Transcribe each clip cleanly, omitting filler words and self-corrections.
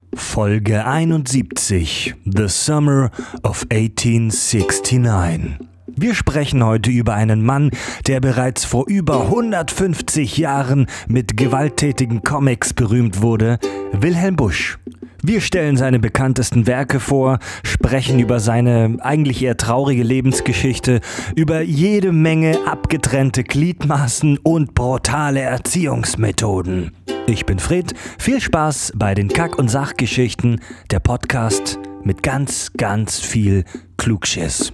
Folge 71, The Summer of 1869. Wir sprechen heute über einen Mann, der bereits vor über 150 Jahren mit gewalttätigen Comics berühmt wurde, Wilhelm Busch. Wir stellen seine bekanntesten Werke vor, sprechen über seine eigentlich eher traurige Lebensgeschichte, über jede Menge abgetrennte Gliedmaßen und brutale Erziehungsmethoden. Ich bin Fred, viel Spaß bei den Kack- und Sachgeschichten, der Podcast mit ganz, ganz viel Klugschiss.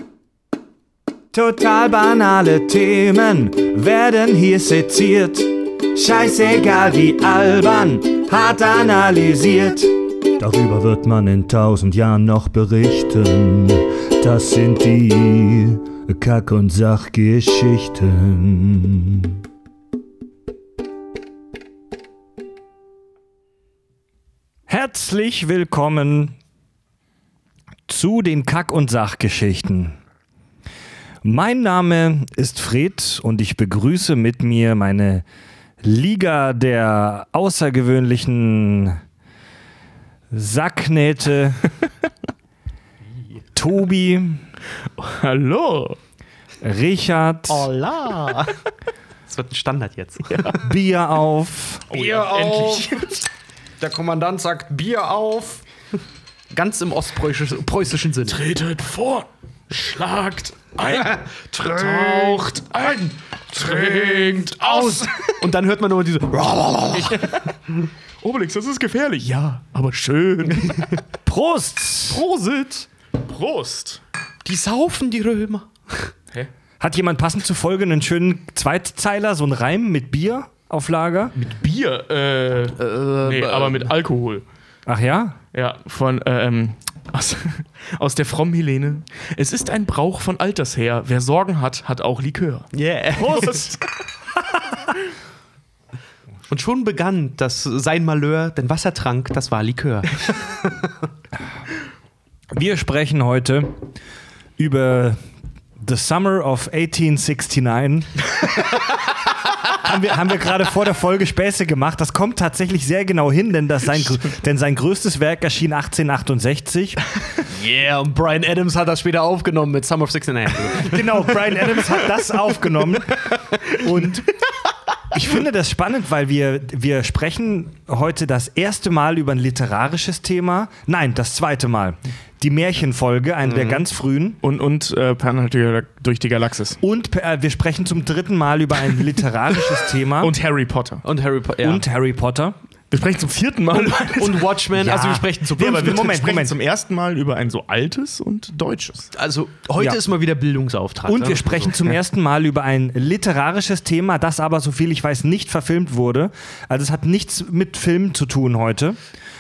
Total banale Themen werden hier seziert. Scheißegal wie albern, hart analysiert. Darüber wird man in 1000 Jahren noch berichten. Das sind die Kack- und Sachgeschichten. Herzlich willkommen zu den Kack- und Sachgeschichten. Mein Name ist Fred und ich begrüße mit mir meine Liga der außergewöhnlichen Sacknähte, Tobi. Hallo. Richard. Hola. Das wird ein Standard jetzt. Ja. Bier auf. Bier auf. Der Kommandant sagt Bier auf. Ganz im ostpreußischen Sinne. Tretet vor, schlagt ein, taucht ein, trinkt aus. Und dann hört man nur diese Obelix, das ist gefährlich. Ja, aber schön. Prost! Prosit. Prost. Die saufen, die Römer. Hä? Hat jemand passend zur Folge einen schönen Zweitzeiler, so einen Reim mit Bier auf Lager? Mit Bier? Nee, aber mit Alkohol. Ach ja? Ja, von, aus der Fromm-Helene. Es ist ein Brauch von alters her. Wer Sorgen hat, hat auch Likör. Yeah. Prost! Und schon begann das sein Malheur, denn was er trank, das war Likör. Wir sprechen heute über The Summer of 1869. haben wir gerade vor der Folge Späße gemacht. Das kommt tatsächlich sehr genau hin, denn sein größtes Werk erschien 1868. Yeah, und Bryan Adams hat das später aufgenommen mit Summer of 69. Genau, Bryan Adams hat das aufgenommen. Und ich finde das spannend, weil wir sprechen heute das erste Mal über ein literarisches Thema. Nein, das zweite Mal. Die Märchenfolge, eine der ganz frühen. Und Pernald durch die Galaxis. Und wir sprechen zum dritten Mal über ein literarisches Thema. Und Harry Potter. Und Harry Potter. Ja. Und Harry Potter. Wir sprechen zum vierten Mal. Und Watchmen, Ja. also wir sprechen zu Aber wir Moment. sprechen zum ersten Mal über ein so altes und deutsches. Also heute Ja. ist mal wieder Bildungsauftrag. Und wir sprechen zum ersten Mal über ein literarisches Thema, das aber, soviel ich weiß, nicht verfilmt wurde. Also es hat nichts mit Film zu tun heute.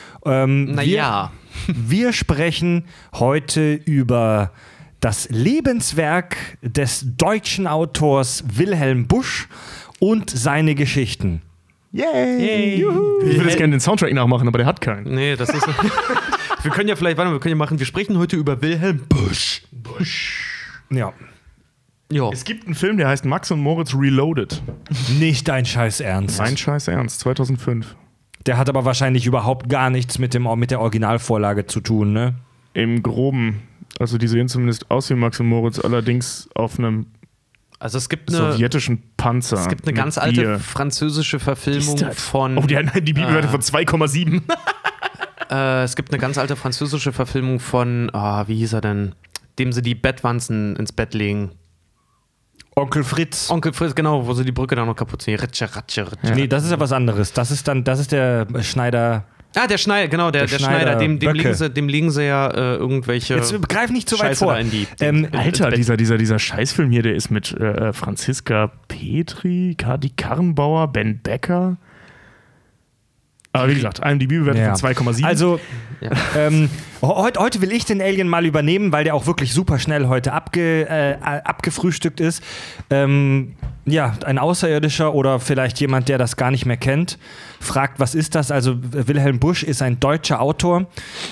Naja. Wir sprechen heute über das Lebenswerk des deutschen Autors Wilhelm Busch und seine Geschichten. Yay! Ich würde jetzt gerne den Soundtrack nachmachen, aber der hat keinen. Nee, das ist. Wir können ja machen, wir sprechen heute über Wilhelm Busch. Ja. Ja. Es gibt einen Film, der heißt Max und Moritz Reloaded. Nicht dein Scheiß Ernst. Mein Scheiß Ernst, 2005. Der hat aber wahrscheinlich überhaupt gar nichts mit der Originalvorlage zu tun, ne? Im Groben. Also die sehen zumindest aus wie Max und Moritz, allerdings auf einem Also es gibt eine sowjetischen Panzer. Es gibt eine mit ganz alte Bier. französische Verfilmung von. Oh, die Bibelwerte von 2,7. Es gibt eine ganz alte französische Verfilmung von, wie hieß er denn? Dem sie die Bettwanzen ins Bett legen. Onkel Fritz. Onkel Fritz, genau, wo sie die Brücke da noch kaputt ziehen. Ritsche, ratsche, ritsche. Nee, das ist ja was anderes. Das ist der Schneider. Ah, der Schneider, genau, der Schneider. Dem legen sie ja irgendwelche. Jetzt greif nicht zu weit Scheiße vor. da in die. Alter, dieser Scheißfilm hier, der ist mit Franziska Petri, Kadi Karrenbauer, Ben Becker. Aber wie gesagt, IMDb-Werte Ja. von 2,7. Also, Ja. heute will ich den Alien mal übernehmen, weil der auch wirklich super schnell heute abgefrühstückt ist. Ja, ein Außerirdischer oder vielleicht jemand, der das gar nicht mehr kennt, fragt, was ist das? Also Wilhelm Busch ist ein deutscher Autor,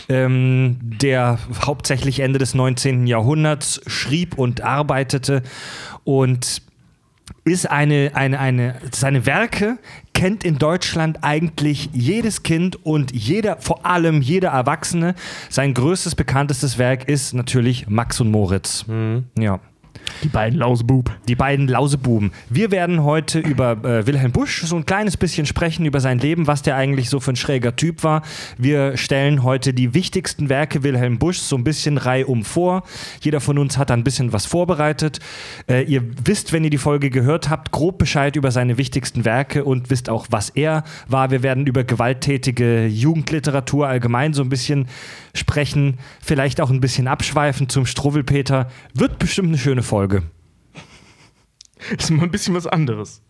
der hauptsächlich Ende des 19. Jahrhunderts schrieb und arbeitete und ist seine Werke kennt in Deutschland eigentlich jedes Kind und vor allem jeder Erwachsene. Sein größtes, bekanntestes Werk ist natürlich Max und Moritz. Ja. Die beiden Lausebuben. Wir werden heute über Wilhelm Busch so ein kleines bisschen sprechen, über sein Leben, was der eigentlich so für ein schräger Typ war. Wir stellen heute die wichtigsten Werke Wilhelm Buschs so ein bisschen reihum vor. Jeder von uns hat da ein bisschen was vorbereitet. Ihr wisst, wenn ihr die Folge gehört habt, grob Bescheid über seine wichtigsten Werke und wisst auch, was er war. Wir werden über gewalttätige Jugendliteratur allgemein so ein bisschen sprechen, vielleicht auch ein bisschen abschweifen zum Struwwelpeter. Wird bestimmt eine schöne Folge. Das ist mal ein bisschen was anderes.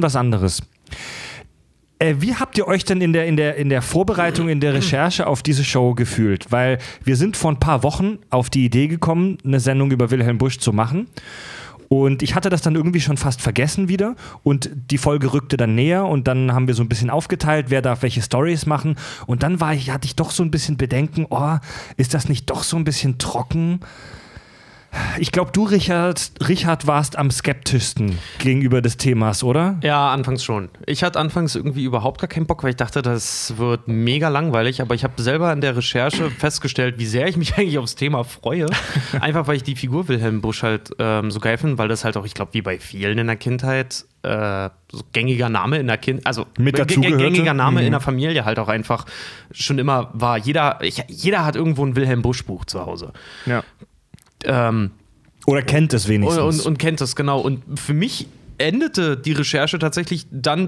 Wie habt ihr euch denn in der Vorbereitung, in der Recherche auf diese Show gefühlt? Weil wir sind vor ein paar Wochen auf die Idee gekommen, eine Sendung über Wilhelm Busch zu machen. Und ich hatte das dann irgendwie schon fast vergessen wieder. Und die Folge rückte dann näher und dann haben wir so ein bisschen aufgeteilt, wer darf welche Storys machen. Und dann hatte ich doch so ein bisschen Bedenken, ist das nicht doch so ein bisschen trocken? Ich glaube, du, Richard, warst am skeptischsten gegenüber des Themas, oder? Ja, anfangs schon. Ich hatte anfangs irgendwie überhaupt gar keinen Bock, weil ich dachte, das wird mega langweilig. Aber ich habe selber in der Recherche festgestellt, wie sehr ich mich eigentlich aufs Thema freue. Einfach, weil ich die Figur Wilhelm Busch halt so geil finde, weil das halt auch, ich glaube, wie bei vielen in der Kindheit, so gängiger Name in der gängiger Name in der Familie halt auch einfach schon immer war. Jeder hat irgendwo ein Wilhelm Busch Buch zu Hause. Ja. Oder kennt es wenigstens. Und kennt es, genau. Und für mich endete die Recherche tatsächlich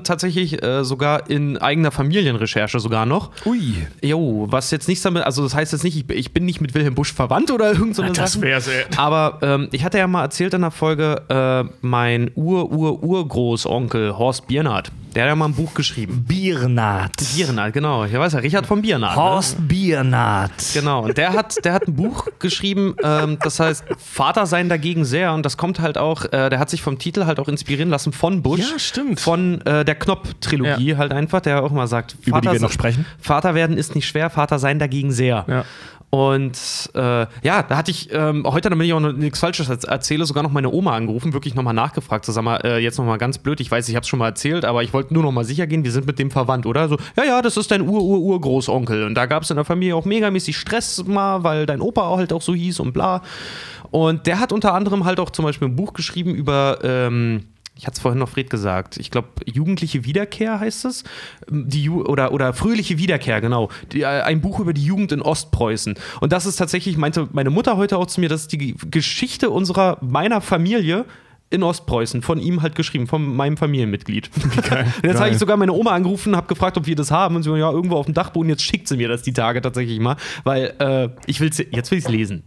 sogar in eigener Familienrecherche sogar noch. Ui. Jo, was jetzt nichts damit, also das heißt jetzt nicht, ich bin nicht mit Wilhelm Busch verwandt oder irgend so eine Sache. Das wär's, ey. Aber ich hatte ja mal erzählt in der Folge, mein Urgroßonkel Horst Biernat, der hat ja mal ein Buch geschrieben. Biernat, genau. Ich weiß ja, Richard von Biernat. Horst Biernat. Genau, und der hat ein Buch geschrieben, das heißt Vater sein dagegen sehr. Und das kommt halt auch, der hat sich vom Titel halt auch inspirieren lassen von Busch. Ja, stimmt. Von der Knopp-Trilogie halt einfach, der auch mal sagt, über die wir noch sprechen. Vater werden ist nicht schwer, Vater sein dagegen sehr. Ja. Und da hatte ich heute, damit ich auch noch nichts Falsches erzähle, sogar noch meine Oma angerufen, wirklich nochmal nachgefragt. So, sag mal, jetzt nochmal ganz blöd, ich weiß, ich habe es schon mal erzählt, aber ich wollte nur nochmal sicher gehen, wir sind mit dem verwandt, oder? So, ja, das ist dein Urgroßonkel. Und da gab es in der Familie auch megamäßig Stress mal, weil dein Opa halt auch so hieß und bla. Und der hat unter anderem halt auch zum Beispiel ein Buch geschrieben über ich hatte es vorhin noch Fred gesagt, ich glaube, jugendliche Wiederkehr heißt es, oder fröhliche Wiederkehr, genau. Ein Buch über die Jugend in Ostpreußen. Und das ist tatsächlich, meinte meine Mutter heute auch zu mir, das ist die Geschichte meiner Familie in Ostpreußen, von ihm halt geschrieben, von meinem Familienmitglied. Geil. Und jetzt habe ich sogar meine Oma angerufen, habe gefragt, ob wir das haben. Und sie so, ja, irgendwo auf dem Dachboden, jetzt schickt sie mir das die Tage tatsächlich mal, weil jetzt will ich es lesen.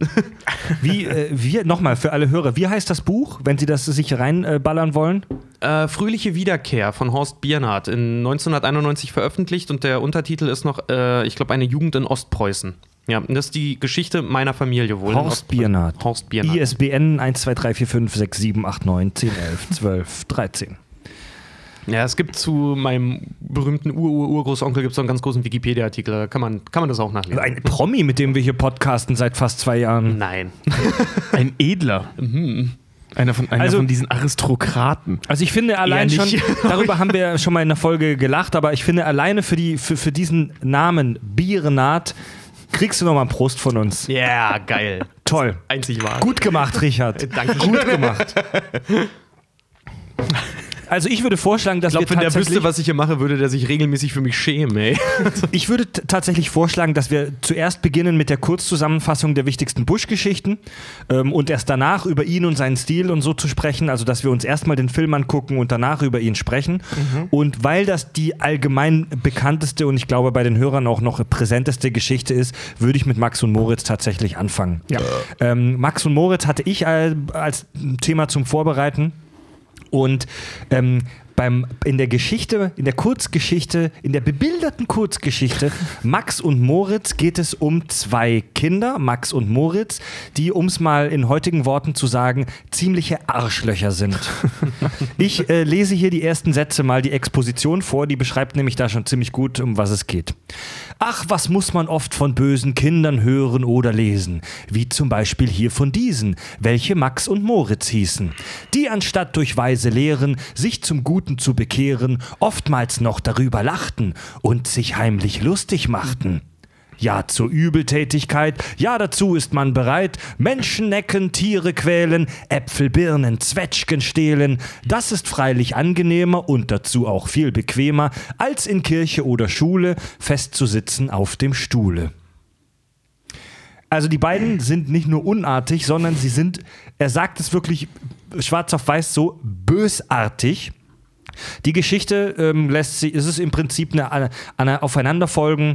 Nochmal für alle Hörer, wie heißt das Buch, wenn Sie das sich reinballern wollen? Fröhliche Wiederkehr von Horst Biernat, in 1991 veröffentlicht und der Untertitel ist noch, ich glaube, eine Jugend in Ostpreußen. Ja, und das ist die Geschichte meiner Familie wohl. Horst Biernat. ISBN 1234567891011 1213. Ja, es gibt zu meinem berühmten Urgroßonkel gibt es so einen ganz großen Wikipedia-Artikel, da kann man das auch nachlesen. Ein Promi, mit dem wir hier podcasten seit fast 2 Jahren. Nein. Ein Edler. Einer von diesen Aristokraten. Also ich finde allein schon, darüber haben wir schon mal in der Folge gelacht, aber ich finde alleine für diesen Namen Biernat kriegst du nochmal einen Prost von uns. Ja, yeah, geil. Toll. Einzig wahr. Gut gemacht, Richard. Danke. Gut gemacht. Also ich würde vorschlagen, dass wenn der wüsste, was ich hier mache, würde der sich regelmäßig für mich schämen, ey. Ich würde tatsächlich vorschlagen, dass wir zuerst beginnen mit der Kurzzusammenfassung der wichtigsten Busch-Geschichten und erst danach über ihn und seinen Stil und so zu sprechen. Also dass wir uns erstmal den Film angucken und danach über ihn sprechen. Und weil das die allgemein bekannteste und ich glaube bei den Hörern auch noch präsenteste Geschichte ist, würde ich mit Max und Moritz tatsächlich anfangen. Ja. Max und Moritz hatte ich als Thema zum Vorbereiten. Und in der Geschichte, in der Kurzgeschichte, in der bebilderten Kurzgeschichte Max und Moritz geht es um 2 Kinder, Max und Moritz, die, um es mal in heutigen Worten zu sagen, ziemliche Arschlöcher sind. Ich lese hier die ersten Sätze mal die Exposition vor, die beschreibt nämlich da schon ziemlich gut, um was es geht. Ach, was muss man oft von bösen Kindern hören oder lesen, wie zum Beispiel hier von diesen, welche Max und Moritz hießen, die anstatt durch weise Lehren sich zum Guten zu bekehren, oftmals noch darüber lachten und sich heimlich lustig machten. Ja, zur Übeltätigkeit, ja, dazu ist man bereit, Menschen necken, Tiere quälen, Äpfel, Birnen, Zwetschgen stehlen. Das ist freilich angenehmer und dazu auch viel bequemer, als in Kirche oder Schule festzusitzen auf dem Stuhle. Also die beiden sind nicht nur unartig, sondern sie sind, er sagt es wirklich schwarz auf weiß so, bösartig. Die Geschichte ist es im Prinzip eine Aufeinanderfolge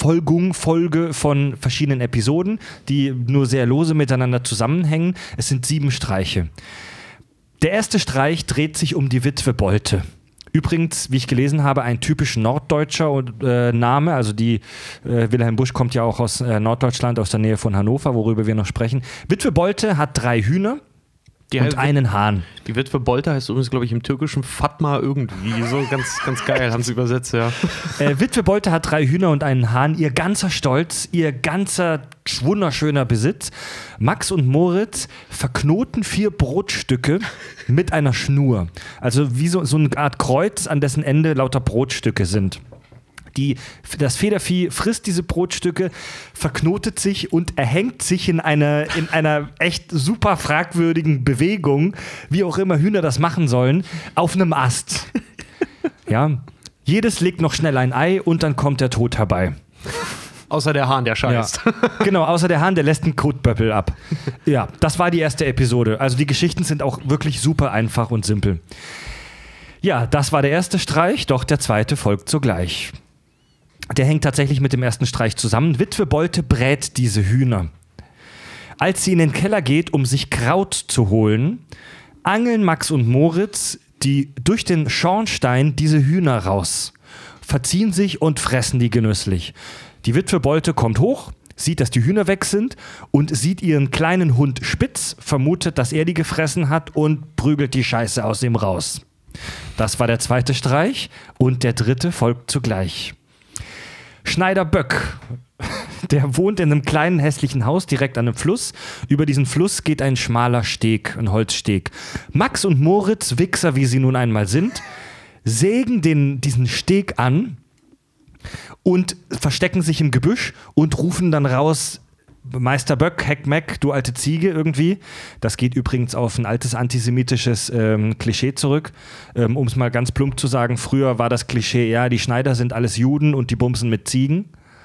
von verschiedenen Episoden, die nur sehr lose miteinander zusammenhängen. Es sind 7 Streiche. Der erste Streich dreht sich um die Witwe Übrigens, wie ich gelesen habe, ein typisch norddeutscher Name. Also Wilhelm Busch kommt ja auch aus Norddeutschland, aus der Nähe von Hannover, worüber wir noch sprechen. Witwe Bolte hat 3 Hühner. Und einen Hahn. Die Witwe Bolte heißt übrigens, glaube ich, im Türkischen Fatma irgendwie. So ganz, ganz geil, haben sie übersetzt, ja. Witwe Bolte hat 3 Hühner und einen Hahn. Ihr ganzer Stolz, ihr ganzer wunderschöner Besitz. Max und Moritz verknoten 4 Brotstücke mit einer Schnur. Also wie so eine Art Kreuz, an dessen Ende lauter Brotstücke sind. Das Federvieh frisst diese Brotstücke, verknotet sich und erhängt sich in einer echt super fragwürdigen Bewegung, wie auch immer Hühner das machen sollen, auf einem Ast. Ja, jedes legt noch schnell ein Ei und dann kommt der Tod herbei. Außer der Hahn, der scheißt. Ja. Genau, außer der Hahn, der lässt einen Kotböppel ab. Ja, das war die erste Episode. Also die Geschichten sind auch wirklich super einfach und simpel. Ja, das war der erste Streich, doch der zweite folgt sogleich. Der hängt tatsächlich mit dem ersten Streich zusammen. Witwe Bolte brät diese Hühner. Als sie in den Keller geht, um sich Kraut zu holen, angeln Max und Moritz durch den Schornstein diese Hühner raus, verziehen sich und fressen die genüsslich. Die Witwe Bolte kommt hoch, sieht, dass die Hühner weg sind und sieht ihren kleinen Hund Spitz, vermutet, dass er die gefressen hat und prügelt die Scheiße aus ihm raus. Das war der zweite Streich und der dritte folgt zugleich. Schneider Böck, der wohnt in einem kleinen hässlichen Haus direkt an einem Fluss. Über diesen Fluss geht ein schmaler Steg, ein Holzsteg. Max und Moritz, Wichser wie sie nun einmal sind, sägen diesen Steg an und verstecken sich im Gebüsch und rufen dann raus: Meister Böck, Heck Meck, du alte Ziege irgendwie. Das geht übrigens auf ein altes antisemitisches Klischee zurück. Um es mal ganz plump zu sagen, früher war das Klischee, ja, die Schneider sind alles Juden und die bumsen mit Ziegen.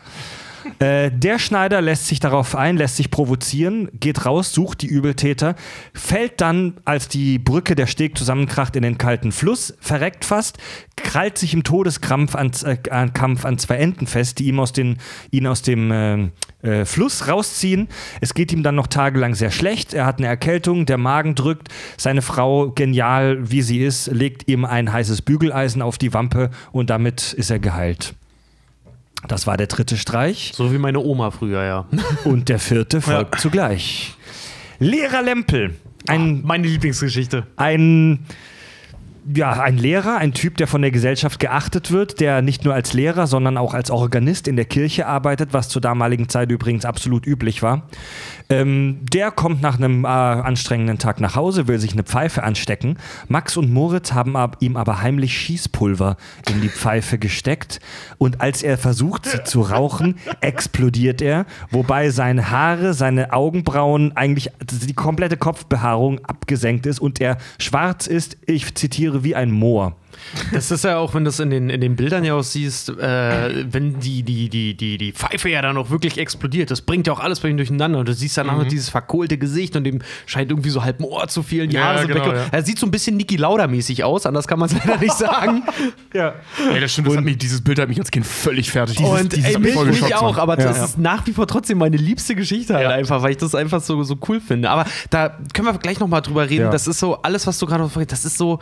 Der Schneider lässt sich darauf ein, lässt sich provozieren, geht raus, sucht die Übeltäter, fällt dann, als die Brücke, der Steg zusammenkracht, in den kalten Fluss, verreckt fast, krallt sich im Todeskampf an 2 Enten fest, die ihn aus dem Fluss rausziehen. Es geht ihm dann noch tagelang sehr schlecht. Er hat eine Erkältung, der Magen drückt. Seine Frau, genial wie sie ist, legt ihm ein heißes Bügeleisen auf die Wampe und damit ist er geheilt. Das war der dritte Streich. So wie meine Oma früher, ja. Und der vierte folgt zugleich. Lehrer Lempel. Meine Lieblingsgeschichte. Ein Lehrer, ein Typ, der von der Gesellschaft geachtet wird, der nicht nur als Lehrer, sondern auch als Organist in der Kirche arbeitet, was zur damaligen Zeit übrigens absolut üblich war. Der kommt nach einem anstrengenden Tag nach Hause, will sich eine Pfeife anstecken. Max und Moritz haben ihm aber heimlich Schießpulver in die Pfeife gesteckt und als er versucht, sie zu rauchen, explodiert er, wobei seine Haare, seine Augenbrauen, eigentlich die komplette Kopfbehaarung abgesenkt ist und er schwarz ist, ich zitiere, wie ein Moor. Das ist ja auch, wenn du es in den Bildern ja auch siehst, wenn die Pfeife ja dann auch wirklich explodiert, das bringt ja auch alles bei ihm durcheinander und du siehst dann auch noch dieses verkohlte Gesicht und dem scheint irgendwie so halb ein Ohr zu fehlen, die Haare sind weg. Ja. Er sieht so ein bisschen Niki Lauda-mäßig aus, anders kann man es leider nicht sagen. Ja. Ey, das stimmt, dieses Bild hat mich als Kind völlig fertig. Mich auch, aber das ist nach wie vor trotzdem meine liebste Geschichte halt einfach, weil ich das einfach so cool finde. Aber da können wir gleich nochmal drüber reden, das ist so, alles, was du gerade vorhin, das ist so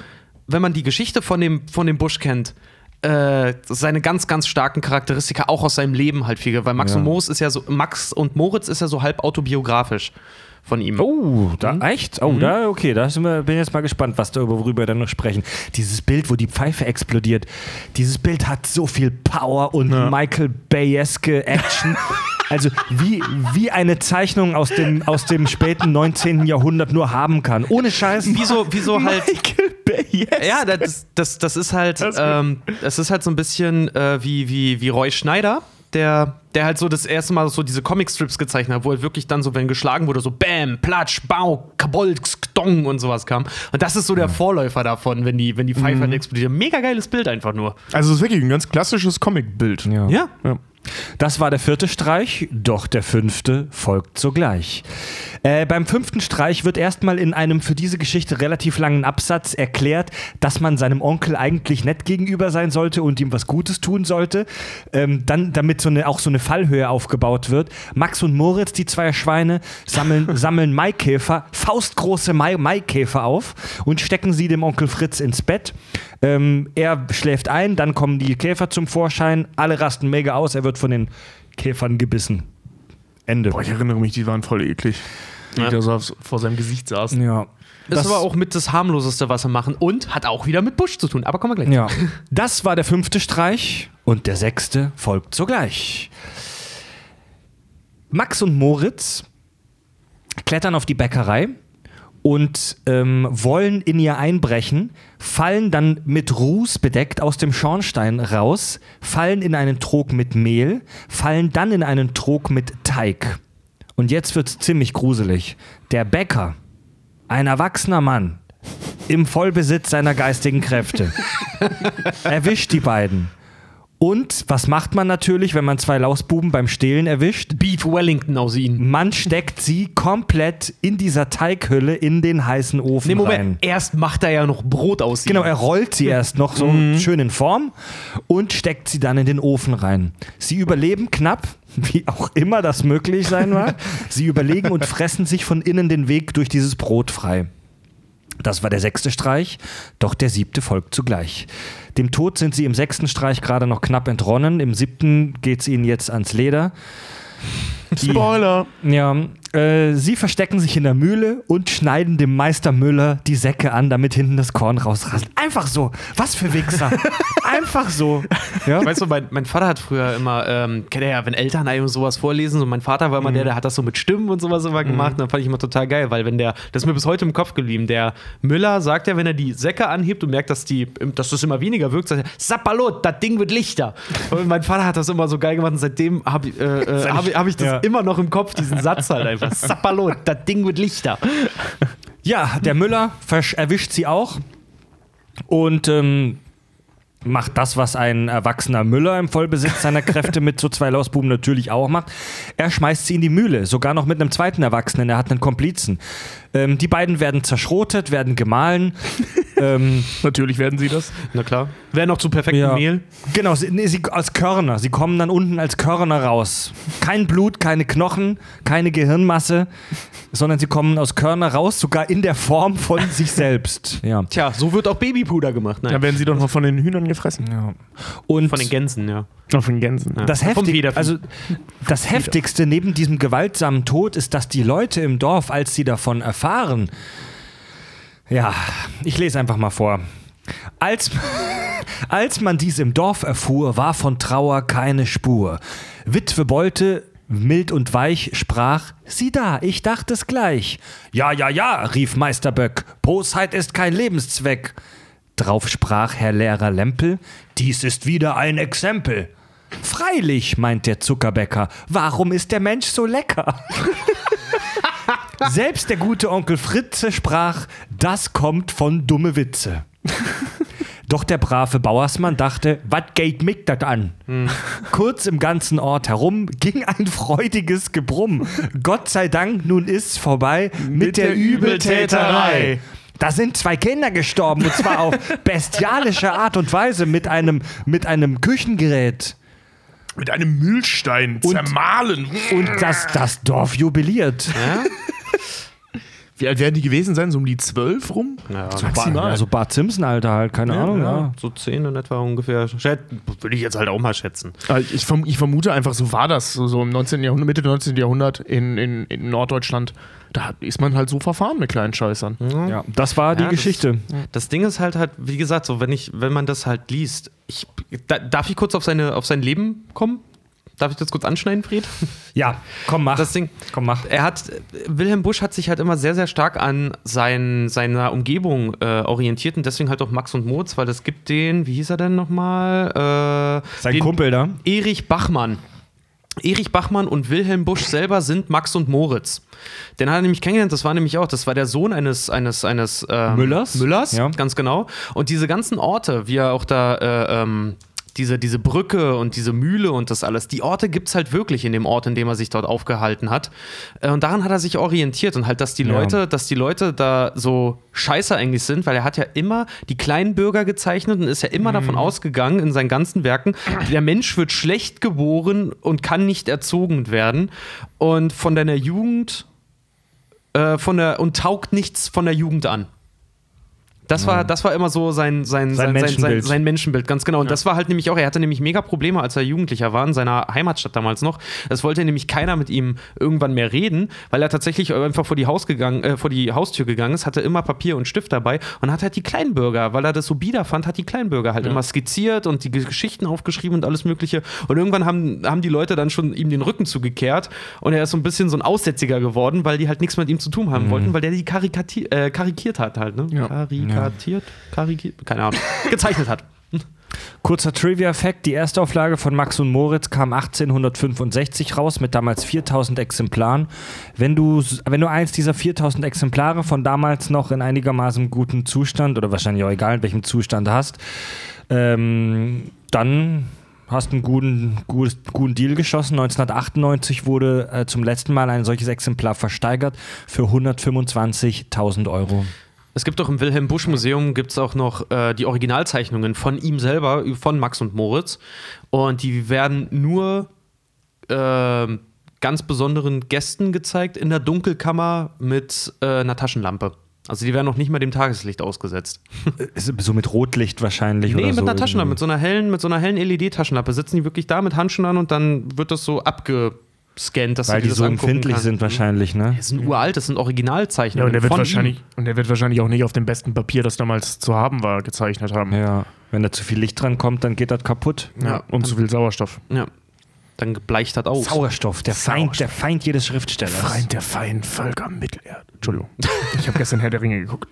wenn man die Geschichte von dem Bush kennt, seine ganz, ganz starken Charakteristika auch aus seinem Leben halt viel, weil Max und Moritz ist ja so halb autobiografisch von ihm. Oh, echt? Oh, okay, bin ich jetzt mal gespannt, worüber wir dann noch sprechen. Dieses Bild, wo die Pfeife explodiert, dieses Bild hat so viel Power und Michael Bay-eske Action. Also wie eine Zeichnung aus dem späten 19. Jahrhundert nur haben kann. Ohne Scheiß. Wieso halt. Michael Bay, yes. Ja, das ist halt, es ist halt so ein bisschen wie Roy Schneider, der halt so das erste Mal so diese Comicstrips gezeichnet hat, wo halt wirklich dann so, wenn geschlagen wurde, so Bam, Platsch, Bau, Kabolt, Dong und sowas kam. Und das ist so der Vorläufer davon, wenn die Pfeife halt explodiert. Mega geiles Bild einfach nur. Also es ist wirklich ein ganz klassisches Comicbild. Ja. Das war der 4. Streich, doch der 5. folgt sogleich. Beim 5. Streich wird erstmal in einem für diese Geschichte relativ langen Absatz erklärt, dass man seinem Onkel eigentlich nett gegenüber sein sollte und ihm was Gutes tun sollte. Dann, damit auch so eine Fallhöhe aufgebaut wird. Max und Moritz, die zwei Schweine, sammeln Maikäfer, faustgroße Maikäfer auf und stecken sie dem Onkel Fritz ins Bett. Er schläft ein, dann kommen die Käfer zum Vorschein, alle rasten mega aus, er wird von den Käfern gebissen. Ende. Boah, ich erinnere mich, die waren voll eklig. Die da so vor seinem Gesicht saßen. Ja. Das war auch mit das harmloseste, was sie machen und hat auch wieder mit Bush zu tun, aber kommen wir gleich. Ja. Das war der 5. Streich und der 6. folgt sogleich. Max und Moritz klettern auf die Bäckerei und wollen in ihr einbrechen, fallen dann mit Ruß bedeckt aus dem Schornstein raus, fallen in einen Trog mit Mehl, fallen dann in einen Trog mit Teig. Und jetzt wird's ziemlich gruselig. Der Bäcker, ein erwachsener Mann, im Vollbesitz seiner geistigen Kräfte, erwischt die beiden. Und was macht man natürlich, wenn man zwei Lausbuben beim Stehlen erwischt? Beef Wellington aus ihnen. Man steckt sie komplett in dieser Teighülle in den heißen Ofen rein. Erst macht er ja noch Brot aus ihnen. Genau, er rollt sie erst noch so schön in Form und steckt sie dann in den Ofen rein. Sie überleben knapp, wie auch immer das möglich sein mag. Sie überlegen und fressen sich von innen den Weg durch dieses Brot frei. Das war der 6. Streich, doch der 7. folgt zugleich. Dem Tod sind sie im 6. Streich gerade noch knapp entronnen. Im 7. geht es ihnen jetzt ans Leder. Spoiler! Ja, sie verstecken sich in der Mühle und schneiden dem Meister Müller die Säcke an, damit hinten das Korn rausrast. Einfach so. Was für Wichser. Einfach so. Ja? Weißt du, mein Vater hat früher immer, kennt ihr ja, wenn Eltern einem sowas vorlesen, so mein Vater war immer der hat das so mit Stimmen und sowas immer gemacht, und dann fand ich immer total geil, weil das ist mir bis heute im Kopf geblieben, der Müller sagt ja, wenn er die Säcke anhebt und merkt, dass das immer weniger wirkt, sagt er, Sapperlot, das Ding wird lichter. Und mein Vater hat das immer so geil gemacht und seitdem hab ich das immer noch im Kopf, diesen Satz halt einfach. Sapperlot, das Ding wird lichter. Ja, der Müller erwischt sie auch und macht das, was ein erwachsener Müller im Vollbesitz seiner Kräfte mit so zwei Lausbuben natürlich auch macht. Er schmeißt sie in die Mühle, sogar noch mit einem zweiten Erwachsenen, er hat einen Komplizen. Die beiden werden zerschrotet, werden gemahlen. Natürlich werden sie das. Na klar. Werden auch zu perfektem Mehl. Genau, sie als Körner. Sie kommen dann unten als Körner raus. Kein Blut, keine Knochen, keine Gehirnmasse, sondern sie kommen aus Körner raus, sogar in der Form von sich selbst. Ja. Tja, so wird auch Babypuder gemacht. Nein. Da werden sie doch noch von den Hühnern gefressen. Ja. Und von den Gänsen, ja. Von den Gänsen. Ja. Das Heftigste neben diesem gewaltsamen Tod ist, dass die Leute im Dorf, als sie davon erfahren, ja, ich lese einfach mal vor. Als man dies im Dorf erfuhr, war von Trauer keine Spur. Witwe Bolte, mild und weich, sprach, sieh da, ich dachte es gleich. Ja, rief Meister Böck, Bosheit ist kein Lebenszweck. Drauf sprach Herr Lehrer Lempel, dies ist wieder ein Exempel. Freilich, meint der Zuckerbäcker, warum ist der Mensch so lecker? Selbst der gute Onkel Fritze sprach, das kommt von dumme Witze. Doch der brave Bauersmann dachte, wat geht mich dat an? Kurz im ganzen Ort herum ging ein freudiges Gebrumm. Gott sei Dank, nun ist's vorbei mit der Übeltäterei. Da sind 2 Kinder gestorben, und zwar auf bestialische Art und Weise mit einem Küchengerät. Mit einem Mühlstein zermahlen. Und das Dorf jubiliert. Ja? Wie alt werden die gewesen sein? So um die 12 rum? Ja, Maximal. Also Bart Simpson-Alter halt, keine Ahnung, ja. So 10 in etwa ungefähr. Würde ich jetzt halt auch mal schätzen. Ich vermute einfach, so war das. So im 19. Jahrhundert, Mitte des 19. Jahrhundert in Norddeutschland. Da ist man halt so verfahren mit kleinen Scheißern. Ja, das war die Geschichte. Das Ding ist halt, wie gesagt, so wenn man das halt liest. Darf ich kurz auf sein Leben kommen? Darf ich das kurz anschneiden, Fred? Ja, komm, mach. Das Ding, komm, mach. Wilhelm Busch hat sich halt immer sehr, sehr stark an seiner Umgebung orientiert und deswegen halt auch Max und Moritz, weil es gibt den, wie hieß er denn nochmal? Sein Kumpel da? Erich Bachmann. Erich Bachmann und Wilhelm Busch selber sind Max und Moritz. Den hat er nämlich kennengelernt, das war der Sohn eines Müllers, ja. Ganz genau. Und diese ganzen Orte, wie er auch da diese Brücke und diese Mühle und das alles, die Orte gibt es halt wirklich in dem Ort, in dem er sich dort aufgehalten hat. Und daran hat er sich orientiert und halt, dass die Leute da so scheiße eigentlich sind, weil er hat ja immer die kleinen Bürger gezeichnet und ist ja immer davon ausgegangen in seinen ganzen Werken, der Mensch wird schlecht geboren und kann nicht erzogen werden und von deiner Jugend und taugt nichts von der Jugend an. Das war immer so sein Menschenbild, ganz genau. Und das war halt nämlich auch, er hatte nämlich mega Probleme, als er Jugendlicher war, in seiner Heimatstadt damals noch. Das wollte nämlich keiner mit ihm irgendwann mehr reden, weil er tatsächlich einfach vor die Haustür gegangen ist, hatte immer Papier und Stift dabei und hat halt die Kleinbürger, weil er das so bieder fand, hat die Kleinbürger halt immer skizziert und die Geschichten aufgeschrieben und alles Mögliche. Und irgendwann haben die Leute dann schon ihm den Rücken zugekehrt und er ist so ein bisschen so ein Aussätziger geworden, weil die halt nichts mit ihm zu tun haben wollten, weil der die karikiert hat halt, ne? Ja. Karikiert, keine Ahnung, gezeichnet hat. Kurzer Trivia-Fact: Die Erstauflage von Max und Moritz kam 1865 raus mit damals 4000 Exemplaren. Wenn du eins dieser 4000 Exemplare von damals noch in einigermaßen gutem Zustand oder wahrscheinlich auch egal in welchem Zustand hast, dann hast du einen guten Deal geschossen. 1998 wurde zum letzten Mal ein solches Exemplar versteigert für 125.000 Euro. Es gibt doch im Wilhelm Busch Museum gibt's auch noch die Originalzeichnungen von ihm selber, von Max und Moritz. Und die werden nur ganz besonderen Gästen gezeigt in der Dunkelkammer mit einer Taschenlampe. Also die werden noch nicht mal dem Tageslicht ausgesetzt. So mit Rotlicht wahrscheinlich? Nee, oder mit so einer Taschenlampe, mit so einer hellen LED-Taschenlampe. Sitzen die wirklich da mit Handschuhen an und dann wird das so abgescannt, dass weil du dir das so angucken empfindlich kannst. sind wahrscheinlich, ne? Das sind uralt, das sind Originalzeichnungen. Ja, und der wird wahrscheinlich auch nicht auf dem besten Papier, das damals zu haben war, gezeichnet haben. Ja, wenn da zu viel Licht dran kommt, dann geht das kaputt. Ja, und zu viel Sauerstoff. Ja. Dann bleicht das aus. Sauerstoff, der Feind jedes Schriftstellers. Der Feind Völker Mittelerde. Entschuldigung. Ich habe gestern Herr der Ringe geguckt.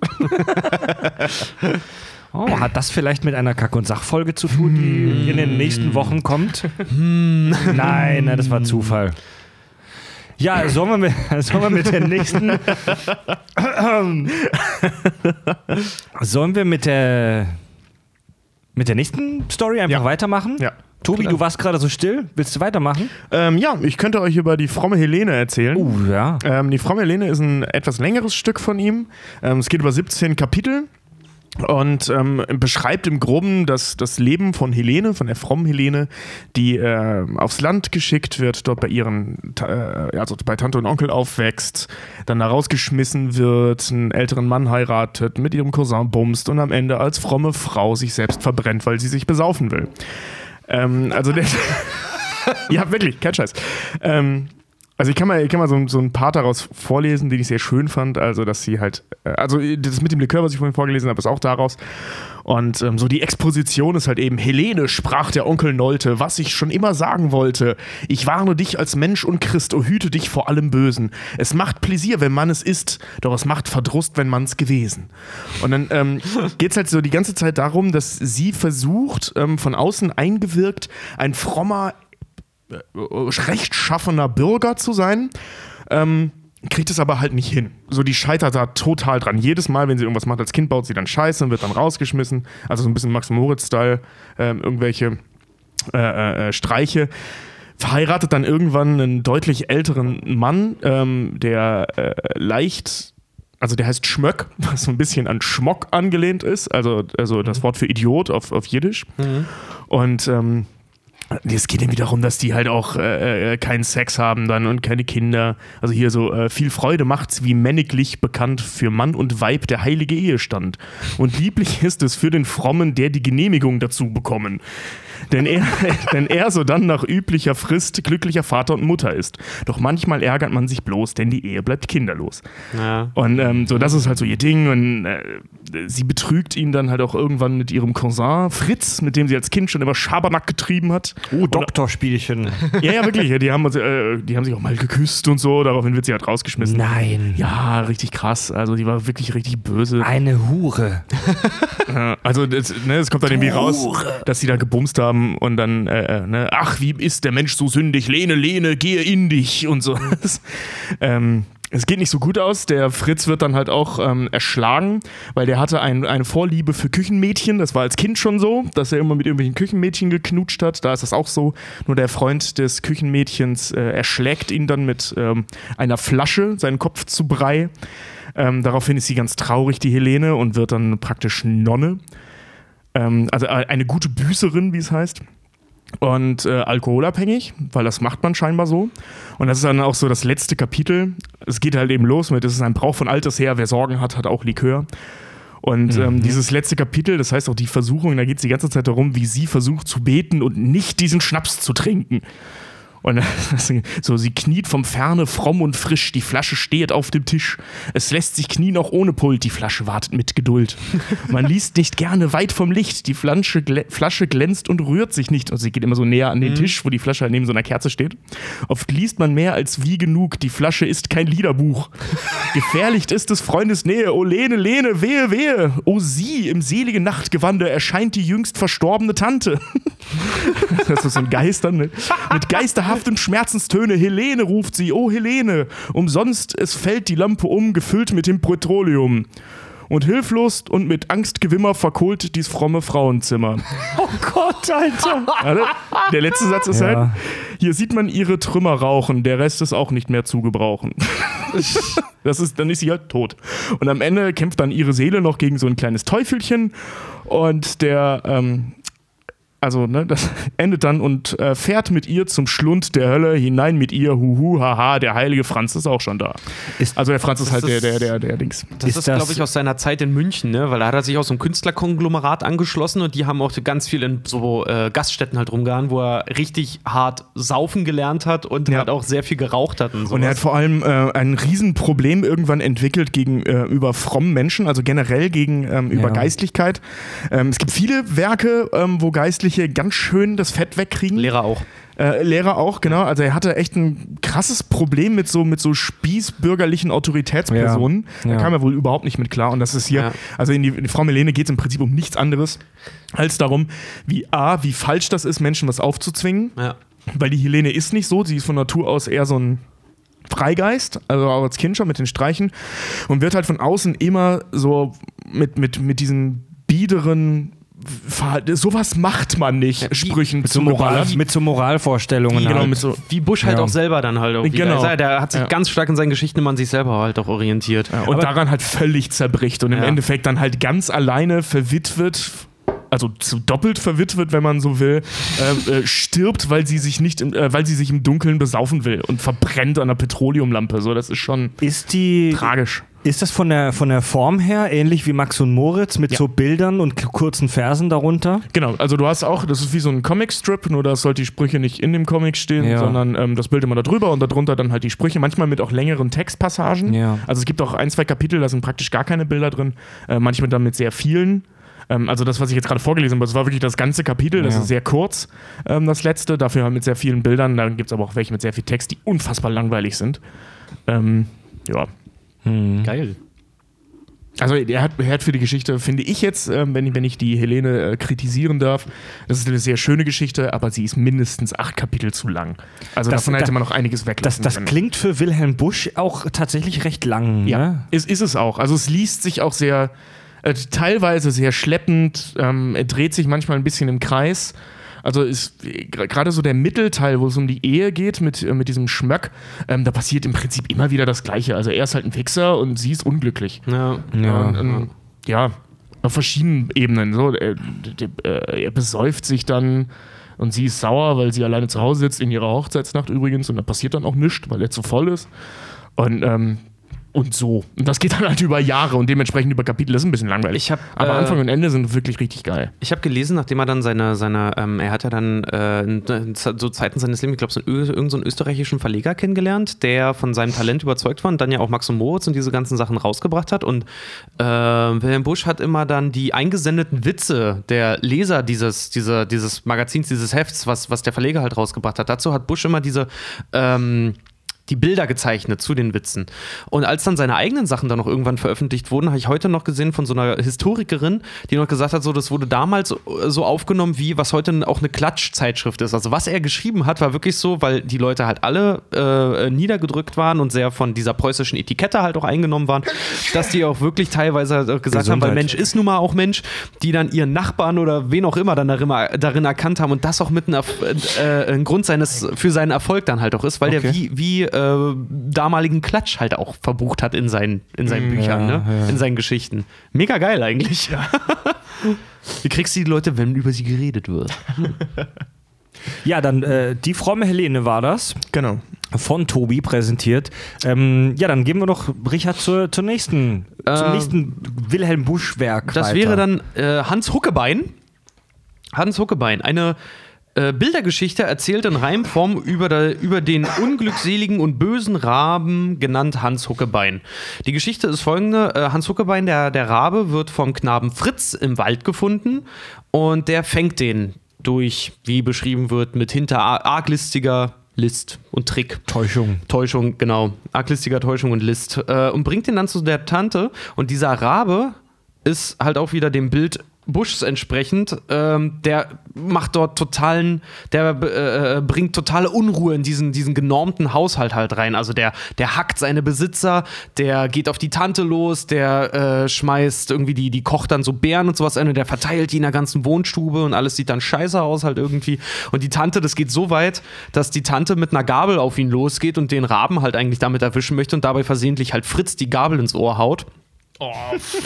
Oh, hat das vielleicht mit einer Kack- und Sachfolge zu tun, die in den nächsten Wochen kommt? Nein, das war Zufall. Ja, sollen wir mit der nächsten sollen wir mit der nächsten Story einfach weitermachen? Ja. Tobi, du warst gerade so still. Willst du weitermachen? Ja, ich könnte euch über die fromme Helene erzählen. Ja. Die fromme Helene ist ein etwas längeres Stück von ihm. Es geht über 17 Kapitel und beschreibt im Groben das Leben von Helene, von der frommen Helene, die aufs Land geschickt wird, dort bei bei Tante und Onkel aufwächst, dann da rausgeschmissen wird, einen älteren Mann heiratet, mit ihrem Cousin bumst und am Ende als fromme Frau sich selbst verbrennt, weil sie sich besaufen will. Ja, wirklich, kein Scheiß. Also ich kann mal so ein Part daraus vorlesen, den ich sehr schön fand. Also, dass sie halt, das mit dem Likör, was ich vorhin vorgelesen habe, ist auch daraus. Und so die Exposition ist halt eben: Helene, sprach der Onkel Nolte, was ich schon immer sagen wollte. Ich warne dich als Mensch und Christ, oh hüte dich vor allem Bösen. Es macht Pläsier, wenn man es ist, doch es macht Verdruss, wenn man es gewesen. Und dann geht es halt so die ganze Zeit darum, dass sie versucht, von außen eingewirkt, ein frommer, rechtschaffener Bürger zu sein, kriegt es aber halt nicht hin. So, die scheitert da total dran. Jedes Mal, wenn sie irgendwas macht als Kind, baut sie dann Scheiße und wird dann rausgeschmissen. Also so ein bisschen Max Moritz-Style, irgendwelche Streiche. Verheiratet dann irgendwann einen deutlich älteren Mann, der der heißt Schmöck, was so ein bisschen an Schmock angelehnt ist. Also das Wort für Idiot auf Jiddisch. Und Es geht irgendwie darum, dass die halt auch keinen Sex haben dann und keine Kinder. Also hier so, viel Freude macht's wie männiglich bekannt für Mann und Weib der heilige Ehestand. Und lieblich ist es für den Frommen, der die Genehmigung dazu bekommen. Denn er so dann nach üblicher Frist glücklicher Vater und Mutter ist. Doch manchmal ärgert man sich bloß, denn die Ehe bleibt kinderlos. Ja. Und so, das ist halt so ihr Ding. Und sie betrügt ihn dann halt auch irgendwann mit ihrem Cousin Fritz, mit dem sie als Kind schon immer Schabernack getrieben hat. Oh, Doktorspielchen. Ja, wirklich. Ja, die haben sich auch mal geküsst und so. Daraufhin wird sie halt rausgeschmissen. Nein. Ja, richtig krass. Also die war wirklich richtig böse. Eine Hure. Also es kommt dann irgendwie raus, dass sie da gebumst haben und dann, ach, wie ist der Mensch so sündig? Lene, gehe in dich und so. Es geht nicht so gut aus. Der Fritz wird dann halt auch erschlagen, weil der hatte eine Vorliebe für Küchenmädchen. Das war als Kind schon so, dass er immer mit irgendwelchen Küchenmädchen geknutscht hat. Da ist das auch so. Nur der Freund des Küchenmädchens erschlägt ihn dann mit einer Flasche, seinen Kopf zu Brei. Daraufhin ist sie ganz traurig, die Helene, und wird dann praktisch Nonne. Also eine gute Büßerin, wie es heißt. Und alkoholabhängig, weil das macht man scheinbar so. Und das ist dann auch so das letzte Kapitel. Es geht halt eben los mit, es ist ein Brauch von alters her, wer Sorgen hat, hat auch Likör. Und dieses letzte Kapitel, das heißt auch die Versuchung, da geht es die ganze Zeit darum, wie sie versucht zu beten und nicht diesen Schnaps zu trinken. Und so, sie kniet vom Ferne, fromm und frisch, die Flasche steht auf dem Tisch. Es lässt sich knien auch ohne Pult, die Flasche wartet mit Geduld. Man liest nicht gerne weit vom Licht, die Flasche glänzt und rührt sich nicht. Und sie geht immer so näher an den Tisch, wo die Flasche neben so einer Kerze steht. Oft liest man mehr als wie genug, die Flasche ist kein Liederbuch. Gefährlich ist des Freundes Nähe, oh Lene, wehe, wehe. Oh sie, im seligen Nachtgewande erscheint die jüngst verstorbene Tante. Das ist so ein Geistern, ne? Mit geisterhaftem Schmerzenstöne, Helene ruft sie, oh Helene, umsonst es fällt die Lampe um, gefüllt mit dem Petroleum. Und hilflos und mit Angstgewimmer verkohlt dies fromme Frauenzimmer. Oh Gott, Alter. Also, der letzte Satz ist halt, hier sieht man ihre Trümmer rauchen, der Rest ist auch nicht mehr zu gebrauchen. Dann ist sie halt tot. Und am Ende kämpft dann ihre Seele noch gegen so ein kleines Teufelchen und das endet dann und fährt mit ihr zum Schlund der Hölle, hinein mit ihr, huhu, haha, der heilige Franz ist auch schon da. Also der Franz ist halt der Dings. Das ist glaube ich, aus seiner Zeit in München, ne? Weil da hat er sich aus so einem Künstlerkonglomerat angeschlossen und die haben auch ganz viel in so Gaststätten halt rumgehangen, wo er richtig hart saufen gelernt hat und halt auch sehr viel geraucht hat. Und er hat vor allem ein Riesenproblem irgendwann entwickelt gegenüber frommen Menschen, also generell gegenüber Geistlichkeit. Es gibt viele Werke, wo Geistliche ganz schön das Fett wegkriegen. Lehrer auch, genau. Also er hatte echt ein krasses Problem mit so spießbürgerlichen Autoritätspersonen. Da kam er wohl überhaupt nicht mit klar. Und das ist hier, also in die Frau Helene geht es im Prinzip um nichts anderes als darum, wie falsch das ist, Menschen was aufzuzwingen. Ja. Weil die Helene ist nicht so, sie ist von Natur aus eher so ein Freigeist, also auch als Kind schon mit den Streichen, und wird halt von außen immer so mit diesen biederen sowas macht man nicht, Sprüchen zu Moral. Mit so Moralvorstellungen. Genau, halt. Wie Bush halt auch selber dann halt auch wieder. Genau. Der hat sich ganz stark in seinen Geschichten immer an sich selber halt auch orientiert. Ja, und daran halt völlig zerbricht und im Endeffekt dann halt ganz alleine verwitwet, also doppelt verwitwet, wenn man so will, stirbt, weil sie sich im Dunkeln besaufen will und verbrennt an einer Petroleumlampe. So, das ist schon tragisch. Ist das von der Form her ähnlich wie Max und Moritz mit so Bildern und kurzen Versen darunter? Genau, also du hast auch, das ist wie so ein Comicstrip, nur da sollten die Sprüche nicht in dem Comic stehen, sondern das Bild immer da drüber und darunter dann halt die Sprüche, manchmal mit auch längeren Textpassagen. Ja. Also es gibt auch 1-2 Kapitel, da sind praktisch gar keine Bilder drin, manchmal dann mit sehr vielen. Also das, was ich jetzt gerade vorgelesen habe, das war wirklich das ganze Kapitel, das ist sehr kurz, das letzte, dafür halt mit sehr vielen Bildern, dann gibt es aber auch welche mit sehr viel Text, die unfassbar langweilig sind. Geil. Also er hat für die Geschichte, finde ich jetzt, wenn ich die Helene kritisieren darf, das ist eine sehr schöne Geschichte, aber sie ist mindestens 8 Kapitel zu lang. Also davon hätte man noch einiges weglassen können. Das klingt für Wilhelm Busch auch tatsächlich recht lang. Ja, ne? ist es auch. Also es liest sich auch sehr, teilweise sehr schleppend, er dreht sich manchmal ein bisschen im Kreis. Also ist gerade so der Mittelteil, wo es um die Ehe geht mit diesem Schmöck, da passiert im Prinzip immer wieder das Gleiche. Also er ist halt ein Wichser und sie ist unglücklich. Ja, auf verschiedenen Ebenen. So, er besäuft sich dann Und sie ist sauer, weil sie alleine zu Hause sitzt, in ihrer Hochzeitsnacht übrigens. Und da passiert dann auch nichts, weil er zu voll ist. Und so. Und das geht dann halt über Jahre und dementsprechend über Kapitel. Das ist ein bisschen langweilig. Aber Anfang und Ende sind wirklich richtig geil. Ich habe gelesen, nachdem er dann er hat ja dann so Zeiten seines Lebens, ich glaube, irgendeinen so einen österreichischen Verleger kennengelernt, der von seinem Talent überzeugt war und dann ja auch Max und Moritz und diese ganzen Sachen rausgebracht hat. Und Wilhelm Busch hat immer dann die eingesendeten Witze der Leser dieses Magazins, dieses Hefts, was der Verleger halt rausgebracht hat. Dazu hat Busch immer die Bilder gezeichnet zu den Witzen. Und als dann seine eigenen Sachen dann noch irgendwann veröffentlicht wurden, habe ich heute noch gesehen von so einer Historikerin, die noch gesagt hat, so, das wurde damals so aufgenommen, wie was heute auch eine Klatschzeitschrift ist. Also was er geschrieben hat, war wirklich so, weil die Leute halt alle niedergedrückt waren und sehr von dieser preußischen Etikette halt auch eingenommen waren, dass die auch wirklich teilweise gesagt haben, weil Mensch ist nun mal auch Mensch, die dann ihren Nachbarn oder wen auch immer dann darin erkannt haben und das auch mit ein Grund für seinen Erfolg dann halt auch ist, weil der wie damaligen Klatsch halt auch verbucht hat in seinen Büchern, in seinen Geschichten. Mega geil eigentlich. Ja. Wie kriegst du die Leute, wenn über sie geredet wird? Ja, dann die fromme Helene war das. Genau. Von Tobi präsentiert. Dann gehen wir doch, Richard, zum nächsten Wilhelm Busch-Werk. Das weiter. wäre dann Hans Huckebein. Hans Huckebein, eine Bildergeschichte erzählt in Reimform über den unglückseligen und bösen Raben, genannt Hans Huckebein. Die Geschichte ist folgende: Hans Huckebein, der Rabe, wird vom Knaben Fritz im Wald gefunden und der fängt den durch, wie beschrieben wird, mit arglistiger List und Trick. Täuschung, genau. Arglistiger Täuschung und List. Und bringt den dann zu der Tante und dieser Rabe ist halt auch wieder dem Bild Buschs entsprechend, der macht dort bringt totale Unruhe in diesen genormten Haushalt halt rein. Also der hackt seine Besitzer, der geht auf die Tante los, der schmeißt irgendwie die kocht dann so Beeren und sowas ein und der verteilt die in der ganzen Wohnstube und alles sieht dann scheiße aus halt irgendwie. Und die Tante, das geht so weit, dass die Tante mit einer Gabel auf ihn losgeht und den Raben halt eigentlich damit erwischen möchte und dabei versehentlich halt Fritz die Gabel ins Ohr haut. Oh, fuck.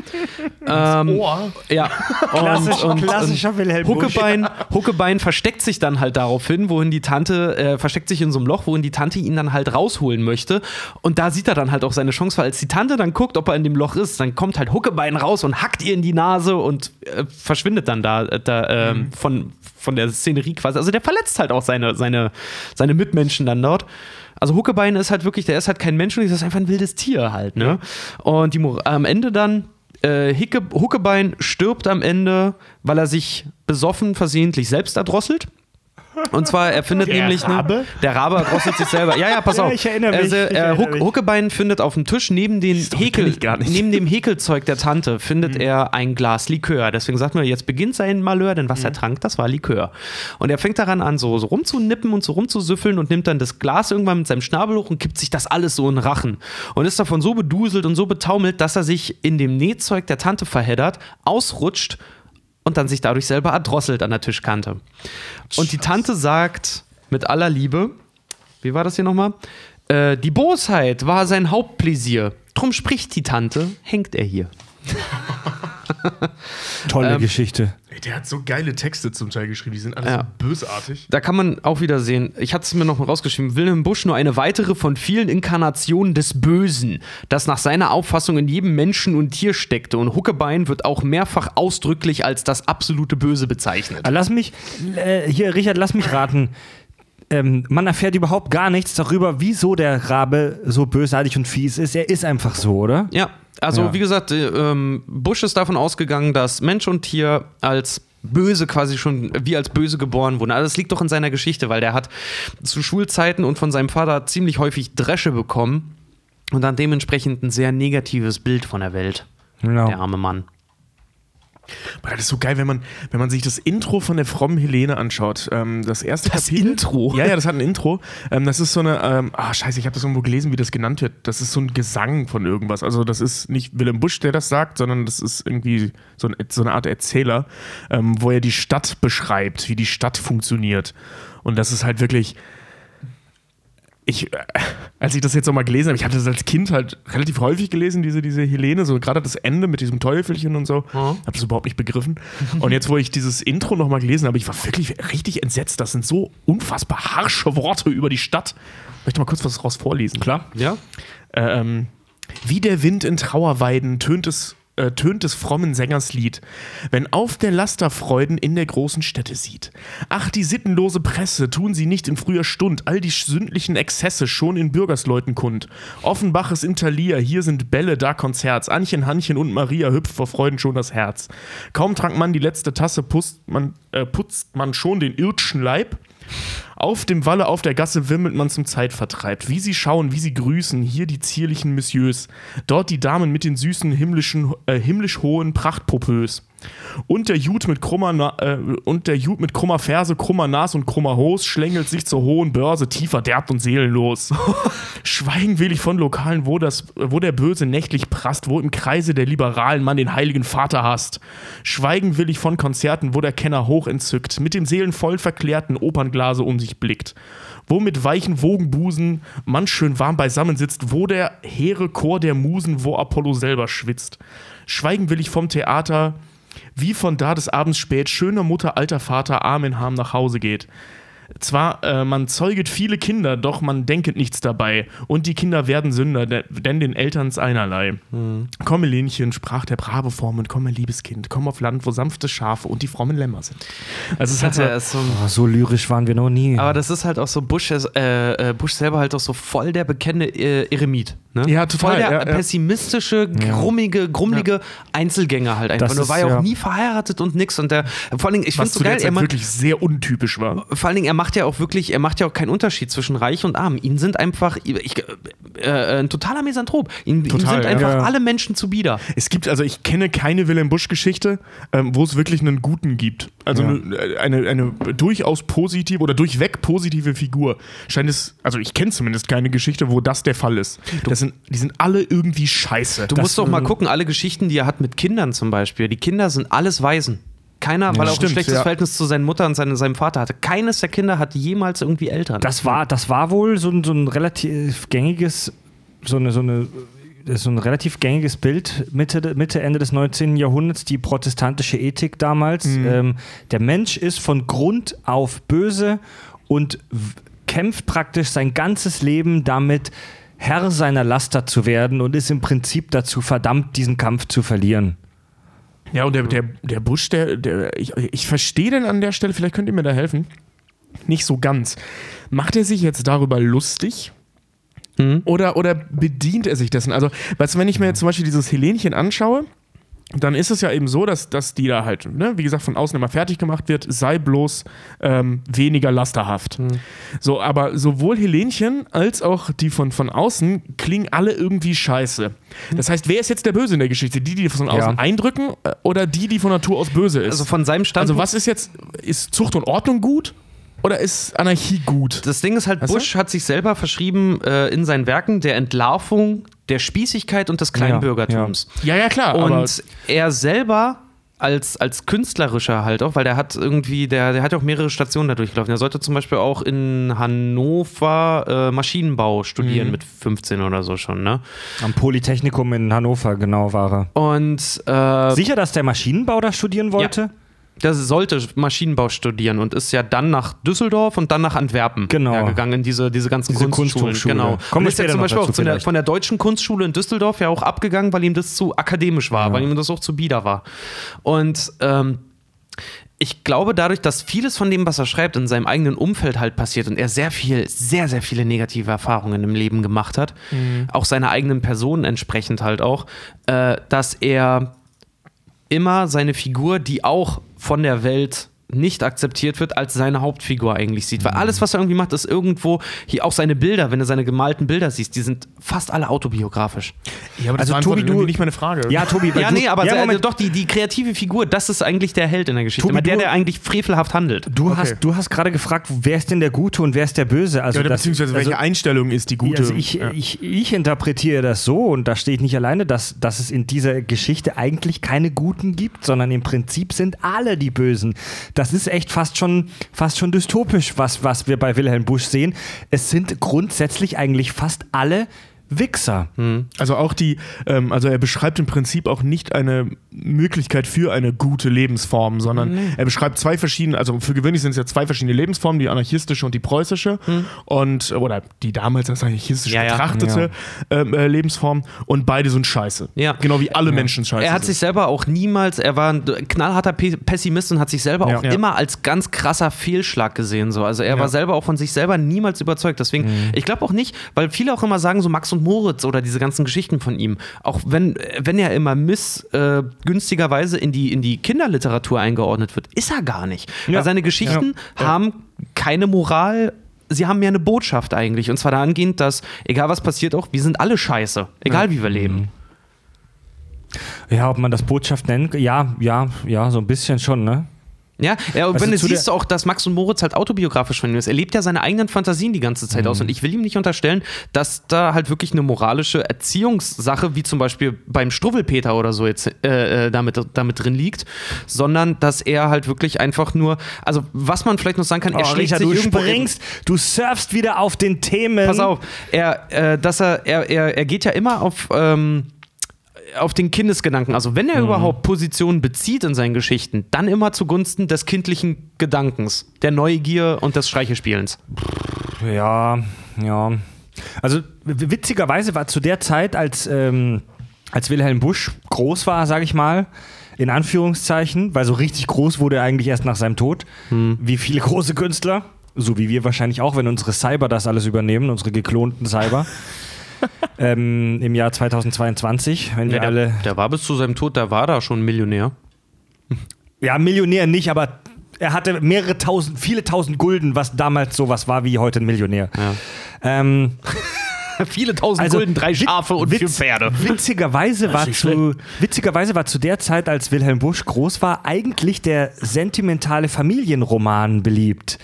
Ohr? Ja. Klassischer Wilhelm Busch. Huckebein versteckt sich dann halt daraufhin, versteckt sich in so einem Loch, wohin die Tante ihn dann halt rausholen möchte. Und da sieht er dann halt auch seine Chance, weil als die Tante dann guckt, ob er in dem Loch ist, dann kommt halt Huckebein raus und hackt ihr in die Nase und verschwindet dann von der Szenerie quasi. Also der verletzt halt auch seine Mitmenschen dann dort. Also Huckebein ist halt wirklich, der ist halt kein Mensch und das ist einfach ein wildes Tier halt, ne? Und am Ende dann, Huckebein stirbt am Ende, weil er sich besoffen versehentlich selbst erdrosselt. Und zwar, er findet der Rabe erdrosselt sich selber. Ja, pass auf. Ich erinnere mich. Huckebein findet auf dem Tisch neben dem Häkelzeug der Tante findet er ein Glas Likör. Deswegen sagt man, jetzt beginnt sein Malheur, denn was er trank, das war Likör. Und er fängt daran an, so rumzunippen und so rumzusüffeln und nimmt dann das Glas irgendwann mit seinem Schnabel hoch und kippt sich das alles so in den Rachen. Und ist davon so beduselt und so betaumelt, dass er sich in dem Nähzeug der Tante verheddert, ausrutscht und dann sich dadurch selber erdrosselt an der Tischkante. Und die Tante sagt mit aller Liebe, wie war das hier nochmal? Die Bosheit war sein Hauptpläsier. Drum spricht die Tante, hängt er hier. Tolle Geschichte. Ey, der hat so geile Texte zum Teil geschrieben, die sind alle so bösartig. Da kann man auch wieder sehen, ich hatte es mir noch mal rausgeschrieben, Wilhelm Busch nur eine weitere von vielen Inkarnationen des Bösen, das nach seiner Auffassung in jedem Menschen und Tier steckte. Und Huckebein wird auch mehrfach ausdrücklich als das absolute Böse bezeichnet. Richard, lass mich raten. Man erfährt überhaupt gar nichts darüber, wieso der Rabe so bösartig und fies ist. Er ist einfach so, oder? Ja, also wie gesagt, Busch ist davon ausgegangen, dass Mensch und Tier als böse quasi schon wie als böse geboren wurden. Also das liegt doch in seiner Geschichte, weil der hat zu Schulzeiten und von seinem Vater ziemlich häufig Dresche bekommen und dann dementsprechend ein sehr negatives Bild von der Welt. Genau. Der arme Mann. Das ist so geil, wenn man sich das Intro von der frommen Helene anschaut. Das erste Kapitel. Intro? Ja, das hat ein Intro. Das ist so eine, scheiße, ich habe das irgendwo gelesen, wie das genannt wird. Das ist so ein Gesang von irgendwas. Also das ist nicht Wilhelm Busch, der das sagt, sondern das ist irgendwie so eine Art Erzähler, wo er die Stadt beschreibt, wie die Stadt funktioniert. Und das ist halt wirklich... als ich das jetzt nochmal gelesen habe, ich hatte das als Kind halt relativ häufig gelesen, diese Helene, so gerade das Ende mit diesem Teufelchen und so, habe das überhaupt nicht begriffen. Und jetzt, wo ich dieses Intro nochmal gelesen habe, ich war wirklich richtig entsetzt. Das sind so unfassbar harsche Worte über die Stadt. Ich möchte mal kurz was raus vorlesen. Klar. Ja. Wie der Wind in Trauerweiden tönt des frommen Sängers Lied, wenn auf der Lasterfreuden in der großen Städte sieht. Ach, die sittenlose Presse, tun sie nicht in früher Stund, all die sündlichen Exzesse schon in Bürgersleuten kund. Offenbaches in Thalia, hier sind Bälle, da Konzerts, Anchen, Hannchen und Maria hüpft vor Freuden schon das Herz. Kaum trank man die letzte Tasse, putzt man schon den irdschen Leib. Auf dem Walle, auf der Gasse wimmelt man zum Zeitvertreib. Wie sie schauen, wie sie grüßen, hier die zierlichen Messieurs. Dort die Damen mit den süßen, himmlisch hohen Prachtpopös. Und der Jud mit krummer Ferse, krummer Nas und krummer Hos schlängelt sich zur hohen Börse, tief verderbt und seelenlos. Schweigen will ich von Lokalen, wo der Böse nächtlich prasst, wo im Kreise der Liberalen man den heiligen Vater hasst. Schweigen will ich von Konzerten, wo der Kenner hoch entzückt, mit dem seelenvoll verklärten Opernglase um sich blickt. Wo mit weichen Wogenbusen man schön warm beisammen sitzt, wo der hehre Chor der Musen, wo Apollo selber schwitzt. Schweigen will ich vom Theater, wie von da des Abends spät schöner Mutter, alter Vater, arm in Harm nach Hause geht. Zwar, man zeuget viele Kinder, doch man denket nichts dabei. Und die Kinder werden Sünder, denn den Eltern's einerlei. Komm, Lenchen, sprach der brave Formen, komm, mein liebes Kind, komm auf Land, wo sanfte Schafe und die frommen Lämmer sind. Also es hat so lyrisch waren wir noch nie. Aber das ist halt auch so Bush selber halt auch so voll der bekennende Eremit. Ne? Ja, total. Voll der pessimistische, grummelige Einzelgänger halt einfach. Er war ja auch nie verheiratet und nix. Und vor allem, ich finde es so geil. Was wirklich sehr untypisch war. Vor allen Dingen, er macht ja auch keinen Unterschied zwischen Reich und Arm. Ihn sind einfach ein totaler Misanthrop. Ihm sind einfach alle Menschen zuwider. Ich kenne keine Wilhelm Busch-Geschichte, wo es wirklich einen Guten gibt. Also eine durchaus positive oder durchweg positive Figur. Ich kenne zumindest keine Geschichte, wo das der Fall ist. Die sind alle irgendwie scheiße. Du musst doch mal gucken, alle Geschichten, die er hat mit Kindern zum Beispiel. Die Kinder sind alles Waisen. Keiner, weil er auch ein schlechtes Verhältnis zu seiner Mutter und seinem Vater hatte. Keines der Kinder hat jemals irgendwie Eltern. Das war wohl so ein relativ gängiges, so ein relativ gängiges Bild Mitte, Ende des 19. Jahrhunderts, die protestantische Ethik damals. Der Mensch ist von Grund auf böse und kämpft praktisch sein ganzes Leben damit, Herr seiner Laster zu werden und ist im Prinzip dazu verdammt, diesen Kampf zu verlieren. Ja, und der Busch, ich verstehe den an der Stelle, vielleicht könnt ihr mir da helfen, nicht so ganz. Macht er sich jetzt darüber lustig? Oder bedient er sich dessen? Also, weißt du, wenn ich mir jetzt zum Beispiel dieses Helenchen anschaue, dann ist es ja eben so, dass die da halt, ne, wie gesagt, von außen immer fertig gemacht wird, sei bloß weniger lasterhaft. So, aber sowohl Helenchen als auch die von außen klingen alle irgendwie scheiße. Das heißt, wer ist jetzt der Böse in der Geschichte? Die von außen eindrücken oder die von Natur aus böse ist? Also von seinem Standpunkt. Also was ist jetzt, ist Zucht und Ordnung gut? Oder ist Anarchie gut? Das Ding ist halt, Busch hat sich selber verschrieben in seinen Werken der Entlarvung, der Spießigkeit und des Kleinbürgertums. Ja, klar. Und er selber als künstlerischer halt auch, weil der hat ja auch mehrere Stationen da durchgelaufen. Er sollte zum Beispiel auch in Hannover Maschinenbau studieren mit 15 oder so schon, ne? Am Polytechnikum in Hannover, genau, war er. Und sicher, dass der Maschinenbau da studieren wollte? Ja. Der sollte Maschinenbau studieren und ist ja dann nach Düsseldorf und dann nach Antwerpen gegangen, in diese ganzen Kunstschulen. Genau. Kommen wir ist ja zum Beispiel auch von der Deutschen Kunstschule in Düsseldorf ja auch abgegangen, weil ihm das zu akademisch war, weil ihm das auch zu bieder war. Und ich glaube, dadurch, dass vieles von dem, was er schreibt, in seinem eigenen Umfeld halt passiert und er sehr, sehr viele negative Erfahrungen im Leben gemacht hat, auch seiner eigenen Person entsprechend halt auch, dass er immer seine Figur, die auch von der Welt nicht akzeptiert wird, als seine Hauptfigur eigentlich sieht. Weil alles, was er irgendwie macht, ist irgendwo, hier auch seine Bilder, wenn du seine gemalten Bilder siehst, die sind fast alle autobiografisch. Ja, aber das war Tobi, nicht meine Frage. Ja, Tobi. Doch, die kreative Figur, das ist eigentlich der Held in der Geschichte. Tobi, der eigentlich frevelhaft handelt. Du hast gerade gefragt, wer ist denn der Gute und wer ist der Böse? Also beziehungsweise welche Einstellung ist die Gute? Also ich interpretiere das so, und da stehe ich nicht alleine, dass es in dieser Geschichte eigentlich keine Guten gibt, sondern im Prinzip sind alle die Bösen. das ist echt fast schon dystopisch, was wir bei Wilhelm Busch sehen. Es sind grundsätzlich eigentlich fast alle Wichser. Also auch also er beschreibt im Prinzip auch nicht eine Möglichkeit für eine gute Lebensform, sondern er beschreibt zwei verschiedene, also für gewöhnlich sind es ja zwei verschiedene Lebensformen, die anarchistische und die preußische oder die damals als anarchistisch betrachtete Lebensform, und beide sind scheiße. Ja. Genau wie alle Menschen scheiße Er hat sich selber auch niemals, er war ein knallharter Pessimist und hat sich selber auch immer als ganz krasser Fehlschlag gesehen. So. Also er war selber auch von sich selber niemals überzeugt. Deswegen, ich glaube auch nicht, weil viele auch immer sagen, so Max und Moritz oder diese ganzen Geschichten von ihm, auch wenn er immer günstigerweise in die Kinderliteratur eingeordnet wird, ist er gar nicht. Ja. Weil seine Geschichten haben keine Moral, sie haben mehr eine Botschaft eigentlich. Und zwar dahingehend, dass, egal was passiert auch, wir sind alle scheiße, egal wie wir leben. Ja, ob man das Botschaft nennt, ja, so ein bisschen schon, ne? Ja, und wenn du siehst auch, dass Max und Moritz halt autobiografisch von ihm ist. Er lebt ja seine eigenen Fantasien die ganze Zeit aus. Und ich will ihm nicht unterstellen, dass da halt wirklich eine moralische Erziehungssache, wie zum Beispiel beim Struwwelpeter oder so jetzt damit drin liegt, sondern dass er halt wirklich einfach nur, also was man vielleicht noch sagen kann, er schlägt sich irgendwo... Du surfst wieder auf den Themen. Pass auf, er geht ja immer auf den Kindesgedanken, also wenn er überhaupt Positionen bezieht in seinen Geschichten, dann immer zugunsten des kindlichen Gedankens, der Neugier und des Streichespielens. Ja. Also witzigerweise war zu der Zeit, als Wilhelm Busch groß war, sage ich mal, in Anführungszeichen, weil so richtig groß wurde er eigentlich erst nach seinem Tod, wie viele große Künstler, so wie wir wahrscheinlich auch, wenn unsere Cyber das alles übernehmen, unsere geklonten Cyber. Im Jahr 2022, wenn wir alle... Der war bis zu seinem Tod, der war da schon Millionär. Ja, Millionär nicht, aber er hatte viele tausend Gulden, was damals sowas war wie heute ein Millionär. Ja. Viele tausend Gulden, 3 Schafe und 4 Pferde. Witzigerweise war zu der Zeit, als Wilhelm Busch groß war, eigentlich der sentimentale Familienroman beliebt.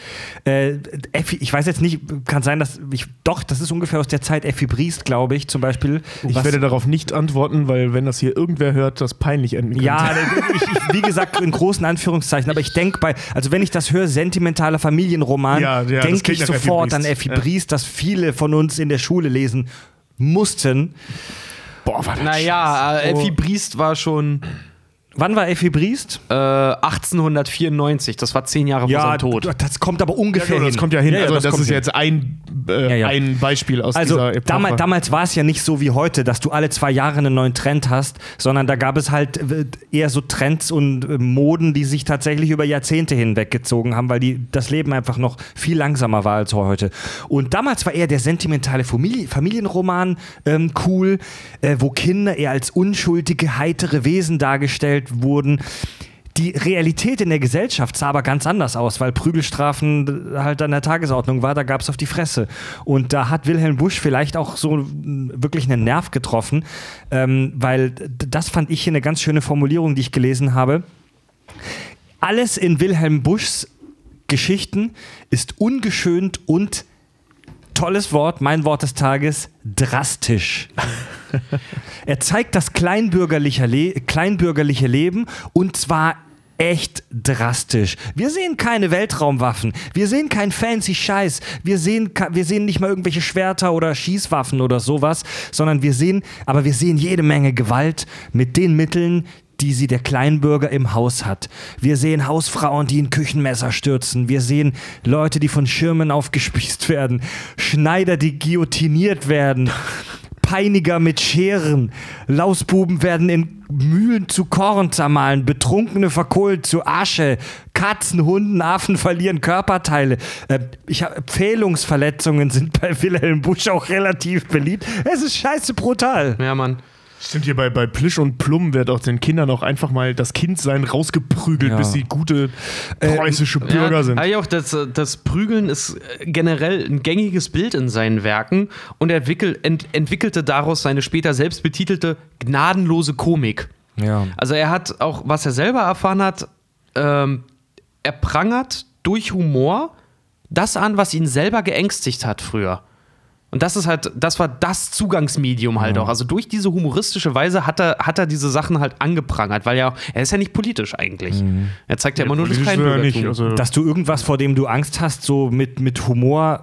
Ich weiß jetzt nicht, kann sein, das ist ungefähr aus der Zeit Effi Briest, glaube ich, zum Beispiel. Ich werde darauf nicht antworten, weil wenn das hier irgendwer hört, das peinlich enden könnte. Ja, wie gesagt, in großen Anführungszeichen, aber ich denke wenn ich das höre, sentimentaler Familienroman, denke ich sofort an Effi Briest, dass viele von uns in der Schule lesen mussten. Boah, war das Naja, Effi Briest war schon... Wann war Effi Briest? 1894, das war 10 Jahre vor seinem Tod. Das kommt aber ungefähr hin. Das kommt ja hin. Also das ist jetzt ein Beispiel aus dieser Epoche. Damals war es ja nicht so wie heute, dass du alle 2 Jahre einen neuen Trend hast, sondern da gab es halt eher so Trends und Moden, die sich tatsächlich über Jahrzehnte hinweggezogen haben, weil das Leben einfach noch viel langsamer war als heute. Und damals war eher der sentimentale Familienroman cool, wo Kinder eher als unschuldige, heitere Wesen dargestellt wurden. Die Realität in der Gesellschaft sah aber ganz anders aus, weil Prügelstrafen halt an der Tagesordnung war, da gab es auf die Fresse. Und da hat Wilhelm Busch vielleicht auch so wirklich einen Nerv getroffen, weil das fand ich hier eine ganz schöne Formulierung, die ich gelesen habe. Alles in Wilhelm Buschs Geschichten ist ungeschönt und, tolles Wort, mein Wort des Tages, drastisch. Er zeigt das kleinbürgerliche Leben, und zwar echt drastisch. Wir sehen keine Weltraumwaffen, wir sehen keinen fancy Scheiß, wir sehen nicht mal irgendwelche Schwerter oder Schießwaffen oder sowas, sondern wir sehen jede Menge Gewalt mit den Mitteln, die der Kleinbürger im Haus hat. Wir sehen Hausfrauen, die in Küchenmesser stürzen. Wir sehen Leute, die von Schirmen aufgespießt werden. Schneider, die guillotiniert werden. Peiniger mit Scheren. Lausbuben werden in Mühlen zu Korn zermahlen. Betrunkene verkohlt zu Asche. Katzen, Hunden, Affen verlieren Körperteile. Pfählungsverletzungen sind bei Wilhelm Busch auch relativ beliebt. Es ist scheiße brutal. Ja, Mann. Stimmt, hier bei Plisch und Plum wird auch den Kindern auch einfach mal das Kindsein rausgeprügelt, bis sie gute preußische Bürger sind. Ja, auch das Prügeln ist generell ein gängiges Bild in seinen Werken, und er entwickelte daraus seine später selbst betitelte gnadenlose Komik. Ja. Also er hat auch, was er selber erfahren hat, er prangert durch Humor das an, was ihn selber geängstigt hat früher. Und das war das Zugangsmedium halt auch. Also durch diese humoristische Weise hat er diese Sachen halt angeprangert, weil er ist ja nicht politisch eigentlich. Er zeigt ja immer nur das Kleinbürgertum. Also Dass du irgendwas, vor dem du Angst hast, so mit Humor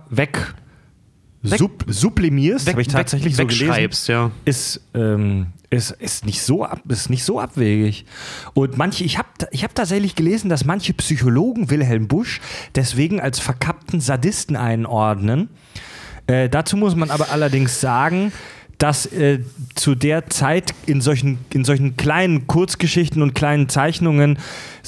sublimierst, habe ich tatsächlich so gelesen, ja. ist nicht so abwegig. Und ich habe tatsächlich gelesen, dass manche Psychologen Wilhelm Busch deswegen als verkappten Sadisten einordnen. Dazu muss man aber allerdings sagen, dass zu der Zeit in solchen kleinen Kurzgeschichten und kleinen Zeichnungen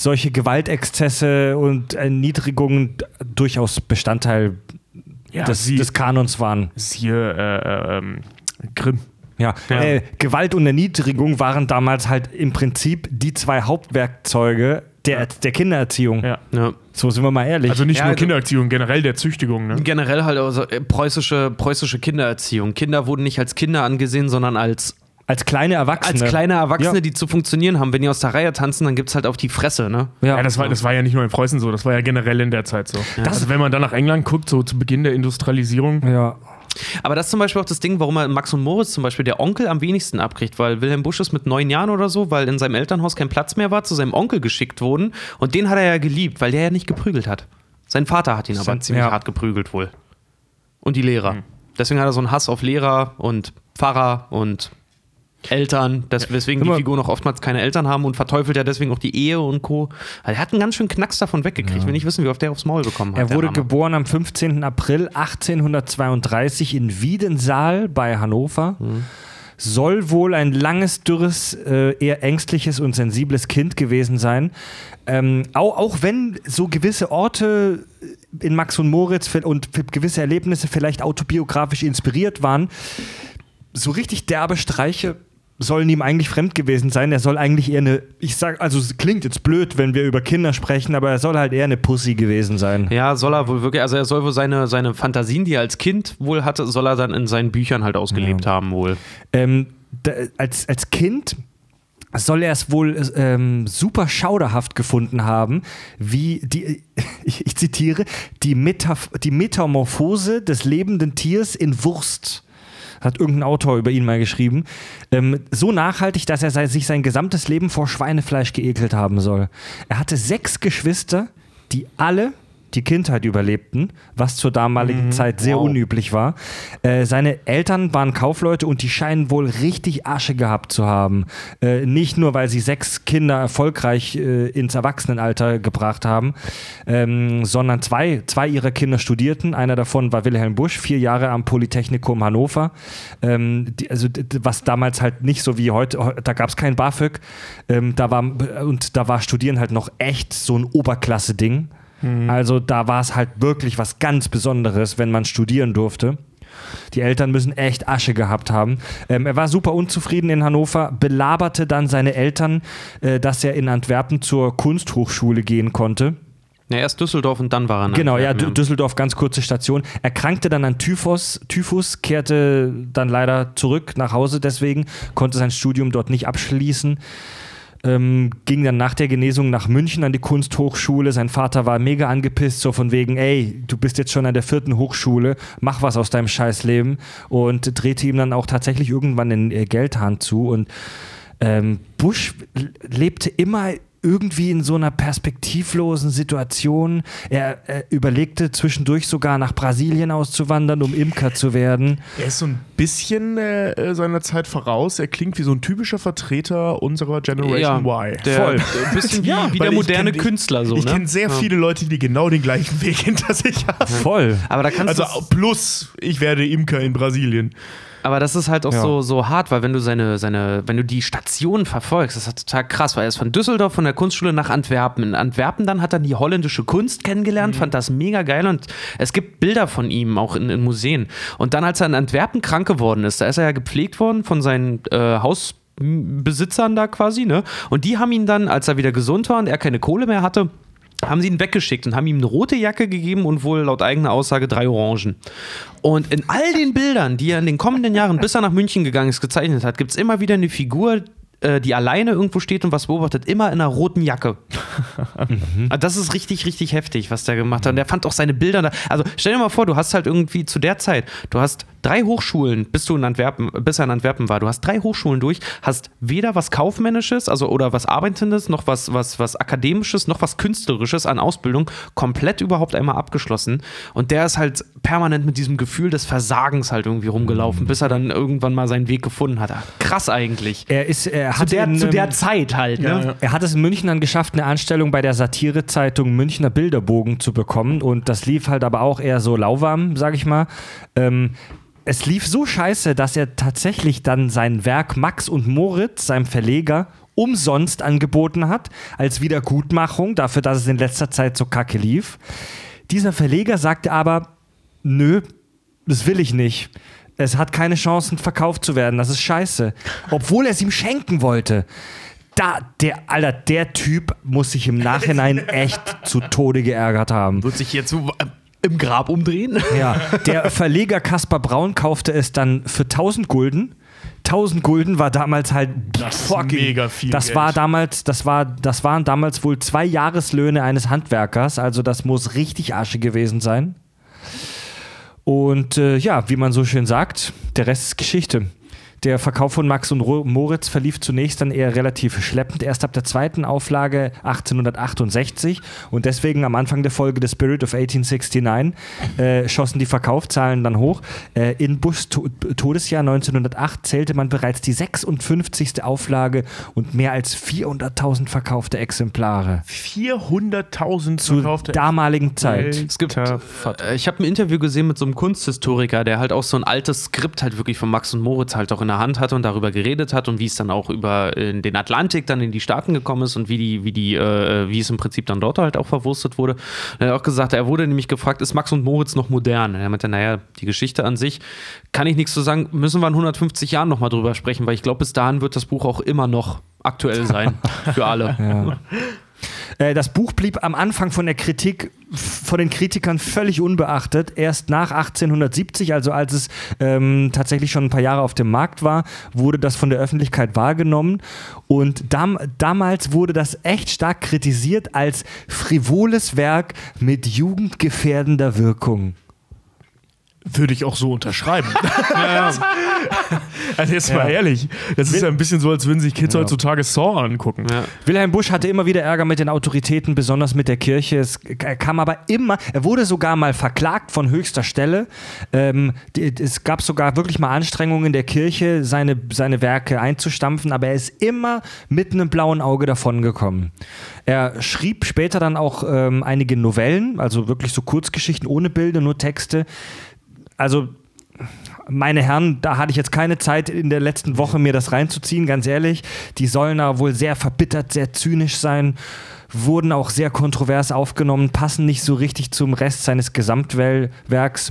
solche Gewaltexzesse und Erniedrigungen durchaus Bestandteil des Kanons waren. Siehe Grimm. Ja. Gewalt und Erniedrigung waren damals halt im Prinzip die zwei Hauptwerkzeuge der Kindererziehung. Ja. So sind wir mal ehrlich. Also nicht nur Kindererziehung, generell der Züchtigung. Ne? Generell halt also preußische Kindererziehung. Kinder wurden nicht als Kinder angesehen, sondern als kleine Erwachsene. Die zu funktionieren haben. Wenn die aus der Reihe tanzen, dann gibt's halt auf die Fresse, ne? Ja, das war ja nicht nur in Preußen so, das war ja generell in der Zeit so. Ja. Also wenn man dann nach England guckt, so zu Beginn der Industrialisierung. Ja. Aber das ist zum Beispiel auch das Ding, warum Max und Moritz zum Beispiel der Onkel am wenigsten abkriegt, weil Wilhelm Busch ist mit 9 Jahren oder so, weil in seinem Elternhaus kein Platz mehr war, zu seinem Onkel geschickt wurden und den hat er ja geliebt, weil der ja nicht geprügelt hat. Sein Vater hat ihn aber ziemlich hart geprügelt wohl. Und die Lehrer. Deswegen hat er so einen Hass auf Lehrer und Pfarrer und Eltern, weswegen die Figuren auch oftmals keine Eltern haben und verteufelt ja deswegen auch die Ehe und Co. Also er hat einen ganz schönen Knacks davon weggekriegt. Will nicht wissen, wie oft der aufs Maul bekommen hat. Er wurde geboren am 15. April 1832 in Wiedensaal bei Hannover. Soll wohl ein langes, dürres, eher ängstliches und sensibles Kind gewesen sein. Auch wenn so gewisse Orte in Max und Moritz und gewisse Erlebnisse vielleicht autobiografisch inspiriert waren, so richtig derbe Streiche sollen ihm eigentlich fremd gewesen sein. Er soll eigentlich eher es klingt jetzt blöd, wenn wir über Kinder sprechen, aber er soll halt eher eine Pussy gewesen sein. Ja, soll er wohl wirklich, also er soll wohl seine Fantasien, die er als Kind wohl hatte, soll er dann in seinen Büchern halt ausgelebt haben wohl. Als Kind soll er es wohl super schauderhaft gefunden haben, wie ich zitiere, die Metamorphose des lebenden Tiers in Wurst. Hat irgendein Autor über ihn mal geschrieben. So nachhaltig, dass er sich sein gesamtes Leben vor Schweinefleisch geekelt haben soll. Er hatte 6 Geschwister, die alle die Kindheit überlebten, was zur damaligen Zeit sehr unüblich war. Seine Eltern waren Kaufleute und die scheinen wohl richtig Asche gehabt zu haben. Nicht nur, weil sie 6 Kinder erfolgreich ins Erwachsenenalter gebracht haben, sondern zwei ihrer Kinder studierten. Einer davon war Wilhelm Busch, 4 Jahre am Polytechnikum Hannover. Was damals halt nicht so wie heute, da gab es kein BAföG. Da war Studieren halt noch echt so ein Oberklasse-Ding. Also da war es halt wirklich was ganz Besonderes, wenn man studieren durfte. Die Eltern müssen echt Asche gehabt haben. Er war super unzufrieden in Hannover, belaberte dann seine Eltern, dass er in Antwerpen zur Kunsthochschule gehen konnte. Ja, erst Düsseldorf und dann war er in Genau, Antwerpen, Düsseldorf, ganz kurze Station. Erkrankte dann an Typhus, kehrte dann leider zurück nach Hause, deswegen konnte sein Studium dort nicht abschließen. Ging dann nach der Genesung nach München an die Kunsthochschule. Sein Vater war mega angepisst, so von wegen, ey, du bist jetzt schon an der 4. Hochschule, mach was aus deinem Scheißleben, und drehte ihm dann auch tatsächlich irgendwann den Geldhahn zu. Und Busch lebte immer irgendwie in so einer perspektivlosen Situation. Er überlegte zwischendurch sogar nach Brasilien auszuwandern, um Imker zu werden. Er ist so ein bisschen seiner Zeit voraus. Er klingt wie so ein typischer Vertreter unserer Generation Y. Voll. Ein bisschen wie der moderne Künstler. So, ich kenne sehr viele Leute, die genau den gleichen Weg hinter sich haben. Voll. Aber da kannst plus, ich werde Imker in Brasilien. Aber das ist halt auch so hart, weil wenn du wenn du die Stationen verfolgst, das ist total krass, weil er ist von Düsseldorf, von der Kunstschule nach Antwerpen. In Antwerpen dann hat er die holländische Kunst kennengelernt, fand das mega geil, und es gibt Bilder von ihm auch in Museen. Und dann, als er in Antwerpen krank geworden ist, da ist er ja gepflegt worden von seinen Hausbesitzern da quasi, ne? Und die haben ihn dann, als er wieder gesund war und er keine Kohle mehr hatte, haben sie ihn weggeschickt und haben ihm eine rote Jacke gegeben und wohl laut eigener Aussage 3 Orangen. Und in all den Bildern, die er in den kommenden Jahren, bis er nach München gegangen ist, gezeichnet hat, gibt es immer wieder eine Figur, die alleine irgendwo steht und was beobachtet, immer in einer roten Jacke. Das ist richtig, richtig heftig, was der gemacht hat. Und der fand auch seine Bilder da. Also stell dir mal vor, du hast halt irgendwie zu der Zeit, du hast 3 Hochschulen, bis er in Antwerpen war. Du hast 3 Hochschulen durch, hast weder was Kaufmännisches, also oder was Arbeitendes, noch was Akademisches, noch was Künstlerisches an Ausbildung komplett überhaupt einmal abgeschlossen. Und der ist halt permanent mit diesem Gefühl des Versagens halt irgendwie rumgelaufen, bis er dann irgendwann mal seinen Weg gefunden hat. Krass eigentlich. Er hat zu der Zeit halt, ne? Ja. Er hat es in München dann geschafft, eine Anstellung bei der Satirezeitung Münchner Bilderbogen zu bekommen, und das lief halt aber auch eher so lauwarm, sag ich mal. Es lief so scheiße, dass er tatsächlich dann sein Werk Max und Moritz, seinem Verleger, umsonst angeboten hat, als Wiedergutmachung dafür, dass es in letzter Zeit so kacke lief. Dieser Verleger sagte aber, nö, das will ich nicht. Es hat keine Chancen, verkauft zu werden. Das ist scheiße. Obwohl er es ihm schenken wollte. Der Typ muss sich im Nachhinein echt zu Tode geärgert haben. Wird sich jetzt so im Grab umdrehen? Ja, der Verleger Kaspar Braun kaufte es dann für 1000 Gulden. 1000 Gulden war damals halt mega viel das Geld. Das waren damals wohl 2 Jahreslöhne eines Handwerkers. Also das muss richtig Asche gewesen sein. Und wie man so schön sagt, der Rest ist Geschichte. Der Verkauf von Max und Moritz verlief zunächst dann eher relativ schleppend. Erst ab der 2. Auflage 1868 und deswegen am Anfang der Folge The Spirit of 1869 schossen die Verkaufszahlen dann hoch. In Buschs Todesjahr 1908 zählte man bereits die 56. Auflage und mehr als 400.000 verkaufte Exemplare. 400.000 Zur verkaufte damaligen Zeit. Es gibt, ich habe ein Interview gesehen mit so einem Kunsthistoriker, der halt auch so ein altes Skript halt wirklich von Max und Moritz halt auch in der Hand hatte und darüber geredet hat und wie es dann auch über den Atlantik dann in die Staaten gekommen ist und wie es im Prinzip dann dort halt auch verwurstet wurde. Er hat auch gesagt, er wurde nämlich gefragt, ist Max und Moritz noch modern? Er meinte, naja, die Geschichte an sich, kann ich nichts zu sagen, müssen wir in 150 Jahren nochmal drüber sprechen, weil ich glaube, bis dahin wird das Buch auch immer noch aktuell sein für alle. Ja. Das Buch blieb am Anfang von den Kritikern völlig unbeachtet. Erst nach 1870, also als es tatsächlich schon ein paar Jahre auf dem Markt war, wurde das von der Öffentlichkeit wahrgenommen. Und damals wurde das echt stark kritisiert als frivoles Werk mit jugendgefährdender Wirkung. Würde ich auch so unterschreiben. Also jetzt mal ehrlich, das ist ja ein bisschen so, als würden sich Kids heutzutage Saw angucken. Ja. Wilhelm Busch hatte immer wieder Ärger mit den Autoritäten, besonders mit der Kirche. Er wurde sogar mal verklagt von höchster Stelle. Es gab sogar wirklich mal Anstrengungen der Kirche, seine Werke einzustampfen, aber er ist immer mit einem blauen Auge davongekommen. Er schrieb später dann auch einige Novellen, also wirklich so Kurzgeschichten ohne Bilder, nur Texte. Also, meine Herren, da hatte ich jetzt keine Zeit in der letzten Woche, mir das reinzuziehen, ganz ehrlich. Die sollen da wohl sehr verbittert, sehr zynisch sein, wurden auch sehr kontrovers aufgenommen, passen nicht so richtig zum Rest seines Gesamtwerks.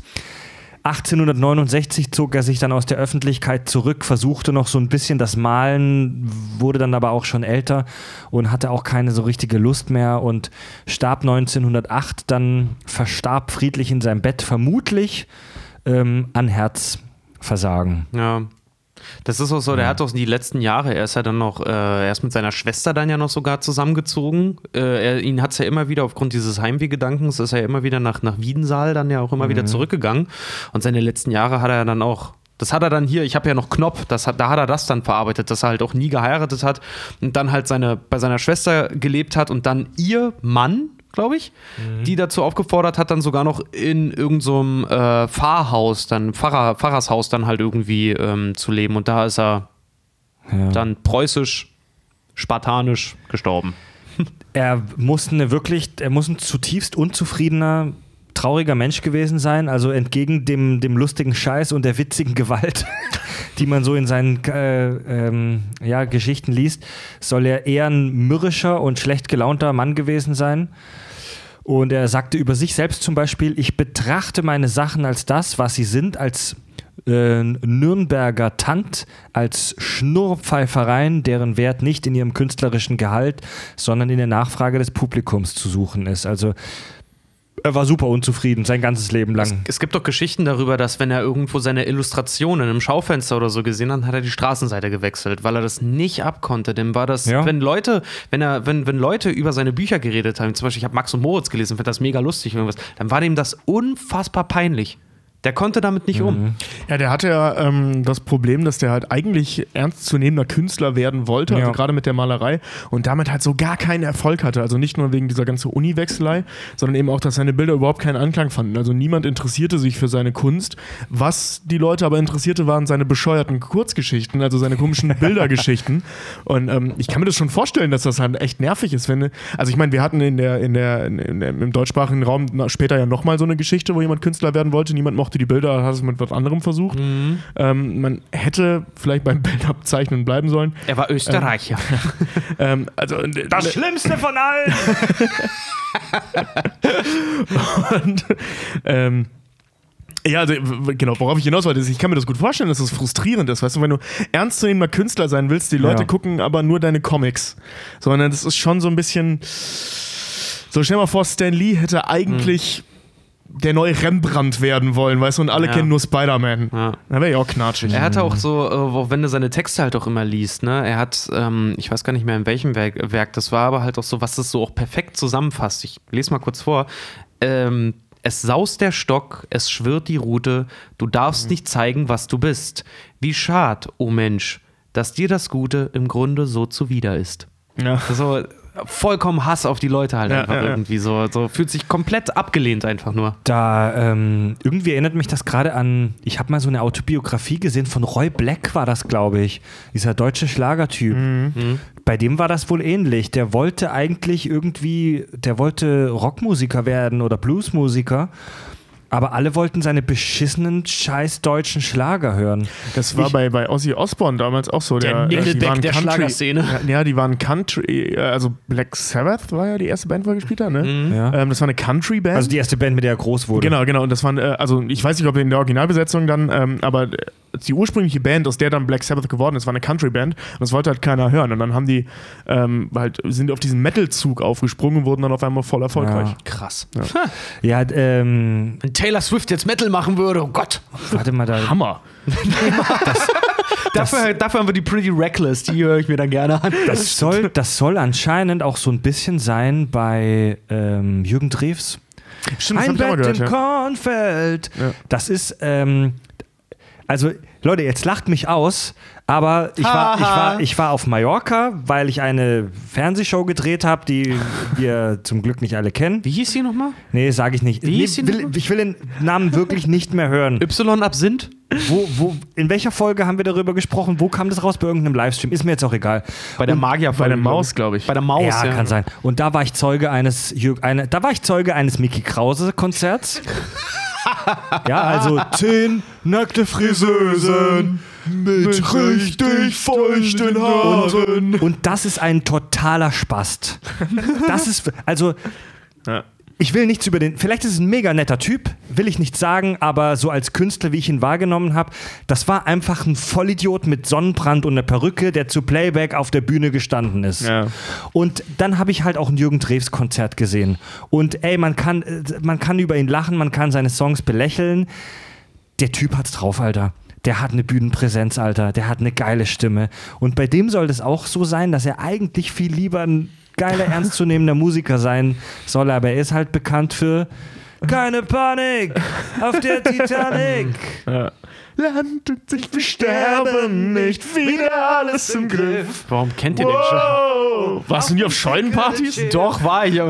1869 zog er sich dann aus der Öffentlichkeit zurück, versuchte noch so ein bisschen das Malen, wurde dann aber auch schon älter und hatte auch keine so richtige Lust mehr und starb 1908, dann verstarb friedlich in seinem Bett, vermutlich an Herzversagen. Ja. Das ist auch so, der hat auch die letzten Jahre, er ist ja dann noch, er ist mit seiner Schwester dann ja noch sogar zusammengezogen. Ihn hat es ja immer wieder, aufgrund dieses Heimwehgedankens, ist er ja immer wieder nach Wiedensaal dann ja auch immer wieder zurückgegangen. Und seine letzten Jahre hat er dann auch, das hat er dann hier, ich habe ja noch Knopf, da hat er das dann verarbeitet, dass er halt auch nie geheiratet hat und dann halt bei seiner Schwester gelebt hat und dann ihr Mann, glaube ich, die dazu aufgefordert hat, dann sogar noch in irgendeinem Pfarrhaus, Pfarrershaus dann halt irgendwie zu leben. Und da ist er dann preußisch, spartanisch gestorben. Er muss ein zutiefst unzufriedener, trauriger Mensch gewesen sein, also entgegen dem lustigen Scheiß und der witzigen Gewalt, die man so in seinen Geschichten liest, soll er eher ein mürrischer und schlecht gelaunter Mann gewesen sein. Und er sagte über sich selbst zum Beispiel, ich betrachte meine Sachen als das, was sie sind, als Nürnberger Tant, als Schnurrpfeifereien, deren Wert nicht in ihrem künstlerischen Gehalt, sondern in der Nachfrage des Publikums zu suchen ist. Also er war super unzufrieden, sein ganzes Leben lang. Es gibt doch Geschichten darüber, dass wenn er irgendwo seine Illustrationen im Schaufenster oder so gesehen hat, hat er die Straßenseite gewechselt, weil er das nicht abkonnte. Dem war das, wenn Leute über seine Bücher geredet haben, zum Beispiel ich habe Max und Moritz gelesen, fand das mega lustig, irgendwas, dann war dem das unfassbar peinlich. Der konnte damit nicht um. Ja, der hatte ja das Problem, dass der halt eigentlich ernstzunehmender Künstler werden wollte, also gerade mit der Malerei und damit halt so gar keinen Erfolg hatte. Also nicht nur wegen dieser ganzen Uni-Wechselei, sondern eben auch, dass seine Bilder überhaupt keinen Anklang fanden. Also niemand interessierte sich für seine Kunst. Was die Leute aber interessierte, waren seine bescheuerten Kurzgeschichten, also seine komischen Bildergeschichten. Und ich kann mir das schon vorstellen, dass das halt echt nervig ist. Also ich meine, wir hatten im deutschsprachigen Raum später ja nochmal so eine Geschichte, wo jemand Künstler werden wollte. Niemand mochte die Bilder, hat es mit was anderem versucht. Man hätte vielleicht beim Bildabzeichnen bleiben sollen. Er war Österreicher. Also Das Schlimmste von allen! Und ja, also genau, worauf ich hinaus wollte, ist, ich kann mir das gut vorstellen, dass das frustrierend ist. Weißt du, wenn du ernstzunehmender Künstler sein willst, die Leute gucken aber nur deine Comics. Sondern das ist schon so ein bisschen. So, stell dir mal vor, Stan Lee hätte eigentlich der neue Rembrandt werden wollen, weißt du, und alle kennen nur Spider-Man. Ja. Da wäre ich auch knatschig. Er hatte auch so, wenn du seine Texte halt auch immer liest, ne, er hat, ich weiß gar nicht mehr in welchem Werk das war, aber halt auch so, was das so auch perfekt zusammenfasst. Ich lese mal kurz vor. Es saust der Stock, es schwirrt die Rute, du darfst nicht zeigen, was du bist. Wie schad, o Mensch, dass dir das Gute im Grunde so zuwider ist. Ja. So vollkommen Hass auf die Leute halt einfach irgendwie so fühlt sich komplett abgelehnt einfach nur. Da irgendwie erinnert mich das gerade an, ich habe mal so eine Autobiografie gesehen von Roy Black war das, glaube ich, dieser deutsche Schlagertyp. Bei dem war das wohl ähnlich. Der wollte eigentlich der wollte Rockmusiker werden oder Bluesmusiker. Aber alle wollten seine beschissenen, scheiß deutschen Schlager hören. Das war bei Ozzy Osbourne damals auch so. Der Nickelback der Schlagerszene. Ja, die waren Country, also Black Sabbath war ja die erste Band, wo er gespielt hat, ne? Das war eine Country-Band. Also die erste Band, mit der er groß wurde. Genau. Und das waren, also ich weiß nicht, ob in der Originalbesetzung dann, aber die ursprüngliche Band, aus der dann Black Sabbath geworden ist, war eine Country-Band und das wollte halt keiner hören. Und dann haben die sind auf diesen Metal-Zug aufgesprungen und wurden dann auf einmal voll erfolgreich. Ja. Krass. Ja, wenn Taylor Swift jetzt Metal machen würde, oh Gott. Warte mal, da. Hammer. Dafür haben wir die Pretty Reckless, die höre ich mir dann gerne an. Das soll anscheinend auch so ein bisschen sein bei Jürgen Drews. Stimmt, Ein Bett im Kornfeld. Ja. Das ist, also Leute, jetzt lacht mich aus, aber ich war auf Mallorca, weil ich eine Fernsehshow gedreht habe, die wir zum Glück nicht alle kennen. Wie hieß sie nochmal? Nee, sage ich nicht. Ich will den Namen wirklich nicht mehr hören. Y Absinth? In welcher Folge haben wir darüber gesprochen? Wo kam das raus? Bei irgendeinem Livestream? Ist mir jetzt auch egal. Bei der Magierfolge. Bei der Maus, glaube ich. Bei der Maus, ja. Kann sein. Und da war ich Zeuge eines Mickey Krause-Konzerts. Ja, also 10 nackte Friseusen mit richtig feuchten Haaren. Und das ist ein totaler Spast. Das ist, also, ich will nichts über vielleicht ist es ein mega netter Typ, will ich nicht sagen, aber so als Künstler, wie ich ihn wahrgenommen habe, das war einfach ein Vollidiot mit Sonnenbrand und einer Perücke, der zu Playback auf der Bühne gestanden ist. Ja. Und dann habe ich halt auch ein Jürgen Drews Konzert gesehen. Und ey, man kann über ihn lachen, man kann seine Songs belächeln. Der Typ hat's drauf, Alter. Der hat eine Bühnenpräsenz, Alter. Der hat eine geile Stimme. Und bei dem soll das auch so sein, dass er eigentlich viel lieber ein geiler, ernstzunehmender Musiker sein soll, aber er ist halt bekannt für keine Panik auf der Titanic. Ja. Land und sich besterben, nicht wieder alles im Griff. Warum kennt ihr den schon? Warst du nie auf Scheunenpartys? Doch, war ich.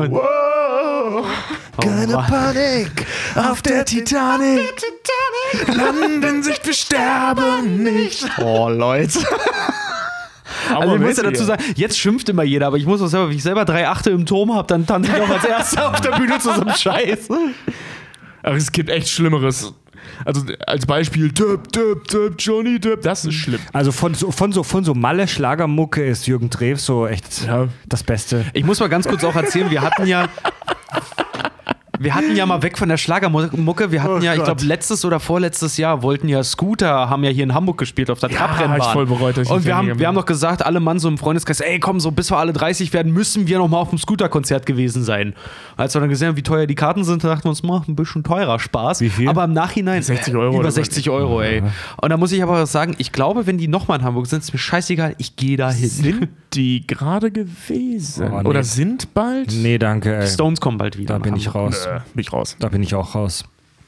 Keine Panik auf der Titanic. Landen, sich besterben, nicht. Oh, Leute. Also ich muss ja dazu sagen, jetzt schimpft immer jeder, aber ich muss auch selber, wenn ich selber 3/8 im Turm habe, dann tanze ich auch als Erster auf der Bühne zu so einem Scheiß. Aber es gibt echt Schlimmeres. Also als Beispiel Töp, Johnny Töp, das ist schlimm. Also von so Malle-Schlagermucke ist Jürgen Drews so echt das Beste. Ich muss mal ganz kurz auch erzählählen, wir hatten ja mal weg von der Schlagermucke, ich glaube letztes oder vorletztes Jahr Scooter haben ja hier in Hamburg gespielt auf der Trabrennbahn. Ich voll bereut, und wir haben noch gesagt, alle Mann so im Freundeskreis, ey komm, so bis wir alle 30 werden, müssen wir noch mal auf dem Scooter-Konzert gewesen sein. Als wir dann gesehen haben, wie teuer die Karten sind, dachten wir uns, ein bisschen teurer, Spaß. Wie viel? Aber im Nachhinein 60 Euro über 60 Euro, ey. Und da muss ich aber sagen, ich glaube, wenn die nochmal in Hamburg sind, ist mir scheißegal, ich gehe da hin. Sind die gerade gewesen? Oh, nee. Oder sind bald? Nee, danke, ey. Stones kommen bald wieder. Da bin ich raus. Bin ich raus. Da bin ich auch raus.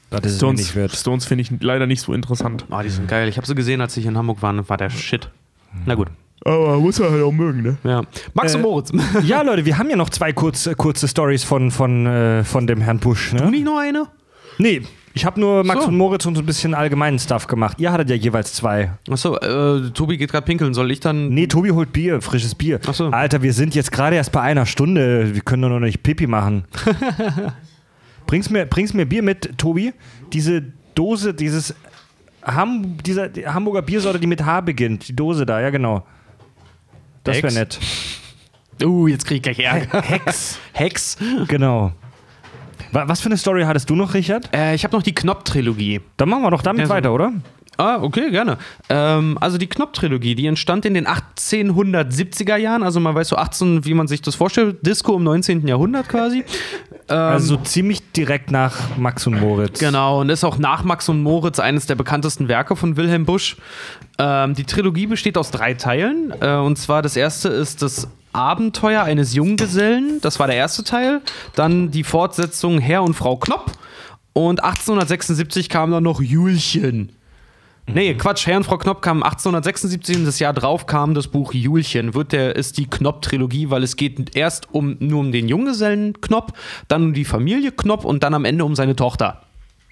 dass es mir nicht wird. Stones finde ich leider nicht so interessant. Oh, die sind geil. Ich habe sie gesehen, als ich in Hamburg war der Shit. Na gut. Aber muss er halt auch mögen, ne? Ja. Max und Moritz. Ja, Leute, wir haben ja noch 2 kurze Stories von dem Herrn Busch. Ne? Du nicht noch eine? Nee, ich habe nur Max So. und Moritz und so ein bisschen allgemeinen Stuff gemacht. Ihr hattet ja jeweils 2. Achso, Tobi geht gerade pinkeln. Soll ich dann... Nee, Tobi holt Bier, frisches Bier. Ach so. Alter, wir sind jetzt gerade erst bei 1 Stunde. Wir können doch noch nicht Pipi machen. Bringst mir Bier mit, Tobi. Diese Dose, diese Hamburger Biersorte, die mit H beginnt. Die Dose da, ja genau. Das wäre Hex? nett. Jetzt krieg ich gleich Ärger. Hex. Genau. Was für eine Story hattest du noch, Richard? Ich habe noch die Knopp-Trilogie. Dann machen wir doch damit Ja, so. weiter, oder? Ah, okay, gerne. Also die Knopp-Trilogie, die entstand in den 1870er Jahren, also man weiß so 18, wie man sich das vorstellt, Disco im 19. Jahrhundert quasi. Also so ziemlich direkt nach Max und Moritz. Genau, und ist auch nach Max und Moritz eines der bekanntesten Werke von Wilhelm Busch. Die Trilogie besteht aus 3 Teilen. Und zwar das erste ist das Abenteuer eines Junggesellen. Das war der erste Teil. Dann die Fortsetzung Herr und Frau Knopp. Und 1876 kam dann noch Julchen. Nee, Quatsch, Herr und Frau Knopp kam 1876 und das Jahr drauf kam das Buch Julchen. Ist die Knopp-Trilogie, weil es geht erst nur um den Junggesellen Knopp, dann um die Familie Knopp und dann am Ende um seine Tochter.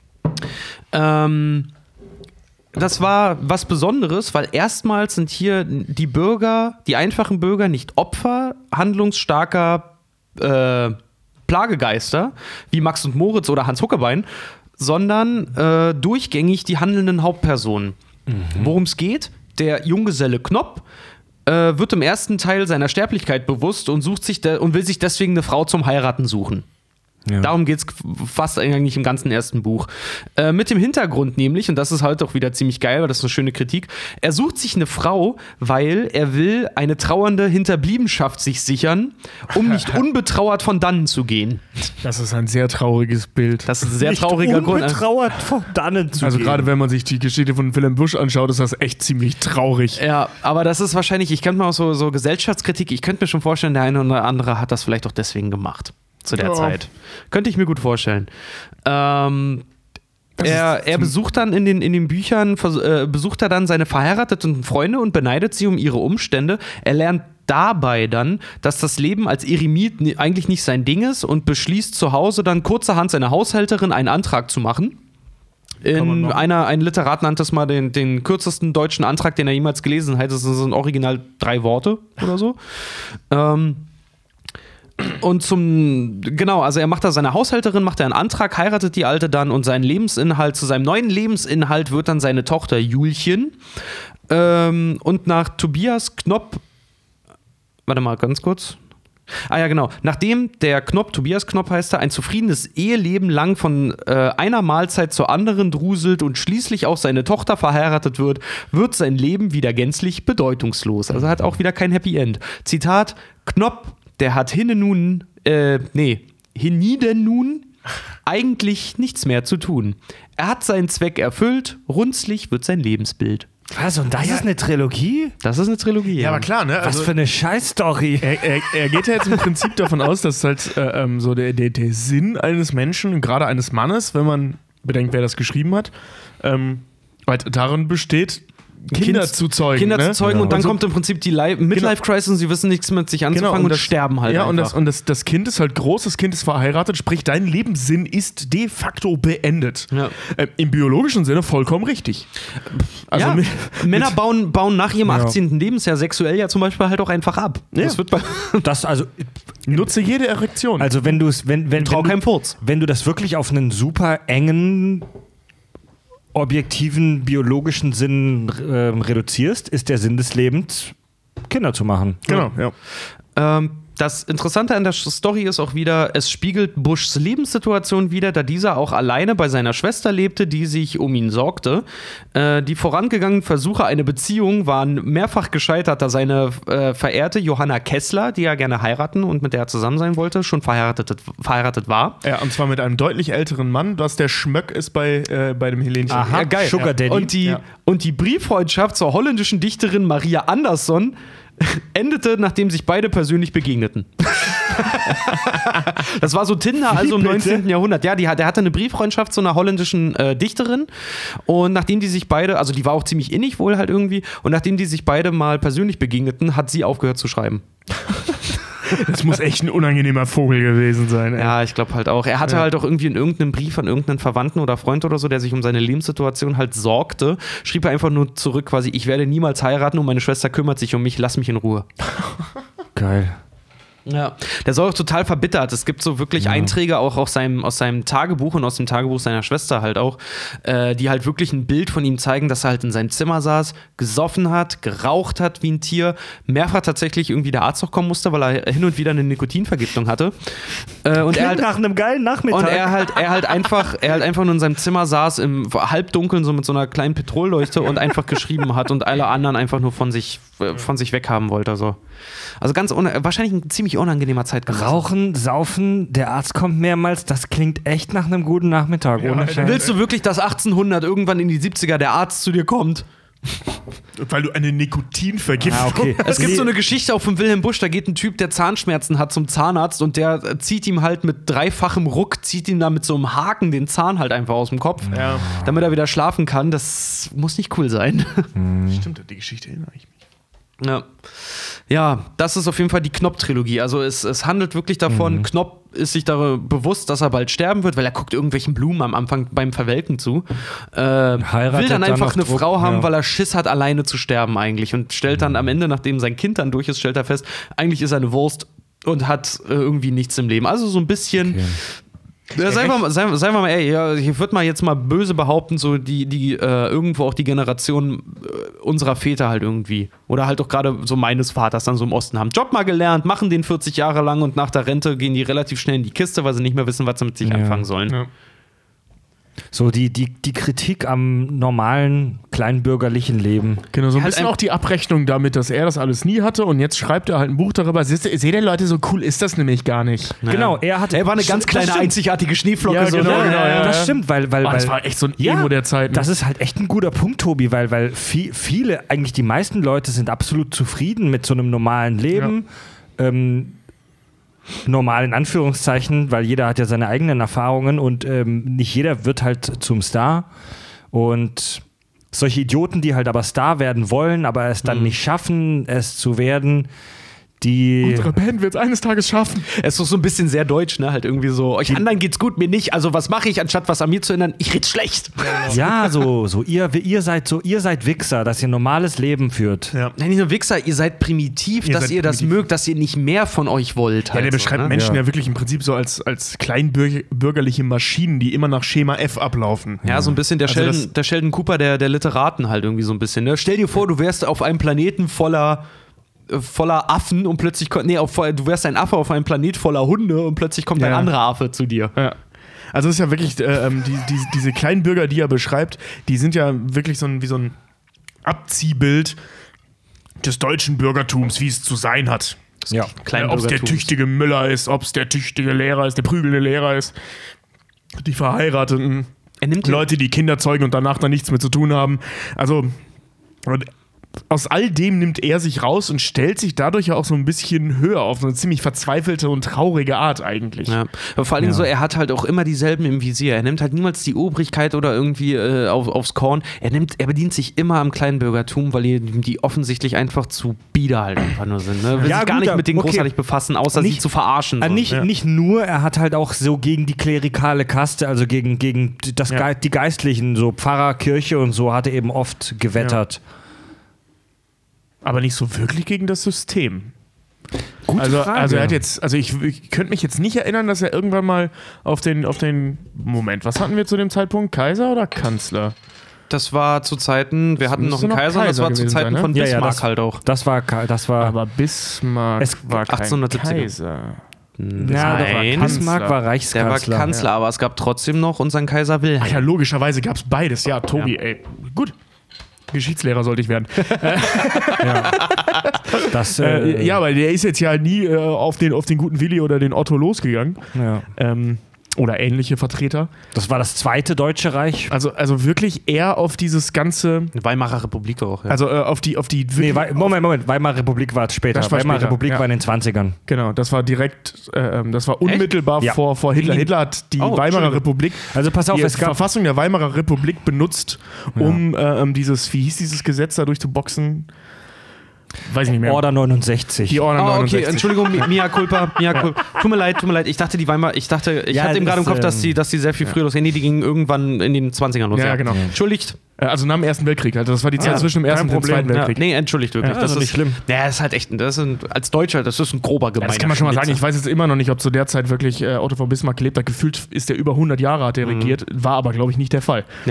Das war was Besonderes, weil erstmals sind hier die Bürger, die einfachen Bürger, nicht Opfer handlungsstarker Plagegeister, wie Max und Moritz oder Hans Huckebein, sondern durchgängig die handelnden Hauptpersonen. Worum es geht, der Junggeselle Knopp wird im ersten Teil seiner Sterblichkeit bewusst und will sich deswegen eine Frau zum Heiraten suchen. Ja. Darum geht es fast eigentlich im ganzen ersten Buch. Mit dem Hintergrund nämlich, und das ist halt auch wieder ziemlich geil, weil das ist eine schöne Kritik, er sucht sich eine Frau, weil er will eine trauernde Hinterbliebenschaft sich sichern, um nicht unbetrauert von dannen zu gehen. Das ist ein sehr trauriges Bild. Das ist ein sehr Nicht trauriger Grund. unbetrauert von dannen zu Also gehen. gerade wenn man sich die Geschichte von Wilhelm Busch anschaut, ist das echt ziemlich traurig. Ja, aber das ist wahrscheinlich, ich könnte mal so Gesellschaftskritik, ich könnte mir schon vorstellen, der eine oder andere hat das vielleicht auch deswegen gemacht. Zu der Zeit. Könnte ich mir gut vorstellen. Er besucht dann in den Büchern, besucht er dann seine verheirateten Freunde und beneidet sie um ihre Umstände. Er lernt dabei dann, dass das Leben als Eremit eigentlich nicht sein Ding ist und beschließt zu Hause dann kurzerhand seiner Haushälterin einen Antrag zu machen. Ein Literat nannte es mal den kürzesten deutschen Antrag, den er jemals gelesen hat. Das sind original 3 Worte oder so. Und also er macht da seiner Haushälterin, macht er einen Antrag, heiratet die Alte dann und zu seinem neuen Lebensinhalt wird dann seine Tochter Julchen. Und nach Tobias Knopp, warte mal ganz kurz. Ah ja, genau. Nachdem der Tobias Knopp heißt er, ein zufriedenes Eheleben lang von einer Mahlzeit zur anderen druselt und schließlich auch seine Tochter verheiratet wird sein Leben wieder gänzlich bedeutungslos. Also hat auch wieder kein Happy End. Zitat, Knopp, der hat hienieden nun eigentlich nichts mehr zu tun. Er hat seinen Zweck erfüllt, runzlig wird sein Lebensbild. Was? Und das ist eine Trilogie? Das ist eine Trilogie. Ja, aber klar, ne? Was für eine Scheißstory. Er geht ja jetzt im Prinzip davon aus, dass halt so der Sinn eines Menschen, gerade eines Mannes, wenn man bedenkt, wer das geschrieben hat, halt darin besteht, Kinder zu zeugen. Kinder zu zeugen, und dann Also- kommt im Prinzip die Midlife-Crisis und sie wissen nichts mit sich anzufangen und sterben halt einfach. Und das Kind ist halt groß, das Kind ist verheiratet, sprich dein Lebenssinn ist de facto beendet. Ja. Im biologischen Sinne vollkommen richtig. Also ja, Männer bauen nach ihrem Ja. 18. Lebensjahr sexuell ja zum Beispiel halt auch einfach ab. Ja. Das wird nutze jede Erektion. Also wenn du es, wenn Trau keinem Furz. wenn du das wirklich auf einen super engen, objektiven, biologischen Sinn reduzierst, ist der Sinn des Lebens, Kinder zu machen. Genau, ja. Das Interessante an der Story ist auch wieder, es spiegelt Buschs Lebenssituation wider, da dieser auch alleine bei seiner Schwester lebte, die sich um ihn sorgte. Die vorangegangenen Versuche, eine Beziehung, waren mehrfach gescheitert, da seine verehrte Johanna Kessler, die er gerne heiraten und mit der er zusammen sein wollte, schon verheiratet war. Ja, und zwar mit einem deutlich älteren Mann, was der Schmöck ist bei dem Hellenchen. Aha, Ja, geil. Sugar Daddy. Und die Brieffreundschaft zur holländischen Dichterin Maria Andersson endete, nachdem sich beide persönlich begegneten. Das war so Tinder, also im 19. Jahrhundert. Ja, der hatte eine Brieffreundschaft zu einer holländischen Dichterin und nachdem die sich beide, also die war auch ziemlich innig wohl halt irgendwie, und nachdem die sich beide mal persönlich begegneten, hat sie aufgehört zu schreiben. Das muss echt ein unangenehmer Vogel gewesen sein. Ey. Ja, ich glaube halt auch. Er hatte halt auch irgendwie in irgendeinem Brief an irgendeinen Verwandten oder Freund oder so, der sich um seine Lebenssituation halt sorgte, schrieb er einfach nur zurück quasi, ich werde niemals heiraten und meine Schwester kümmert sich um mich, lass mich in Ruhe. Geil. Ja, der soll auch total verbittert. Es gibt so wirklich Einträge auch aus seinem Tagebuch und aus dem Tagebuch seiner Schwester halt auch, die halt wirklich ein Bild von ihm zeigen, dass er halt in seinem Zimmer saß, gesoffen hat, geraucht hat wie ein Tier, mehrfach tatsächlich irgendwie der Arzt noch kommen musste, weil er hin und wieder eine Nikotinvergiftung hatte. Und er halt, nach einem geilen Nachmittag. und er halt einfach nur in seinem Zimmer saß im Halbdunkeln so mit so einer kleinen Petrolleuchte und einfach geschrieben hat und alle anderen einfach nur von sich weghaben wollte. So. Also wahrscheinlich ein ziemlich unangenehmer Zeitgenosse. Rauchen, saufen, der Arzt kommt mehrmals, das klingt echt nach einem guten Nachmittag. Ja, ohne Scheiß. Willst du wirklich, dass 1800 irgendwann in die 70er der Arzt zu dir kommt? Weil du eine Nikotinvergiftung okay. Es gibt so eine Geschichte auch von Wilhelm Busch, da geht ein Typ, der Zahnschmerzen hat, zum Zahnarzt und der zieht ihm halt mit dreifachem Ruck, zieht ihm da mit so einem Haken den Zahn halt einfach aus dem Kopf, damit er wieder schlafen kann. Das muss nicht cool sein. Stimmt, die Geschichte erinnere ich mich. Ja, das ist auf jeden Fall die Knopp-Trilogie. Also es handelt wirklich davon, Knopp ist sich darüber bewusst, dass er bald sterben wird, weil er guckt irgendwelchen Blumen am Anfang beim Verwelken zu. Will dann einfach eine Frau haben, weil er Schiss hat, alleine zu sterben eigentlich. Und stellt dann am Ende, nachdem sein Kind dann durch ist, stellt er fest, eigentlich ist er eine Wurst und hat irgendwie nichts im Leben. Also so ein bisschen... Okay. Ja, seien wir mal, ich würde mal jetzt mal böse behaupten, so die irgendwo auch die Generation unserer Väter halt irgendwie, oder halt auch gerade so meines Vaters dann so im Osten haben Job mal gelernt, machen den 40 Jahre lang und nach der Rente gehen die relativ schnell in die Kiste, weil sie nicht mehr wissen, was sie mit sich anfangen sollen. Ja. So die Kritik am normalen, kleinbürgerlichen Leben. Genau, so ein bisschen auch die Abrechnung damit, dass er das alles nie hatte und jetzt schreibt er halt ein Buch darüber. Seht ihr Leute, so cool ist das nämlich gar nicht. Ja. Genau, er war eine ganz kleine, einzigartige Schneeflocke. Ja, genau, Das stimmt, weil das war echt so ein Emo der Zeit. Das ist halt echt ein guter Punkt, Tobi, weil viele, eigentlich die meisten Leute sind absolut zufrieden mit so einem normalen Leben. Ja. Normal in Anführungszeichen, weil jeder hat ja seine eigenen Erfahrungen und nicht jeder wird halt zum Star. Und solche Idioten, die halt aber Star werden wollen, aber es dann nicht schaffen, es zu werden, unsere Band wird es eines Tages schaffen. Es ist so ein bisschen sehr deutsch, ne? Halt irgendwie so, euch anderen geht's gut, mir nicht. Also was mache ich, anstatt was an mir zu ändern? Ich rede schlecht. Ja, so ihr seid Wichser, dass ihr ein normales Leben führt. Ja. Nein, nicht nur Wichser, ihr seid primitiv, dass ihr das mögt, dass ihr nicht mehr von euch wollt. Halt der beschreibt so, ne? Menschen ja wirklich im Prinzip so als kleinbürgerliche Maschinen, die immer nach Schema F ablaufen. Ja, so ein bisschen der Sheldon Cooper der Literaten halt irgendwie so ein bisschen. Ne? Stell dir vor, du wärst auf einem Planeten voller Affen und plötzlich du wärst ein Affe auf einem Planet voller Hunde und plötzlich kommt ein anderer Affe zu dir. Ja. Also es ist ja wirklich, diese kleinen Bürger, die er beschreibt, die sind ja wirklich wie so ein Abziehbild des deutschen Bürgertums, wie es zu sein hat. Ja. Ob es der tüchtige Müller ist, ob es der tüchtige Lehrer ist, der prügelnde Lehrer ist, die Verheirateten, Leute, die Kinder zeugen und danach dann nichts mehr zu tun haben. Also aus all dem nimmt er sich raus und stellt sich dadurch ja auch so ein bisschen höher auf so eine ziemlich verzweifelte und traurige Art eigentlich. Ja. Aber vor allem so, er hat halt auch immer dieselben im Visier. Er nimmt halt niemals die Obrigkeit oder irgendwie aufs Korn. Er bedient sich immer am Kleinbürgertum, weil die offensichtlich einfach zu bieder halt einfach nur sind. Ne? Will sich gar nicht mit denen großartig befassen, außer sie zu verarschen. So. Nicht nur, er hat halt auch so gegen die klerikale Kaste, also gegen die Geistlichen, so Pfarrer, Kirche und so, hat er eben oft gewettert. Ja. Aber nicht so wirklich gegen das System. Gute Frage. Also er hat jetzt, ich könnte mich jetzt nicht erinnern, dass er irgendwann mal auf den Moment, was hatten wir zu dem Zeitpunkt? Kaiser oder Kanzler? Das war zu Zeiten, wir hatten noch einen Kaiser, das war zu Zeiten von Bismarck halt auch. Das war. Aber Bismarck war kein 1870. Kaiser. Nein, Bismarck war Reichskanzler. Der war Kanzler, aber es gab trotzdem noch unseren Kaiser Wilhelm. Ach ja, logischerweise gab es beides. Ja, Tobi, ey. Gut. Geschichtslehrer sollte ich werden. Ja. Aber der ist jetzt ja nie auf den guten Willi oder den Otto losgegangen. Ja. oder ähnliche Vertreter. Das war das Zweite Deutsche Reich. Also wirklich eher auf dieses ganze... Weimarer Republik auch, ja. Also auf die Nee, Moment. Weimarer Republik war später. Das war Weimarer später, Republik ja. war in den 20ern. Genau, das war direkt, das war unmittelbar Ja. vor Hitler. Hitler hat die Weimarer Entschuldigung. Republik, Also pass auf, die es gab... Verfassung der Weimarer Republik benutzt, um wie hieß dieses Gesetz da durchzuboxen? Weiß ich nicht mehr. Order 69. Die Order 69. Okay, Entschuldigung, Mea culpa. Tut mir leid. Ich dachte, ich hatte eben gerade im Kopf, dass die sehr viel früher losgehen. Nee, die gingen irgendwann in den 20ern los. Ja, genau. Entschuldigt. Also nach dem Ersten Weltkrieg. Also das war die Zeit zwischen dem Ersten und dem Zweiten Weltkrieg. Nee, entschuldigt wirklich. Ja, das ist nicht schlimm. Ja, das ist halt echt, als Deutscher, das ist ein grober Gemeiner. Das kann man schon mal sagen. Ich weiß jetzt immer noch nicht, ob zu der Zeit wirklich Otto von Bismarck gelebt hat. Gefühlt ist der über 100 Jahre hat er regiert. War aber, glaube ich, nicht der Fall. Nee.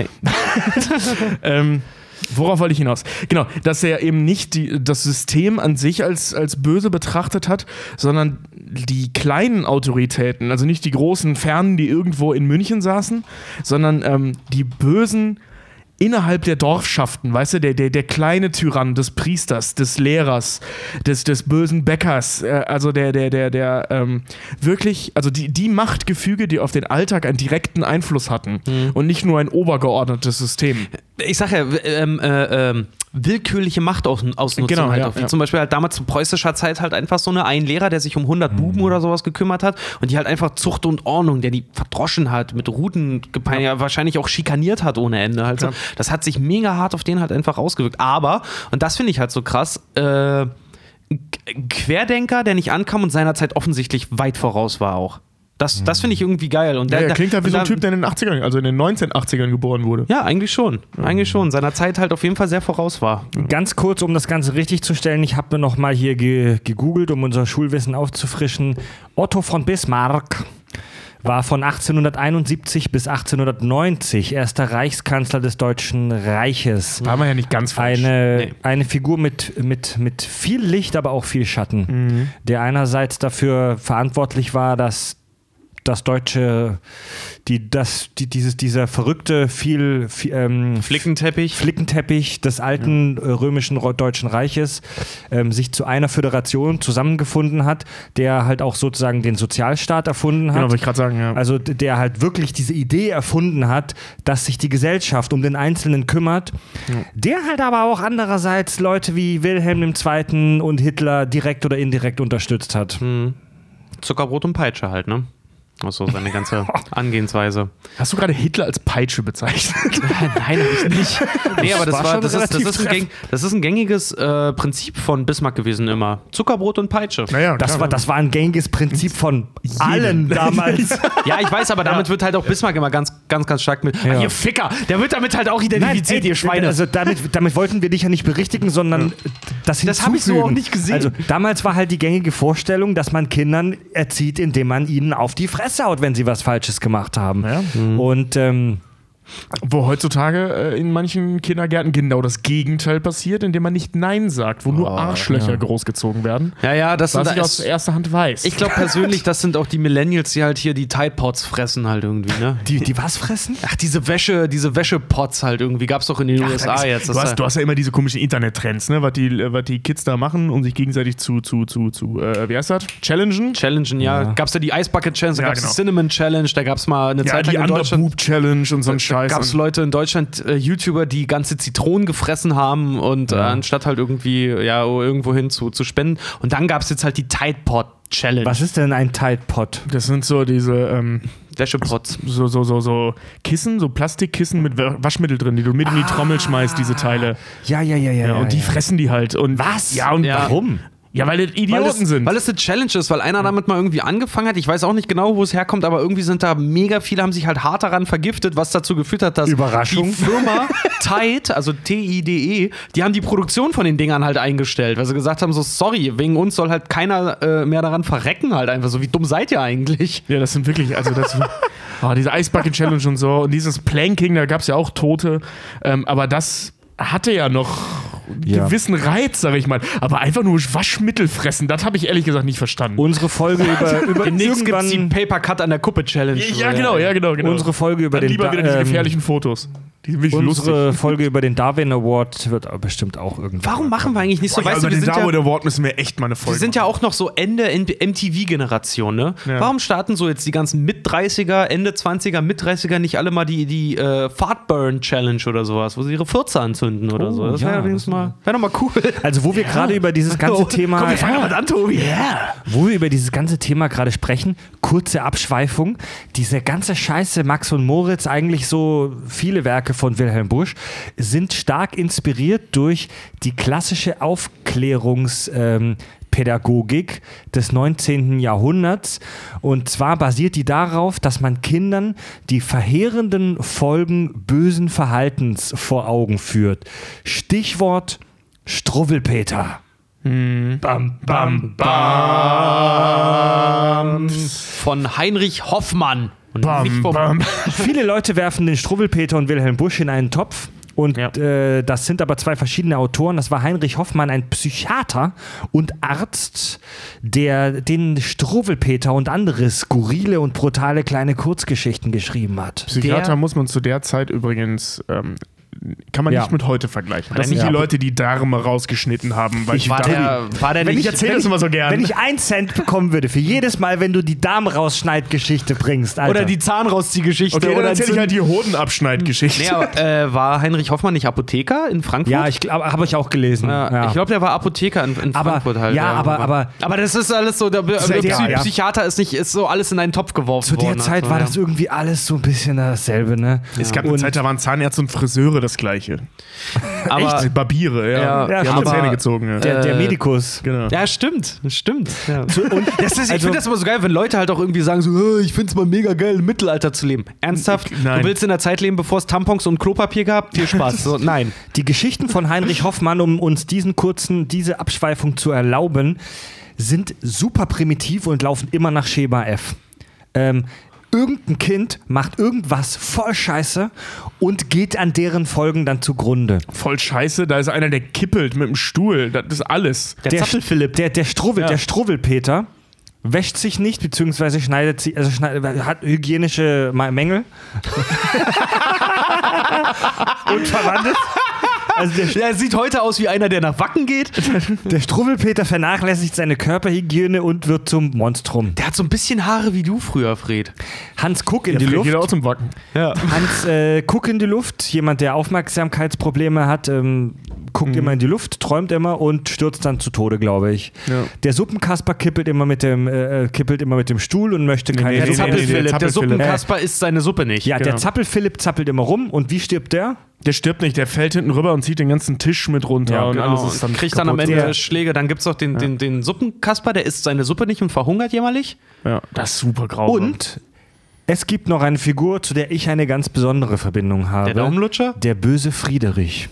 Worauf wollte ich hinaus? Genau, dass er eben nicht das System an sich als böse betrachtet hat, sondern die kleinen Autoritäten, also nicht die großen Fernen, die irgendwo in München saßen, sondern die bösen innerhalb der Dorfschaften, weißt du, der kleine Tyrann des Priesters, des Lehrers, des bösen Bäckers, also der wirklich, also die Machtgefüge, die auf den Alltag einen direkten Einfluss hatten und nicht nur ein obergeordnetes System. Ich sag ja, willkürliche Machtausnutzung Genau, halt ja, auch. Wie ja. zum Beispiel halt damals zu preußischer Zeit halt einfach so ein Lehrer, der sich um 100 Buben oder sowas gekümmert hat und die halt einfach Zucht und Ordnung, der die verdroschen hat, mit Ruten ja, wahrscheinlich auch schikaniert hat ohne Ende. Halt so. Das hat sich mega hart auf den halt einfach ausgewirkt. Aber, und das finde ich halt so krass, Querdenker, der nicht ankam und seinerzeit offensichtlich weit voraus war auch. Das finde ich irgendwie geil. Und Der klingt halt wie so ein Typ, der in den 80ern, also in den 1980ern geboren wurde. Ja, eigentlich schon. Eigentlich schon. Seiner Zeit halt auf jeden Fall sehr voraus war. Ganz kurz, um das Ganze richtig zu stellen, ich habe mir noch mal hier gegoogelt, um unser Schulwissen aufzufrischen. Otto von Bismarck war von 1871 bis 1890 erster Reichskanzler des Deutschen Reiches. War man ja nicht ganz falsch. Eine Figur mit viel Licht, aber auch viel Schatten, der einerseits dafür verantwortlich war, dass das deutsche, dieser verrückte Flickenteppich des alten römischen Deutschen Reiches sich zu einer Föderation zusammengefunden hat, der halt auch sozusagen den Sozialstaat erfunden hat. Genau, wollte ich gerade sagen, ja. Also der halt wirklich diese Idee erfunden hat, dass sich die Gesellschaft um den Einzelnen kümmert, der halt aber auch andererseits Leute wie Wilhelm II. Und Hitler direkt oder indirekt unterstützt hat. Zuckerbrot und Peitsche halt, ne? Also seine ganze Angehensweise. Hast du gerade Hitler als Peitsche bezeichnet? Nein, hab ich nicht. Nee, aber das ist ein gängiges Prinzip von Bismarck gewesen immer. Zuckerbrot und Peitsche. Naja, Das war ein gängiges Prinzip von allen damals. Ja, ich weiß, aber damit wird halt auch Bismarck immer ganz stark mit. Ja. Ihr Ficker! Der wird damit halt auch identifiziert, ihr Schweine. Also damit wollten wir dich ja nicht berichtigen, sondern das hinzufügen. Das habe ich so auch nicht gesehen. Also damals war halt die gängige Vorstellung, dass man Kindern erzieht, indem man ihnen auf die Fresse haut, wenn sie was Falsches gemacht haben. Ja. Und Wo heutzutage in manchen Kindergärten genau das Gegenteil passiert, indem man nicht Nein sagt, wo nur Arschlöcher großgezogen werden. Ja, das Was ich aus erster Hand weiß. Ich glaube persönlich, das sind auch die Millennials, die halt hier die Tide Pods fressen halt irgendwie, ne? die was fressen? Ach, diese Wäschepots halt irgendwie, gab's doch in den USA jetzt. Du hast ja immer diese komischen Internettrends, ne? Was die Kids da machen, um sich gegenseitig zu wie heißt das? Challengen, ja. Gab's da die Ice Bucket Challenge, da gab's die Cinnamon Challenge, da gab's mal eine Zeit lang die in Deutschland. Underboob Challenge und so ein Scheiß. Gab es Leute in Deutschland, YouTuber, die ganze Zitronen gefressen haben und anstatt halt irgendwie irgendwo hin zu spenden. Und dann gab es jetzt halt die Tide Pod Challenge. Was ist denn ein Tide Pod? Das sind so diese Wäschepots. So Kissen, so Plastikkissen mit Waschmittel drin, die du mit in die Trommel schmeißt, diese Teile. Ja. Und die fressen die halt. Und Was? Ja, und warum? Ja, weil das Idioten sind. Weil es eine Challenge ist, weil einer damit mal irgendwie angefangen hat. Ich weiß auch nicht genau, wo es herkommt, aber irgendwie sind da mega viele, haben sich halt hart daran vergiftet, was dazu geführt hat, dass Überraschung. die Firma Tide, also TIDE, die haben die Produktion von den Dingern halt eingestellt, weil sie gesagt haben, so sorry, wegen uns soll halt keiner mehr daran verrecken halt einfach so. Wie dumm seid ihr eigentlich? Ja, das sind wirklich, also das diese Ice Bucket Challenge und so und dieses Planking, da gab es ja auch Tote, aber das hatte ja noch gewissen Reiz, sag ich mal. Aber einfach nur Waschmittel fressen, das habe ich ehrlich gesagt nicht verstanden. Unsere Folge über Demnächst gibt's die Paper Cut an der Kuppe Challenge. Ja, genau. Unsere Folge über Dann den lieber wieder diese gefährlichen Fotos. Die sind wirklich Unsere lustig. Folge über den Darwin Award wird aber bestimmt auch irgendwann. Warum machen wir eigentlich nicht so? Boah, ja, Weißt du, über wir den sind ja, Darwin Award müssen wir echt mal eine Folge wir sind ja auch noch so Ende MTV-Generation, ne? Ja. Warum starten so jetzt die ganzen Mit-30er, Ende 20er, Mit-30er nicht alle mal die Fartburn-Challenge oder sowas, wo sie ihre Fürze anzünden oder so? Das wäre ja, wär doch mal cool. Also wo wir gerade über dieses ganze Thema, Komm, wir fangen damit an, Tobi. wo wir über dieses ganze Thema gerade sprechen, kurze Abschweifung, diese ganze Scheiße Max und Moritz, eigentlich so viele Werke von Wilhelm Busch, sind stark inspiriert durch die klassische Aufklärungspädagogik des 19. Jahrhunderts. Und zwar basiert die darauf, dass man Kindern die verheerenden Folgen bösen Verhaltens vor Augen führt. Stichwort Struwwelpeter. Bam, bam, bam. Von Heinrich Hoffmann. Und nicht Bam, vom bam. Viele Leute werfen den Struwwelpeter und Wilhelm Busch in einen Topf. Und das sind aber zwei verschiedene Autoren. Das war Heinrich Hoffmann, ein Psychiater und Arzt, der den Struwwelpeter und andere skurrile und brutale kleine Kurzgeschichten geschrieben hat. Psychiater muss man zu der Zeit übrigens, kann man Ja. nicht mit heute vergleichen. Das der sind nicht- die Leute, die Därme rausgeschnitten haben. Weil die war Darm- der Wenn nicht. ich erzähle das immer so gern. Wenn ich 1 Cent bekommen würde für jedes Mal, wenn du die Darm-Rausschneid-Geschichte bringst, Alter. Oder die Zahnrausziehgeschichte. Okay, dann oder erzähle ich halt die Hodenabschneidgeschichte. Nee, aber, war Heinrich Hoffmann nicht Apotheker in Frankfurt? Ja, ich glaube, habe ich auch gelesen. Ja. Ich glaube, der war Apotheker in Aber- Frankfurt halt. ja, aber- aber das ist alles so, der ja. Psychiater ist so alles in einen Topf geworfen zu worden. der Zeit also, war ja. das irgendwie alles so ein bisschen dasselbe, ne? Es gab eine Und- Zeit, da waren Zahnärzte und Friseure das Gleiche. Aber, Echt? Barbiere, ja. Ja, die haben aber- uns Zähne gezogen. Ja. Der Medikus. Genau. Ja, stimmt. Ja. Und Ich finde das immer so geil, wenn Leute halt auch irgendwie sagen so, ich finde es mal mega geil, im Mittelalter zu leben. Ernsthaft? Nein. Du willst in der Zeit leben, bevor es Tampons und Klopapier gab? Viel Spaß. So, nein. Die Geschichten von Heinrich Hoffmann, um uns diese Abschweifung zu erlauben, sind super primitiv und laufen immer nach Schema F. Irgendein Kind macht irgendwas voll scheiße und geht an deren Folgen dann zugrunde. Voll scheiße, da ist einer, der kippelt mit dem Stuhl. Das ist alles. Der Zappelphilipp. Der Struwwelpeter wäscht sich nicht, beziehungsweise hat hygienische Mängel. Und verwandelt. Also Der sieht heute aus wie einer, der nach Wacken geht. der Struwwelpeter vernachlässigt seine Körperhygiene und wird zum Monstrum. Der hat so ein bisschen Haare wie du früher, Fred. Hans Kuck in die Geht Luft. auch zum Wacken. Ja. Hans Kuck in die Luft, jemand, der Aufmerksamkeitsprobleme hat, guckt immer in die Luft, träumt immer und stürzt dann zu Tode, glaube ich. Ja. Der Suppenkasper kippelt immer mit dem Stuhl und möchte keine nee, Der nee, Suppe. nee, Zappelphilipp. Der Zappelphilipp. Suppenkasper isst seine Suppe nicht. Ja, der Genau. Zappelphilipp zappelt immer rum und wie stirbt der? Der stirbt nicht, der fällt hinten rüber und zieht den ganzen Tisch mit runter. Ja, und Genau, alles ist dann und kriegt dann am kaputt. Ende Schläge. Dann gibt es auch den Suppenkasper, der isst seine Suppe nicht und verhungert jämmerlich. Ja, das ist super grausam. Und es gibt noch eine Figur, zu der ich eine ganz besondere Verbindung habe. Der Daumenlutscher? Der böse Friederich.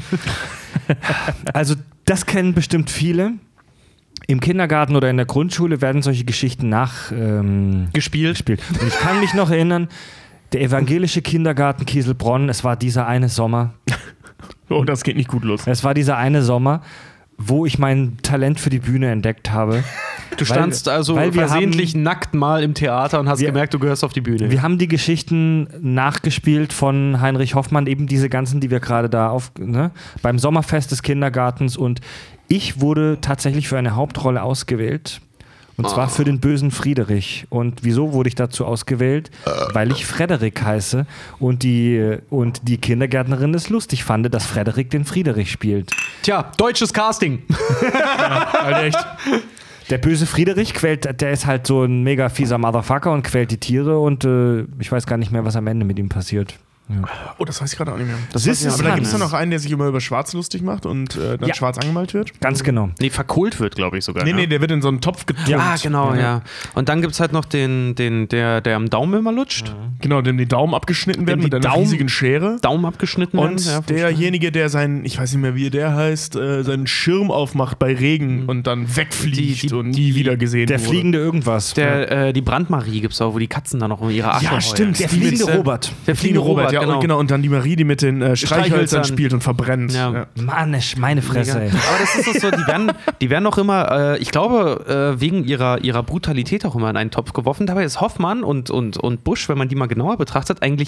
Also, das kennen bestimmt viele. Im Kindergarten oder in der Grundschule werden solche Geschichten Gespielt. gespielt. Und ich kann mich noch erinnern, der evangelische Kindergarten Kieselbronn, es war dieser eine Sommer. Oh, das geht nicht gut los. Es war dieser eine Sommer, wo ich mein Talent für die Bühne entdeckt habe. Du standst also weil wir versehentlich nackt mal im Theater und hast gemerkt, du gehörst auf die Bühne. Wir haben die Geschichten nachgespielt von Heinrich Hoffmann, eben diese ganzen, die wir gerade da beim Sommerfest des Kindergartens, und ich wurde tatsächlich für eine Hauptrolle ausgewählt. Und zwar für den bösen Friederich. Und wieso wurde ich dazu ausgewählt? Weil ich Frederik heiße und die Kindergärtnerin es lustig fand, dass Frederik den Friederich spielt. Tja, deutsches Casting. Halt echt. Der böse Friederich der ist halt so ein mega fieser Motherfucker und quält die Tiere und ich weiß gar nicht mehr, was am Ende mit ihm passiert. Ja. Oh, das weiß ich gerade auch nicht mehr. Das ist Aber da Hans. gibt es doch noch einen, der sich immer über Schwarz lustig macht und dann Ja. schwarz angemalt wird. Ganz genau. Nee, verkohlt wird, glaube ich sogar. Nee, ne? nee, der wird in so einen Topf getunkt. Ah, genau, ja. Und dann gibt es halt noch der am Daumen immer lutscht. Genau, dem die Daumen abgeschnitten werden Dem mit die einer Daumen- riesigen Schere. Daumen abgeschnitten Und werden. Ja, derjenige, der ich weiß nicht mehr, wie der heißt, seinen Schirm aufmacht bei Regen und dann wegfliegt und nie wieder gesehen Der wurde. fliegende irgendwas. die Brandmarie gibt es auch, wo die Katzen dann noch um ihre Asche Ja, heulen. stimmt. Der fliegende Robert. Der fliegende Robert, ja, genau. und genau. Und dann die Marie, die mit den Streichhölzern Streichhölzern spielt und verbrennt. Ja. Ja. Mann, meine Fresse, ey. Aber das ist das so, die werden noch immer, ich glaube, wegen ihrer Brutalität auch immer in einen Topf geworfen. Dabei ist Hoffmann und Busch, wenn man die mal genauer betrachtet, eigentlich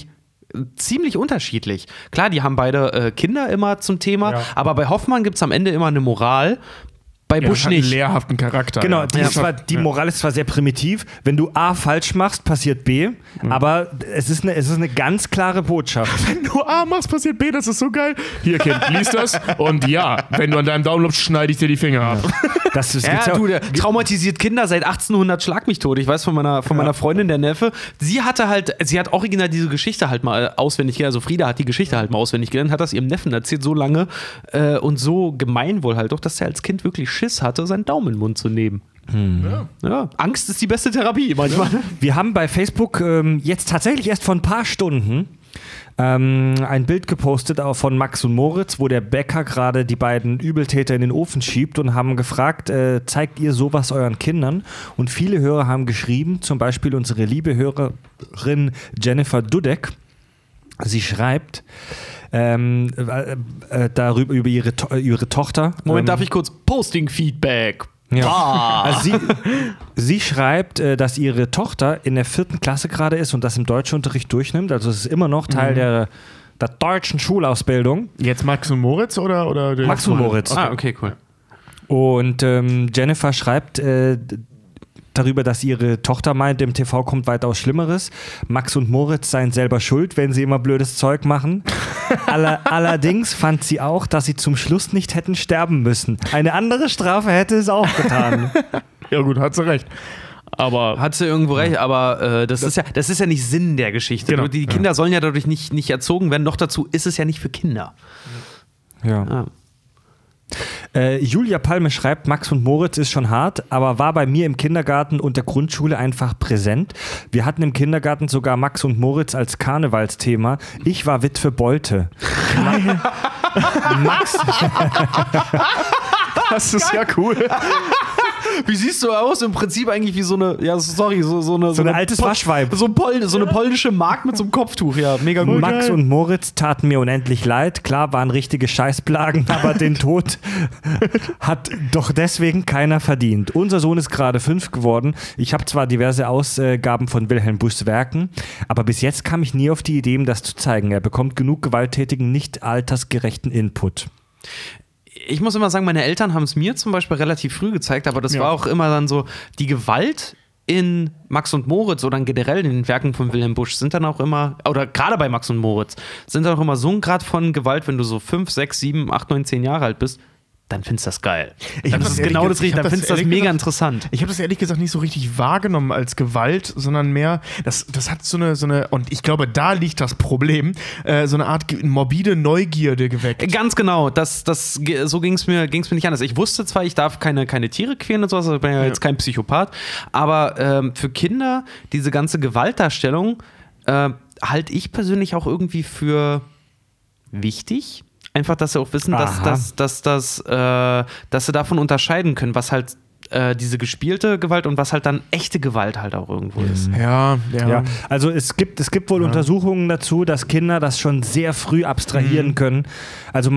ziemlich unterschiedlich. Klar, die haben beide Kinder immer zum Thema, aber bei Hoffmann gibt es am Ende immer eine Moral. Bei Busch hat einen nicht. lehrhaften Charakter. Genau, die Moral ist zwar sehr primitiv, wenn du A falsch machst, passiert B, aber es ist eine ganz klare Botschaft. Wenn du A machst, passiert B, das ist so geil. Hier, Kind, lies das und ja, wenn du an deinem Daumen lupfst, schneide ich dir die Finger ab. Das gibt's Ja, der traumatisiert Kinder seit 1800 schlag mich tot. Ich weiß von meiner Freundin, der Neffe, sie hat original diese Geschichte halt mal auswendig gelernt, also Frieda hat die Geschichte halt mal auswendig gelernt, hat das ihrem Neffen erzählt so lange und so gemeinwohl halt doch, dass er als Kind wirklich Schiss hatte, seinen Daumen in den Mund zu nehmen. Ja, Angst ist die beste Therapie manchmal. Wir haben bei Facebook jetzt tatsächlich erst vor ein paar Stunden ein Bild gepostet von Max und Moritz, wo der Bäcker gerade die beiden Übeltäter in den Ofen schiebt und haben gefragt, zeigt ihr sowas euren Kindern? Und viele Hörer haben geschrieben, zum Beispiel unsere liebe Hörerin Jennifer Dudek. Sie schreibt darüber über ihre Tochter. Moment, darf ich kurz Posting-Feedback? Ja. Also sie schreibt, dass ihre Tochter in der 4. Klasse gerade ist und das im Deutschunterricht durchnimmt. Also es ist immer noch Teil der deutschen Schulausbildung. Jetzt Max und Moritz oder Max und Moritz. Okay, cool. Und Jennifer schreibt darüber, dass ihre Tochter meint, im TV kommt weitaus Schlimmeres. Max und Moritz seien selber schuld, wenn sie immer blödes Zeug machen. Allerdings fand sie auch, dass sie zum Schluss nicht hätten sterben müssen. Eine andere Strafe hätte es auch getan. Ja gut, hat sie recht. Aber hat sie irgendwo recht, aber das ist ja nicht Sinn der Geschichte. Genau. Die Kinder sollen ja dadurch nicht erzogen werden. Noch dazu ist es ja nicht für Kinder. Ja. Julia Palme schreibt, Max und Moritz ist schon hart, aber war bei mir im Kindergarten und der Grundschule einfach präsent. Wir hatten im Kindergarten sogar Max und Moritz als Karnevalsthema. Ich war Witwe Bolte. Max. das ist ja cool. Wie siehst du aus? Im Prinzip eigentlich wie so eine, so eine altes Waschweib. So eine polnische Magd mit so einem Kopftuch, ja, mega gut. Max und Moritz taten mir unendlich leid. Klar, waren richtige Scheißplagen, aber den Tod hat doch deswegen keiner verdient. Unser Sohn ist gerade 5 geworden. Ich habe zwar diverse Ausgaben von Wilhelm Buschs Werken, aber bis jetzt kam ich nie auf die Idee, ihm das zu zeigen. Er bekommt genug gewalttätigen, nicht altersgerechten Input. Ich muss immer sagen, meine Eltern haben es mir zum Beispiel relativ früh gezeigt, aber das war auch immer dann so, die Gewalt in Max und Moritz oder generell in den Werken von Wilhelm Busch sind dann auch immer, oder gerade bei Max und Moritz, sind dann auch immer so ein Grad von Gewalt, wenn du so 5, 6, 7, 8, 9, 10 Jahre alt bist, dann findest du das geil. Dann findest du das mega interessant. Ich habe das ehrlich gesagt nicht so richtig wahrgenommen als Gewalt, sondern mehr, das hat so eine, und ich glaube, da liegt das Problem, so eine Art morbide Neugierde geweckt. Ganz genau, so ging es mir nicht anders. Ich wusste zwar, ich darf keine Tiere quälen und sowas, also ich bin ja jetzt kein Psychopath, aber für Kinder, diese ganze Gewaltdarstellung, halte ich persönlich auch irgendwie für wichtig. Einfach, dass sie auch wissen, dass sie davon unterscheiden können, was halt diese gespielte Gewalt und was halt dann echte Gewalt halt auch irgendwo ist. Ja. Also es gibt wohl Untersuchungen dazu, dass Kinder das schon sehr früh abstrahieren können. Also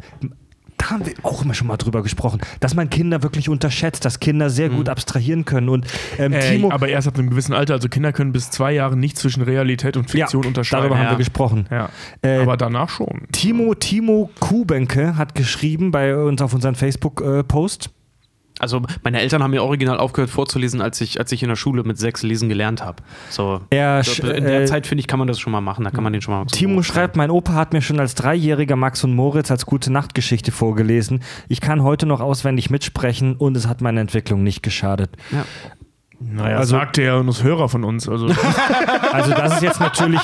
da haben wir auch immer schon mal drüber gesprochen, dass man Kinder wirklich unterschätzt, dass Kinder sehr gut abstrahieren können. Und Timo, aber erst ab einem gewissen Alter, also Kinder können bis 2 Jahre nicht zwischen Realität und Fiktion unterscheiden. Darüber haben wir gesprochen. Ja. Aber danach schon. Timo Kubenke hat geschrieben bei uns auf unseren Facebook-Post. Also meine Eltern haben mir original aufgehört vorzulesen, als ich in der Schule mit 6 lesen gelernt habe. So, in der Zeit, finde ich, kann man das schon mal machen. Da kann man den schon mal Timo schreibt, mein Opa hat mir schon als 3-jähriger Max und Moritz als Gute-Nacht-Geschichte vorgelesen. Ich kann heute noch auswendig mitsprechen und es hat meiner Entwicklung nicht geschadet. Ja. Naja, also, sagt der und das Hörer von uns. Also das ist jetzt natürlich,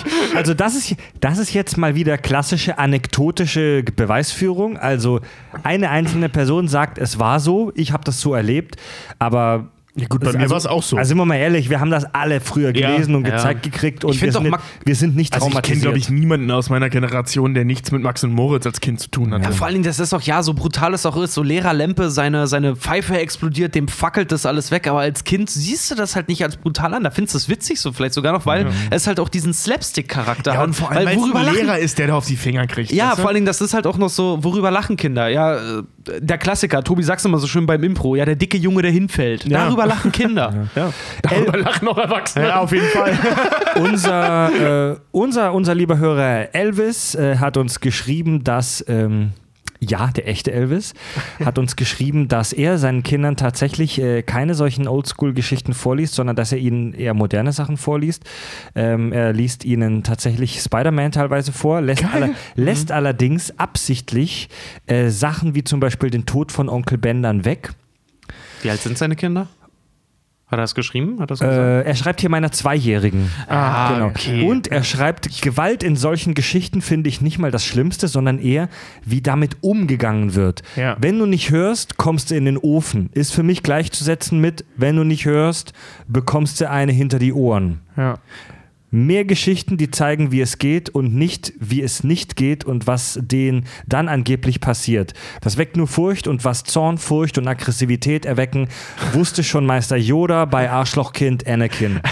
das ist jetzt mal wieder klassische anekdotische Beweisführung. Also eine einzelne Person sagt, es war so, ich habe das so erlebt, aber ja gut, bei mir war es auch so. Also sind wir mal ehrlich, wir haben das alle früher gelesen und gezeigt gekriegt und wir sind nicht traumatisiert. Ich kenne, glaube ich, niemanden aus meiner Generation, der nichts mit Max und Moritz als Kind zu tun hatte. Ja, vor allen Dingen, das ist doch, so brutal es auch ist, so Lehrer Lempe, seine Pfeife explodiert, dem fackelt das alles weg, aber als Kind siehst du das halt nicht als brutal an, da findest du es witzig so vielleicht sogar noch, weil es halt auch diesen Slapstick-Charakter hat. Und vor allem, weil ein Lehrer ist, der da auf die Finger kriegt. Ja, vor allen Dingen, das ist halt auch noch so, worüber lachen Kinder? Ja, der Klassiker, Tobi sag's immer so schön beim Impro, der dicke Junge, der hinfällt. Darüber darüber lachen Kinder. Ja. Darüber lachen auch Erwachsene. Ja, auf jeden Fall. Unser lieber Hörer Elvis hat uns geschrieben, dass der echte Elvis hat uns geschrieben, dass er seinen Kindern tatsächlich keine solchen Oldschool-Geschichten vorliest, sondern dass er ihnen eher moderne Sachen vorliest. Er liest ihnen tatsächlich Spider-Man teilweise vor, lässt allerdings absichtlich Sachen wie zum Beispiel den Tod von Onkel Ben dann weg. Wie alt sind seine Kinder? Hat er das geschrieben? Hat das gesagt? Er schreibt hier meiner 2-Jährigen. Genau. Okay. Und er schreibt, Gewalt in solchen Geschichten finde ich nicht mal das Schlimmste, sondern eher, wie damit umgegangen wird. Ja. Wenn du nicht hörst, kommst du in den Ofen. Ist für mich gleichzusetzen mit, wenn du nicht hörst, bekommst du eine hinter die Ohren. Ja. Mehr Geschichten, die zeigen, wie es geht und nicht, wie es nicht geht und was denen dann angeblich passiert. Das weckt nur Furcht und was Zorn, Furcht und Aggressivität erwecken, wusste schon Meister Yoda bei Arschlochkind Anakin.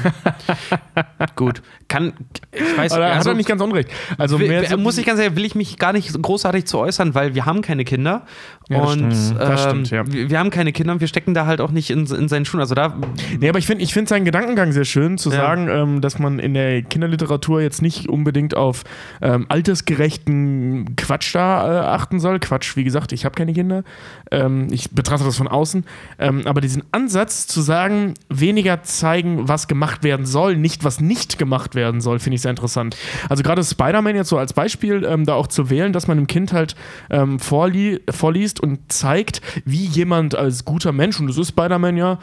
Gut. Ich weiß, Aber hat er nicht ganz unrecht. Also muss ich ganz ehrlich, will ich mich gar nicht großartig zu äußern, weil wir haben keine Kinder. Ja, das und stimmt. Das stimmt, ja. Wir haben keine Kinder und wir stecken da halt auch nicht in seinen Schuhen. Also da. Nee, aber ich finde seinen Gedankengang sehr schön, zu sagen, dass man in der Kinderliteratur jetzt nicht unbedingt auf altersgerechten Quatsch da achten soll. Quatsch, wie gesagt, ich habe keine Kinder. Ich betrachte das von außen. Aber diesen Ansatz zu sagen, weniger zeigen, was gemacht werden soll, nicht was nicht gemacht werden soll, finde ich sehr interessant. Also gerade Spider-Man jetzt so als Beispiel, da auch zu wählen, dass man dem Kind halt vorliest und zeigt, wie jemand als guter Mensch, und das ist Spider-Man ja,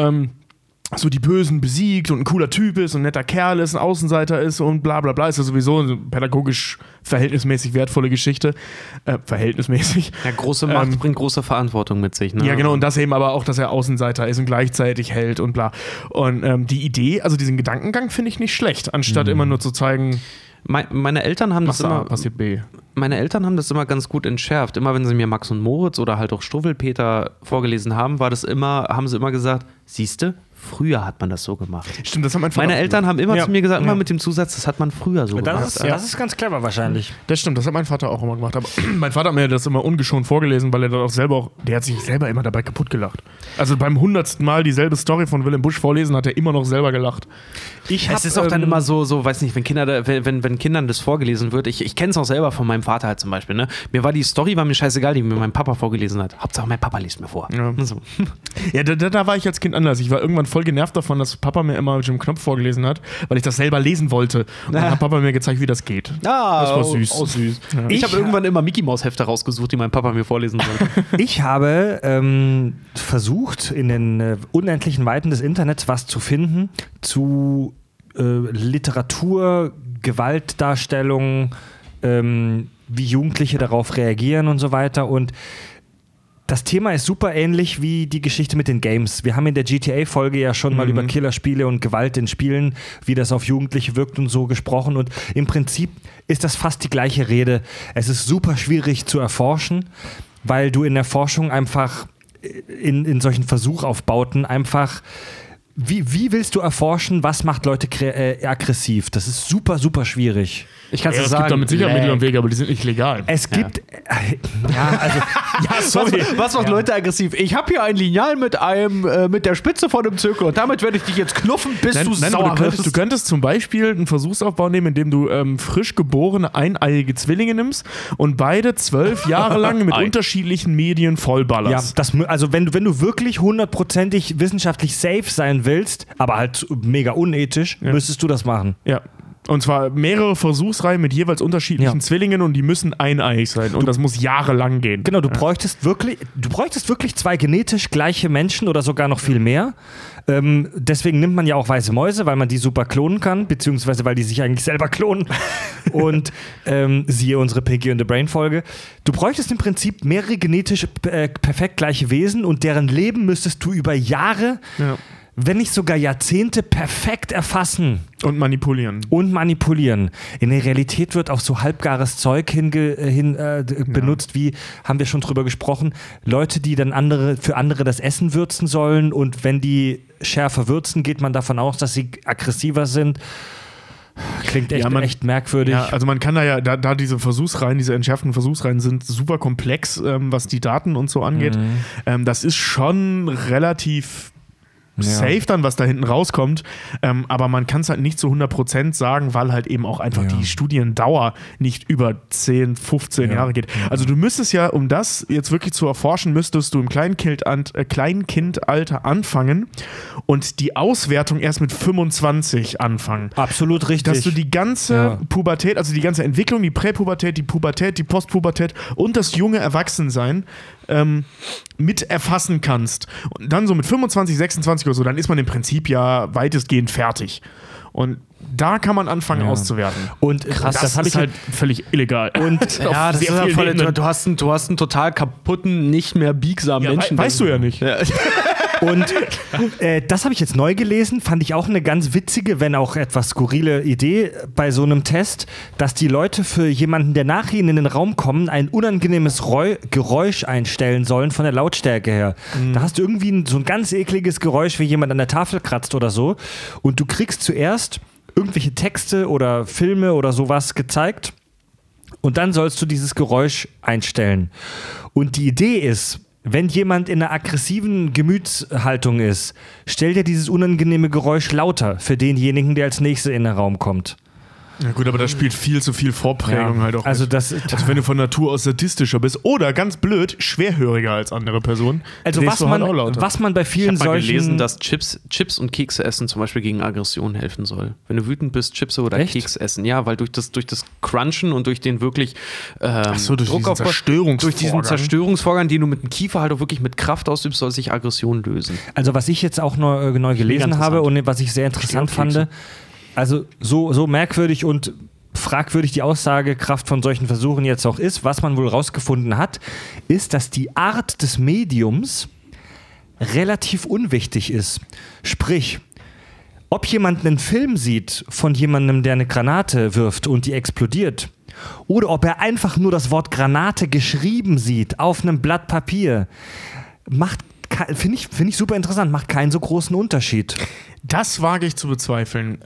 so die Bösen besiegt und ein cooler Typ ist und ein netter Kerl ist, ein Außenseiter ist und bla bla bla. Ist ja sowieso eine pädagogisch verhältnismäßig wertvolle Geschichte. Verhältnismäßig. Ja, große Macht bringt große Verantwortung mit sich. Ne? Ja, genau. Und das eben aber auch, dass er Außenseiter ist und gleichzeitig hält und bla. Und die Idee, also diesen Gedankengang finde ich nicht schlecht, anstatt immer nur zu zeigen, meine Eltern haben das immer. Passiert B. Meine Eltern haben das immer ganz gut entschärft. Immer wenn sie mir Max und Moritz oder halt auch Struwwelpeter vorgelesen haben, haben sie immer gesagt, siehste, früher hat man das so gemacht. Stimmt, das haben meine Eltern haben immer zu mir gesagt, immer mit dem Zusatz, das hat man früher so gemacht. Das ist ganz clever wahrscheinlich. Das stimmt, das hat mein Vater auch immer gemacht. Aber mein Vater hat mir das immer ungeschont vorgelesen, weil er dann der hat sich selber immer dabei kaputt gelacht. Also beim 100. Mal dieselbe Story von Willem Busch vorlesen, hat er immer noch selber gelacht. Es ist auch dann immer so, weiß nicht, wenn Kindern das vorgelesen wird, ich kenne es auch selber von meinem Vater halt zum Beispiel, ne? War die Story mir scheißegal, die mir mein Papa vorgelesen hat. Hauptsache mein Papa liest mir vor. Ja, so. Ja, da war ich als Kind anders. Ich war irgendwann voll genervt davon, dass Papa mir immer mit dem Knopf vorgelesen hat, weil ich das selber lesen wollte. Und dann hat Papa mir gezeigt, wie das geht. Das war süß. Süß. Ja. Ich habe irgendwann immer Mickey-Maus-Hefte rausgesucht, die mein Papa mir vorlesen sollte. Ich habe versucht, in den unendlichen Weiten des Internets was zu finden zu Literatur, Gewaltdarstellung, wie Jugendliche darauf reagieren und so weiter. Und das Thema ist super ähnlich wie die Geschichte mit den Games. Wir haben in der GTA-Folge ja schon mal über Killerspiele und Gewalt in Spielen, wie das auf Jugendliche wirkt und so gesprochen. Und im Prinzip ist das fast die gleiche Rede. Es ist super schwierig zu erforschen, weil du in der Forschung einfach in solchen Versuchaufbauten einfach wie willst du erforschen, was macht Leute aggressiv? Das ist super, super schwierig. Ich kann es sagen. Es gibt damit sicher Mittel und Wege, aber die sind nicht legal. Es gibt. Sorry. Was macht Leute aggressiv? Ich habe hier ein Lineal mit der Spitze von einem Zirkel und damit werde ich dich jetzt knuffen, bis du sauer wirst. Du könntest zum Beispiel einen Versuchsaufbau nehmen, indem du frisch geborene eineiige Zwillinge nimmst und beide 12 Jahre lang mit unterschiedlichen Medien vollballerst. Ja, also wenn du wirklich 100%ig wissenschaftlich safe sein willst, aber halt mega unethisch, müsstest du das machen. Ja. Und zwar mehrere Versuchsreihen mit jeweils unterschiedlichen Zwillingen und die müssen eineiig sein. Und das muss jahrelang gehen. Genau, du bräuchtest wirklich 2 genetisch gleiche Menschen oder sogar noch viel mehr. Deswegen nimmt man ja auch weiße Mäuse, weil man die super klonen kann, beziehungsweise weil die sich eigentlich selber klonen. Und siehe unsere Pinky and the Brain Folge. Du bräuchtest im Prinzip mehrere genetisch perfekt gleiche Wesen und deren Leben müsstest du über Jahre, wenn nicht sogar Jahrzehnte, perfekt erfassen. Und manipulieren. In der Realität wird auf so halbgares Zeug benutzt, wie, haben wir schon drüber gesprochen, Leute, die dann für andere das Essen würzen sollen und wenn die schärfer würzen, geht man davon aus, dass sie aggressiver sind. Klingt echt merkwürdig. Ja, also man kann da diese Versuchsreihen, diese entschärften Versuchsreihen sind super komplex, was die Daten und so angeht. Das ist schon relativ safe dann, was da hinten rauskommt. Aber man kann es halt nicht zu 100% sagen, weil halt eben auch einfach die Studiendauer nicht über 10, 15 Jahre geht. Also du müsstest ja, um das jetzt wirklich zu erforschen, müsstest du im Kleinkindalter anfangen und die Auswertung erst mit 25 anfangen. Absolut richtig. Dass du die ganze Pubertät, also die ganze Entwicklung, die Präpubertät, die Pubertät, die Postpubertät und das junge Erwachsensein mit erfassen kannst. Und dann so mit 25, 26 oder so, dann ist man im Prinzip ja weitestgehend fertig. Und da kann man anfangen auszuwerten. Und krass, das ist halt völlig illegal. Und das ist ja voll, du hast einen total kaputten, nicht mehr biegsamen Menschen. Weißt du ja nicht. Ja. Und das habe ich jetzt neu gelesen, fand ich auch eine ganz witzige, wenn auch etwas skurrile Idee bei so einem Test, dass die Leute für jemanden, der nach ihnen in den Raum kommt, ein unangenehmes Geräusch einstellen sollen von der Lautstärke her. Da hast du irgendwie so ein ganz ekliges Geräusch, wie jemand an der Tafel kratzt oder so, und du kriegst zuerst irgendwelche Texte oder Filme oder sowas gezeigt und dann sollst du dieses Geräusch einstellen. Und die Idee ist, wenn jemand in einer aggressiven Gemütshaltung ist, stell dir dieses unangenehme Geräusch lauter für denjenigen, der als nächstes in den Raum kommt. Ja gut, aber da spielt viel zu viel Vorprägung halt auch. Also, also wenn du von Natur aus sadistischer bist oder ganz blöd, schwerhöriger als andere Personen. Also was man bei vielen ich habe mal solchen... gelesen, dass Chips und Kekse essen zum Beispiel gegen Aggression helfen soll. Wenn du wütend bist, Chips oder Keks essen. Ja, weil durch das Crunchen und durch den wirklich Druck durch diesen Zerstörungsvorgang, den du mit dem Kiefer halt auch wirklich mit Kraft ausübst, soll sich Aggression lösen. Also was ich jetzt auch neu gelesen habe und was ich sehr interessant fand, also so merkwürdig und fragwürdig die Aussagekraft von solchen Versuchen jetzt auch ist, was man wohl rausgefunden hat, ist, dass die Art des Mediums relativ unwichtig ist. Sprich, ob jemand einen Film sieht von jemandem, der eine Granate wirft und die explodiert, oder ob er einfach nur das Wort Granate geschrieben sieht auf einem Blatt Papier, finde ich super interessant, macht keinen so großen Unterschied. Das wage ich zu bezweifeln,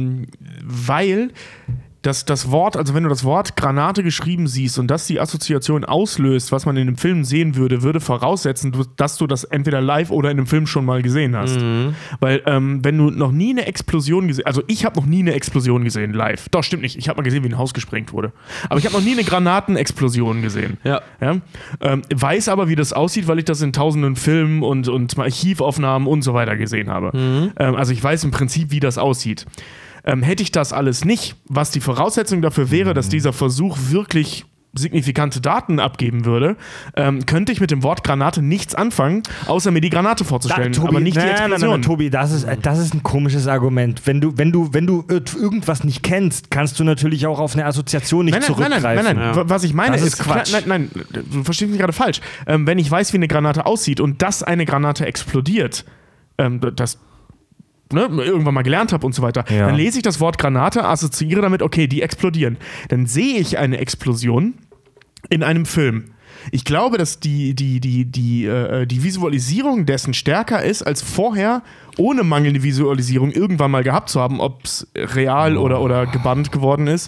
weil das Wort, also wenn du das Wort Granate geschrieben siehst und das die Assoziation auslöst, was man in einem Film sehen würde voraussetzen, dass du das entweder live oder in einem Film schon mal gesehen hast. Weil wenn du noch nie eine Explosion gesehen, also ich habe noch nie eine Explosion gesehen live. Doch, stimmt nicht. Ich habe mal gesehen, wie ein Haus gesprengt wurde. Aber ich habe noch nie eine Granatenexplosion gesehen. Ja. Weiß aber, wie das aussieht, weil ich das in tausenden Filmen und Archivaufnahmen und so weiter gesehen habe. Also ich weiß im Prinzip, wie das aussieht. Hätte ich das alles nicht, was die Voraussetzung dafür wäre, dass dieser Versuch wirklich signifikante Daten abgeben würde, könnte ich mit dem Wort Granate nichts anfangen, außer mir die Granate vorzustellen, Tobi, aber nicht die Explosion. Nein, Tobi, das ist ein komisches Argument. Wenn du irgendwas nicht kennst, kannst du natürlich auch auf eine Assoziation nicht zurückgreifen. Nein. Ja. Was ich meine ist Quatsch. Nein, du verstehst mich gerade falsch. Wenn ich weiß, wie eine Granate aussieht und dass eine Granate explodiert, das irgendwann mal gelernt habe und so weiter, dann lese ich das Wort Granate, assoziiere damit, okay, die explodieren. Dann sehe ich eine Explosion in einem Film. Ich glaube, dass die Visualisierung dessen stärker ist, als vorher ohne mangelnde Visualisierung irgendwann mal gehabt zu haben, ob es real oder gebannt geworden ist,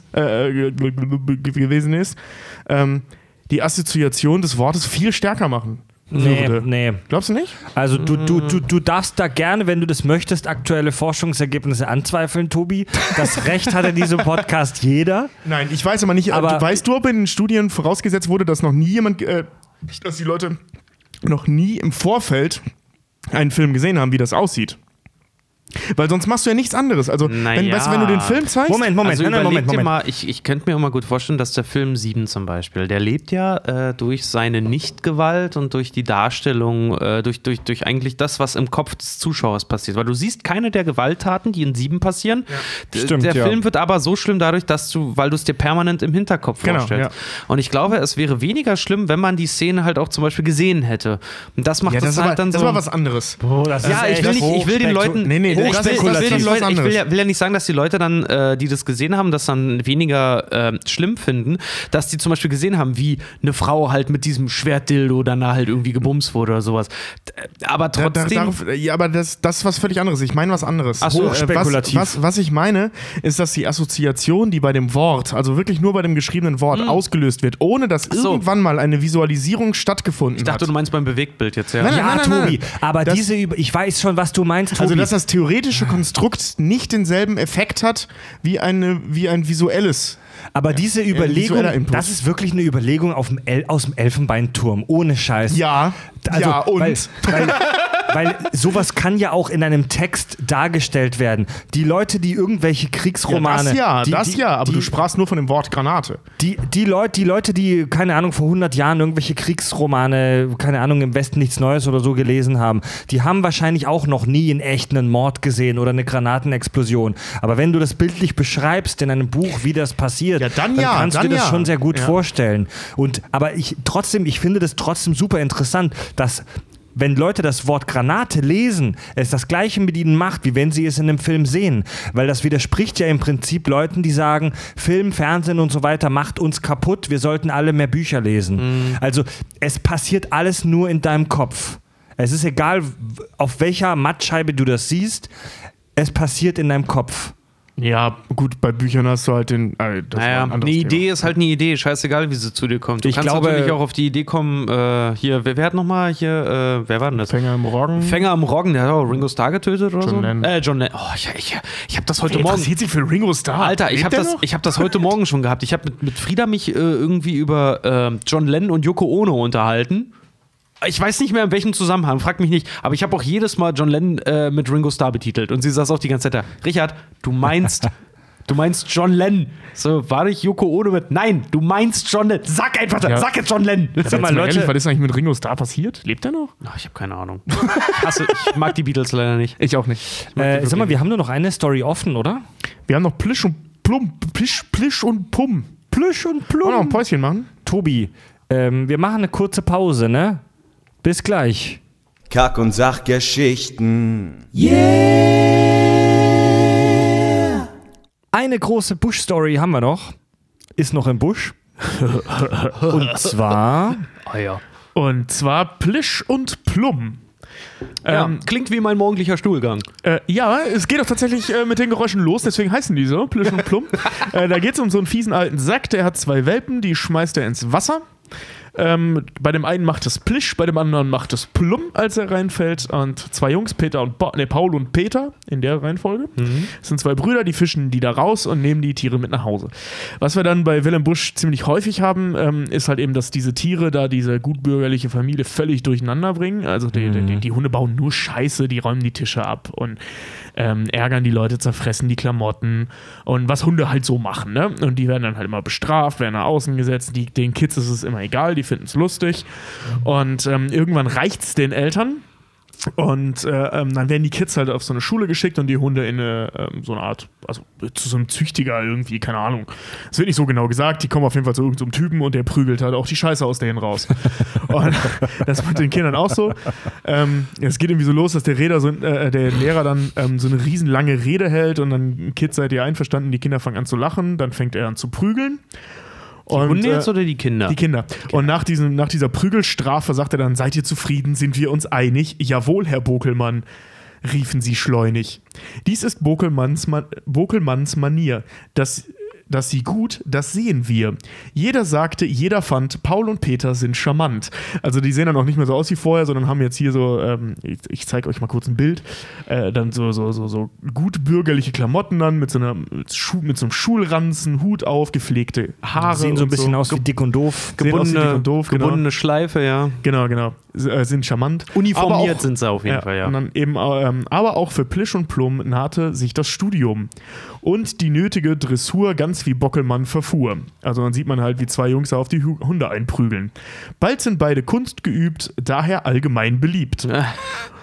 gewesen ist. Die Assoziation des Wortes viel stärker machen. Nee. Glaubst du nicht? Also du darfst da gerne, wenn du das möchtest, aktuelle Forschungsergebnisse anzweifeln, Tobi. Das Recht hat in diesem Podcast jeder. Nein, ich weiß aber nicht, weißt du, ob in den Studien vorausgesetzt wurde, dass noch nie jemand, dass die Leute noch nie im Vorfeld einen Film gesehen haben, wie das aussieht? Weil sonst machst du ja nichts anderes. Also, wenn du den Film zeigst... Moment. Mal, ich könnte mir auch mal gut vorstellen, dass der Film 7 zum Beispiel, der lebt ja durch seine Nichtgewalt und durch die Darstellung, durch eigentlich das, was im Kopf des Zuschauers passiert. Weil du siehst keine der Gewalttaten, die in 7 passieren. Ja. Stimmt, der Film wird aber so schlimm dadurch, weil du es dir permanent im Hinterkopf vorstellst. Ja. Und ich glaube, es wäre weniger schlimm, wenn man die Szene halt auch zum Beispiel gesehen hätte. Und das macht das halt dann so... Das war was anderes. Boah, ich will den Leuten... Nee, Ich will ja nicht sagen, dass die Leute dann, die das gesehen haben, das dann weniger schlimm finden, dass die zum Beispiel gesehen haben, wie eine Frau halt mit diesem Schwertdildo dann da halt irgendwie gebumst wurde oder sowas. Aber trotzdem... aber das ist was völlig anderes. Ich meine was anderes. Ach so, spekulativ. Was ich meine, ist, dass die Assoziation, die bei dem Wort, also wirklich nur bei dem geschriebenen Wort ausgelöst wird, ohne dass irgendwann mal eine Visualisierung stattgefunden hat. Ich dachte, du meinst beim Bewegtbild jetzt, ja. Nein, Tobi, aber ich weiß schon, was du meinst, Tobi. Also, dass das theoretische Konstrukt nicht denselben Effekt hat wie ein visuelles. Aber diese Überlegung, das ist wirklich eine Überlegung aus dem Elfenbeinturm, ohne Scheiß. Ja, also, und? Weil sowas kann ja auch in einem Text dargestellt werden. Die Leute, die irgendwelche Kriegsromane... aber du sprachst nur von dem Wort Granate. Die Leute, die, keine Ahnung, vor 100 Jahren irgendwelche Kriegsromane, keine Ahnung, im Westen nichts Neues oder so gelesen haben, die haben wahrscheinlich auch noch nie in echt einen Mord gesehen oder eine Granatenexplosion. Aber wenn du das bildlich beschreibst in einem Buch, wie das passiert, dann kannst du dir das schon sehr gut vorstellen. Aber ich finde das trotzdem super interessant, dass wenn Leute das Wort Granate lesen, es das Gleiche mit ihnen macht, wie wenn sie es in einem Film sehen. Weil das widerspricht ja im Prinzip Leuten, die sagen, Film, Fernsehen und so weiter macht uns kaputt, wir sollten alle mehr Bücher lesen. Also es passiert alles nur in deinem Kopf. Es ist egal, auf welcher Mattscheibe du das siehst, es passiert in deinem Kopf. Ja, gut, bei Büchern hast du halt den. Eine Idee ist halt eine Idee, scheißegal, wie sie zu dir kommt. Du kannst natürlich auch auf die Idee kommen, wer hat nochmal wer war denn das? Fänger im Roggen, der hat auch Ringo Starr getötet oder John Lennon. John Lennon. Oh, ich hab das heute Morgen. Interessiert sich für Ringo Starr? Alter, ich hab das heute Morgen schon gehabt. Ich habe mit Frieda mich irgendwie über John Lennon und Yoko Ono unterhalten. Ich weiß nicht mehr, in welchem Zusammenhang, frag mich nicht. Aber ich habe auch jedes Mal John Lennon mit Ringo Starr betitelt. Und sie saß auch die ganze Zeit da. Richard, du meinst John Lennon. So, war nicht Yoko Ono mit? Nein, du meinst John Lennon. Sag einfach, sag jetzt John Lennon. Sag mal, Leute, was ist eigentlich mit Ringo Starr passiert? Lebt er noch? Ach, ich habe keine Ahnung. Ich mag die Beatles leider nicht. Ich auch nicht. Sag mal, wir haben nur noch eine Story offen, oder? Wir haben noch Plisch und Plum. Plisch und Pum. Plisch und Plum. Wollen wir noch ein Päuschen machen? Tobi, wir machen eine kurze Pause, ne? Bis gleich. Kack- und Sachgeschichten. Eine große Bush-Story haben wir noch. Ist noch im Busch. Und zwar... Und zwar Plisch und Plum. Klingt wie mein morgendlicher Stuhlgang. Es geht auch tatsächlich mit den Geräuschen los, deswegen heißen die so, Plisch und Plum. Da geht es um so einen fiesen alten Sack, der hat 2 Welpen, die schmeißt er ins Wasser. Bei dem einen macht es Plisch, bei dem anderen macht es Plum, als er reinfällt. Und 2 Jungs, Paul und Peter, in der Reihenfolge. Das sind 2 Brüder, die fischen die da raus und nehmen die Tiere mit nach Hause. Was wir dann bei Willem Busch ziemlich häufig haben, ist halt eben, dass diese Tiere da diese gutbürgerliche Familie völlig durcheinander bringen. Also die Hunde bauen nur Scheiße, die räumen die Tische ab und ärgern die Leute, zerfressen die Klamotten und was Hunde halt so machen, ne? Und die werden dann halt immer bestraft, werden nach außen gesetzt. Den Kids ist es immer egal, die finden es lustig. Und irgendwann reicht es den Eltern. Und dann werden die Kids halt auf so eine Schule geschickt und die Hunde in so eine Art, also zu so einem Züchtiger irgendwie, keine Ahnung. Es wird nicht so genau gesagt, die kommen auf jeden Fall zu irgendeinem Typen und der prügelt halt auch die Scheiße aus denen raus. Und das mit den Kindern auch so. Es geht irgendwie so los, dass der Lehrer dann so eine riesenlange Rede hält und dann Kids, seid ihr einverstanden, die Kinder fangen an zu lachen, dann fängt er an zu prügeln. Die Hunde jetzt oder die Kinder? Die Kinder. Und nach dieser Prügelstrafe sagt er dann, seid ihr zufrieden, sind wir uns einig? Jawohl, Herr Bokelmann, riefen sie schleunig. Dies ist Bokelmanns Manier. Dass sie gut, das sehen wir. Jeder sagte, jeder fand, Paul und Peter sind charmant. Also die sehen dann auch nicht mehr so aus wie vorher, sondern haben jetzt hier so, ich zeige euch mal kurz ein Bild, dann so gut bürgerliche Klamotten an, mit so einem Schulranzen, Hut auf, gepflegte Haare. Sehen so ein bisschen aus wie Dick und Doof. Gebundene Schleife, ja. Genau. Sind charmant. Uniformiert sind sie auf jeden Fall, ja. Und dann eben, aber auch für Plisch und Plum nahte sich das Studium. Und die nötige Dressur ganz wie Bockelmann verfuhr. Also dann sieht man halt, wie 2 Jungs auf die Hunde einprügeln. Bald sind beide Kunst geübt, daher allgemein beliebt.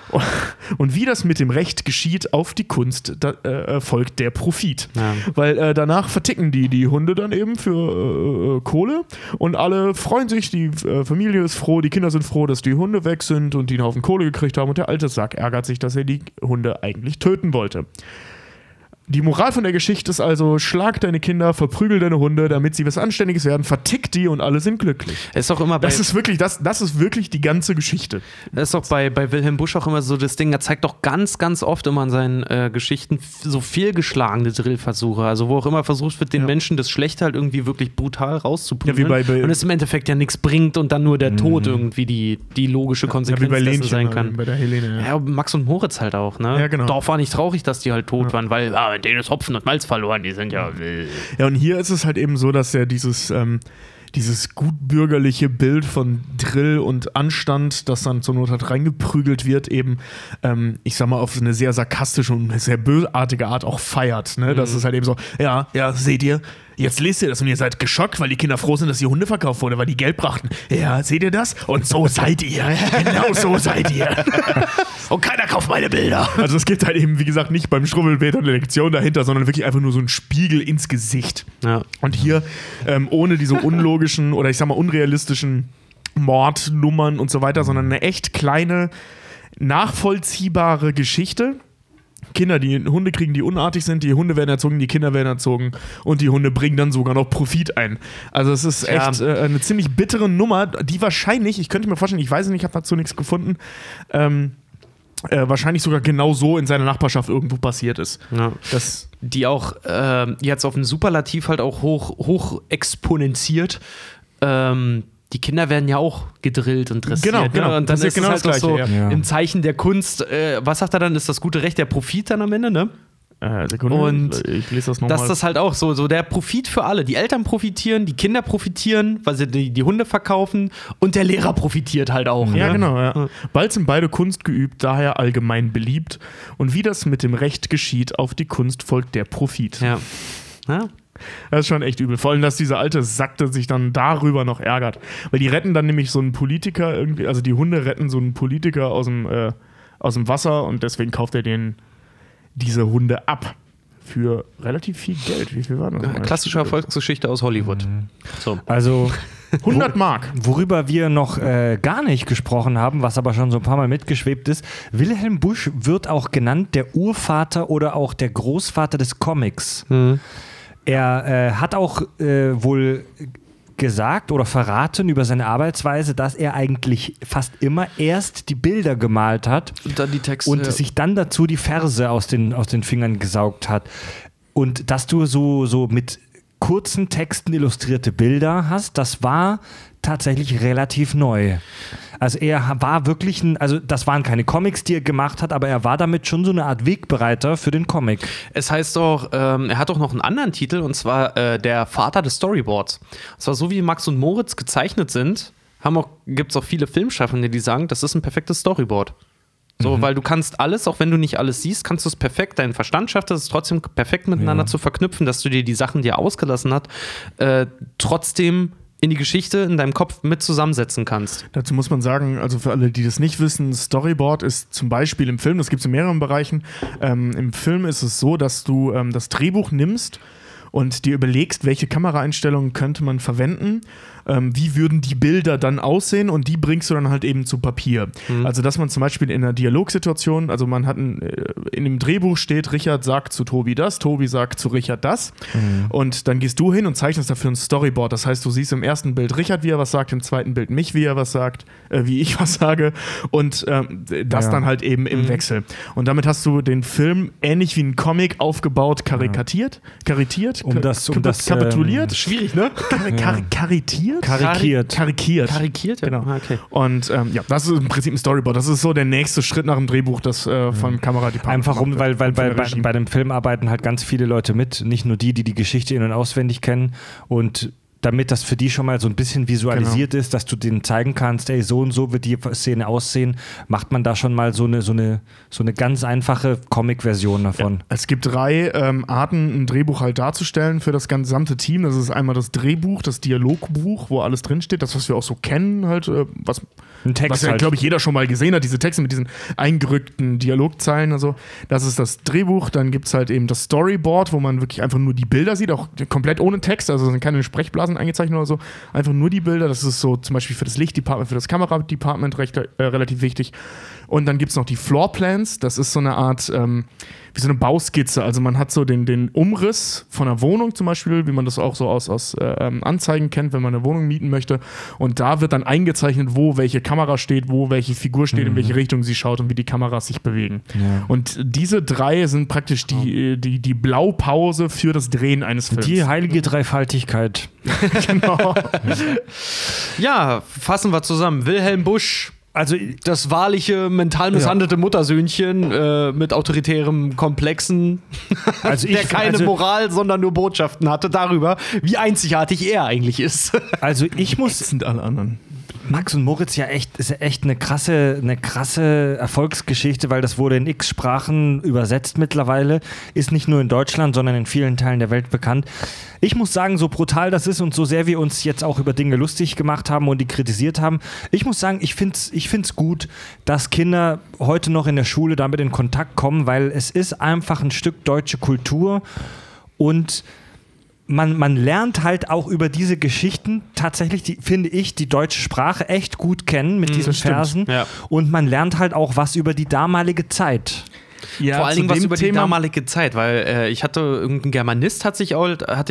Und wie das mit dem Recht geschieht, auf die Kunst folgt der Profit. Ja. Weil danach verticken die Hunde dann eben für Kohle und alle freuen sich, die Familie ist froh, die Kinder sind froh, dass die Hunde weg sind und die einen Haufen Kohle gekriegt haben und der alte Sack ärgert sich, dass er die Hunde eigentlich töten wollte. Die Moral von der Geschichte ist also, schlag deine Kinder, verprügel deine Hunde, damit sie was Anständiges werden, vertick die und alle sind glücklich. Ist auch immer das ist wirklich die ganze Geschichte. Das ist auch bei Wilhelm Busch auch immer so das Ding, er zeigt doch ganz, ganz oft immer in seinen Geschichten so fehlgeschlagene Drillversuche, also wo auch immer versucht wird, den Menschen das Schlechte halt irgendwie wirklich brutal rauszuprügeln und es im Endeffekt ja nichts bringt und dann nur der Tod irgendwie die logische Konsequenz dessen sein kann. Bei der Helene, ja, Max und Moritz halt auch, ne? Ja, genau. Dorf war nicht traurig, dass die halt tot waren, weil denen ist Hopfen und Malz verloren, die sind ja wild. Ja, und hier ist es halt eben so, dass er dieses gutbürgerliche Bild von Drill und Anstand, das dann zur Not halt reingeprügelt wird, eben, ich sag mal, auf eine sehr sarkastische und sehr bösartige Art auch feiert. Ne? Das ist halt eben so, ja, seht ihr, jetzt lest ihr das und ihr seid geschockt, weil die Kinder froh sind, dass die Hunde verkauft wurden, weil die Geld brachten. Ja, seht ihr das? Und so seid ihr. Genau so seid ihr. Und keiner kauft meine Bilder. Also es gibt halt eben, wie gesagt, nicht beim Schrubbelpeter eine Lektion dahinter, sondern wirklich einfach nur so ein Spiegel ins Gesicht. Ja. Und hier, ohne diese unlogischen oder ich sag mal unrealistischen Mordnummern und so weiter, sondern eine echt kleine, nachvollziehbare Geschichte. Kinder, die Hunde kriegen, die unartig sind, die Hunde werden erzogen, die Kinder werden erzogen und die Hunde bringen dann sogar noch Profit ein. Also es ist echt eine ziemlich bittere Nummer, die wahrscheinlich, ich könnte mir vorstellen, ich weiß nicht, ich habe dazu nichts gefunden, wahrscheinlich sogar genau so in seiner Nachbarschaft irgendwo passiert ist. Ja. Die auch jetzt auf einen Superlativ halt auch hoch exponentiert. Die Kinder werden ja auch gedrillt und dressiert. Genau. Ne? Und dann ist genau es halt das Gleiche, so im Zeichen der Kunst. Was sagt er dann? Ist das gute Recht der Profit dann am Ende, ne? Sekunde, und ich lese das nochmal. Dass das halt auch so der Profit für alle. Die Eltern profitieren, die Kinder profitieren, weil sie die Hunde verkaufen und der Lehrer profitiert halt auch. Ja, genau. Ja. Bald sind beide Kunst geübt, daher allgemein beliebt. Und wie das mit dem Recht geschieht, auf die Kunst folgt der Profit. Ja. Das ist schon echt übel. Vor allem, dass dieser alte Sack sich dann darüber noch ärgert. Weil die retten dann nämlich so einen Politiker irgendwie, also die Hunde retten so einen Politiker aus dem Wasser und deswegen kauft er diese Hunde ab. Für relativ viel Geld. Wie viel war das? Klassische Erfolgsgeschichte aus Hollywood. So. Also 100 Mark. Worüber wir noch gar nicht gesprochen haben, was aber schon so ein paar Mal mitgeschwebt ist, Wilhelm Busch wird auch genannt der Urvater oder auch der Großvater des Comics. Er hat auch wohl gesagt oder verraten über seine Arbeitsweise, dass er eigentlich fast immer erst die Bilder gemalt hat und dann die Texte und sich dann dazu die Verse aus den Fingern gesaugt hat. Und dass du so mit kurzen Texten illustrierte Bilder hast, das war tatsächlich relativ neu. Also er war wirklich das waren keine Comics, die er gemacht hat, aber er war damit schon so eine Art Wegbereiter für den Comic. Es heißt doch, er hat auch noch einen anderen Titel, und zwar der Vater des Storyboards. Und zwar so wie Max und Moritz gezeichnet sind, gibt es auch viele Filmschaffende, die sagen, das ist ein perfektes Storyboard. So, weil du kannst alles, auch wenn du nicht alles siehst, kannst du es perfekt, dein Verstand schafft es trotzdem perfekt miteinander zu verknüpfen, dass du dir die Sachen, die er ausgelassen hat, trotzdem in die Geschichte in deinem Kopf mit zusammensetzen kannst. Dazu muss man sagen, also für alle, die das nicht wissen, Storyboard ist zum Beispiel im Film, das gibt es in mehreren Bereichen, im Film ist es so, dass du das Drehbuch nimmst und dir überlegst, welche Kameraeinstellungen könnte man verwenden, wie würden die Bilder dann aussehen und die bringst du dann halt eben zu Papier. Also dass man zum Beispiel in einer Dialogsituation, also man hat in dem Drehbuch steht, Richard sagt zu Tobi das, Tobi sagt zu Richard das und dann gehst du hin und zeichnest dafür ein Storyboard. Das heißt, du siehst im ersten Bild Richard, wie er was sagt, im zweiten Bild mich, wie er was sagt, wie ich was sage und das dann halt eben im Wechsel. Und damit hast du den Film ähnlich wie ein Comic aufgebaut, karikatiert, kapituliert. Schwierig, ne? Karikiert? Karikiert, ja. Genau. Okay. Und das ist im Prinzip ein Storyboard. Das ist so der nächste Schritt nach dem Drehbuch, das vom Kameradepartement. Einfach weil bei dem Film arbeiten halt ganz viele Leute mit. Nicht nur die Geschichte in- und auswendig kennen. Und damit das für die schon mal so ein bisschen visualisiert ist, dass du denen zeigen kannst, ey, so und so wird die Szene aussehen, macht man da schon mal so eine ganz einfache Comic-Version davon. Ja. Es gibt 3 Arten, ein Drehbuch halt darzustellen für das gesamte Team. Das ist einmal das Drehbuch, das Dialogbuch, wo alles drinsteht, das, was wir auch so kennen, halt, was ja, halt, glaube ich, jeder schon mal gesehen hat, diese Texte mit diesen eingerückten Dialogzeilen und so. Das ist das Drehbuch. Dann gibt es halt eben das Storyboard, wo man wirklich einfach nur die Bilder sieht, auch komplett ohne Text, also sind keine Sprechblasen eingezeichnet oder so, einfach nur die Bilder. Das ist so zum Beispiel für das Lichtdepartment, für das Kameradepartment relativ wichtig. Und dann gibt es noch die Floorplans, das ist so eine Art, wie so eine Bauskizze. Also man hat so den Umriss von einer Wohnung zum Beispiel, wie man das auch so aus Anzeigen kennt, wenn man eine Wohnung mieten möchte. Und da wird dann eingezeichnet, wo welche Kamera steht, wo welche Figur steht, in welche Richtung sie schaut und wie die Kameras sich bewegen. Ja. Und diese 3 sind praktisch die Blaupause für das Drehen eines Films. Die heilige Dreifaltigkeit. Genau. Ja, fassen wir zusammen. Wilhelm Busch. Also das wahrliche, mental misshandelte Muttersöhnchen mit autoritärem Komplexen, der keine Moral, sondern nur Botschaften hatte darüber, wie einzigartig er eigentlich ist. Also ich muss... Das sind alle anderen. Max und Moritz ist ja echt eine krasse Erfolgsgeschichte, weil das wurde in x Sprachen übersetzt mittlerweile, ist nicht nur in Deutschland, sondern in vielen Teilen der Welt bekannt. Ich muss sagen, so brutal das ist und so sehr wir uns jetzt auch über Dinge lustig gemacht haben und die kritisiert haben, ich muss sagen, ich find's gut, dass Kinder heute noch in der Schule damit in Kontakt kommen, weil es ist einfach ein Stück deutsche Kultur und man lernt halt auch über diese Geschichten tatsächlich, finde ich, die deutsche Sprache echt gut kennen mit diesen Versen. Ja. Und man lernt halt auch was über die damalige Zeit. Ja, vor allen Dingen was über die damalige Zeit, weil ich hatte irgendein Germanist, hatte ich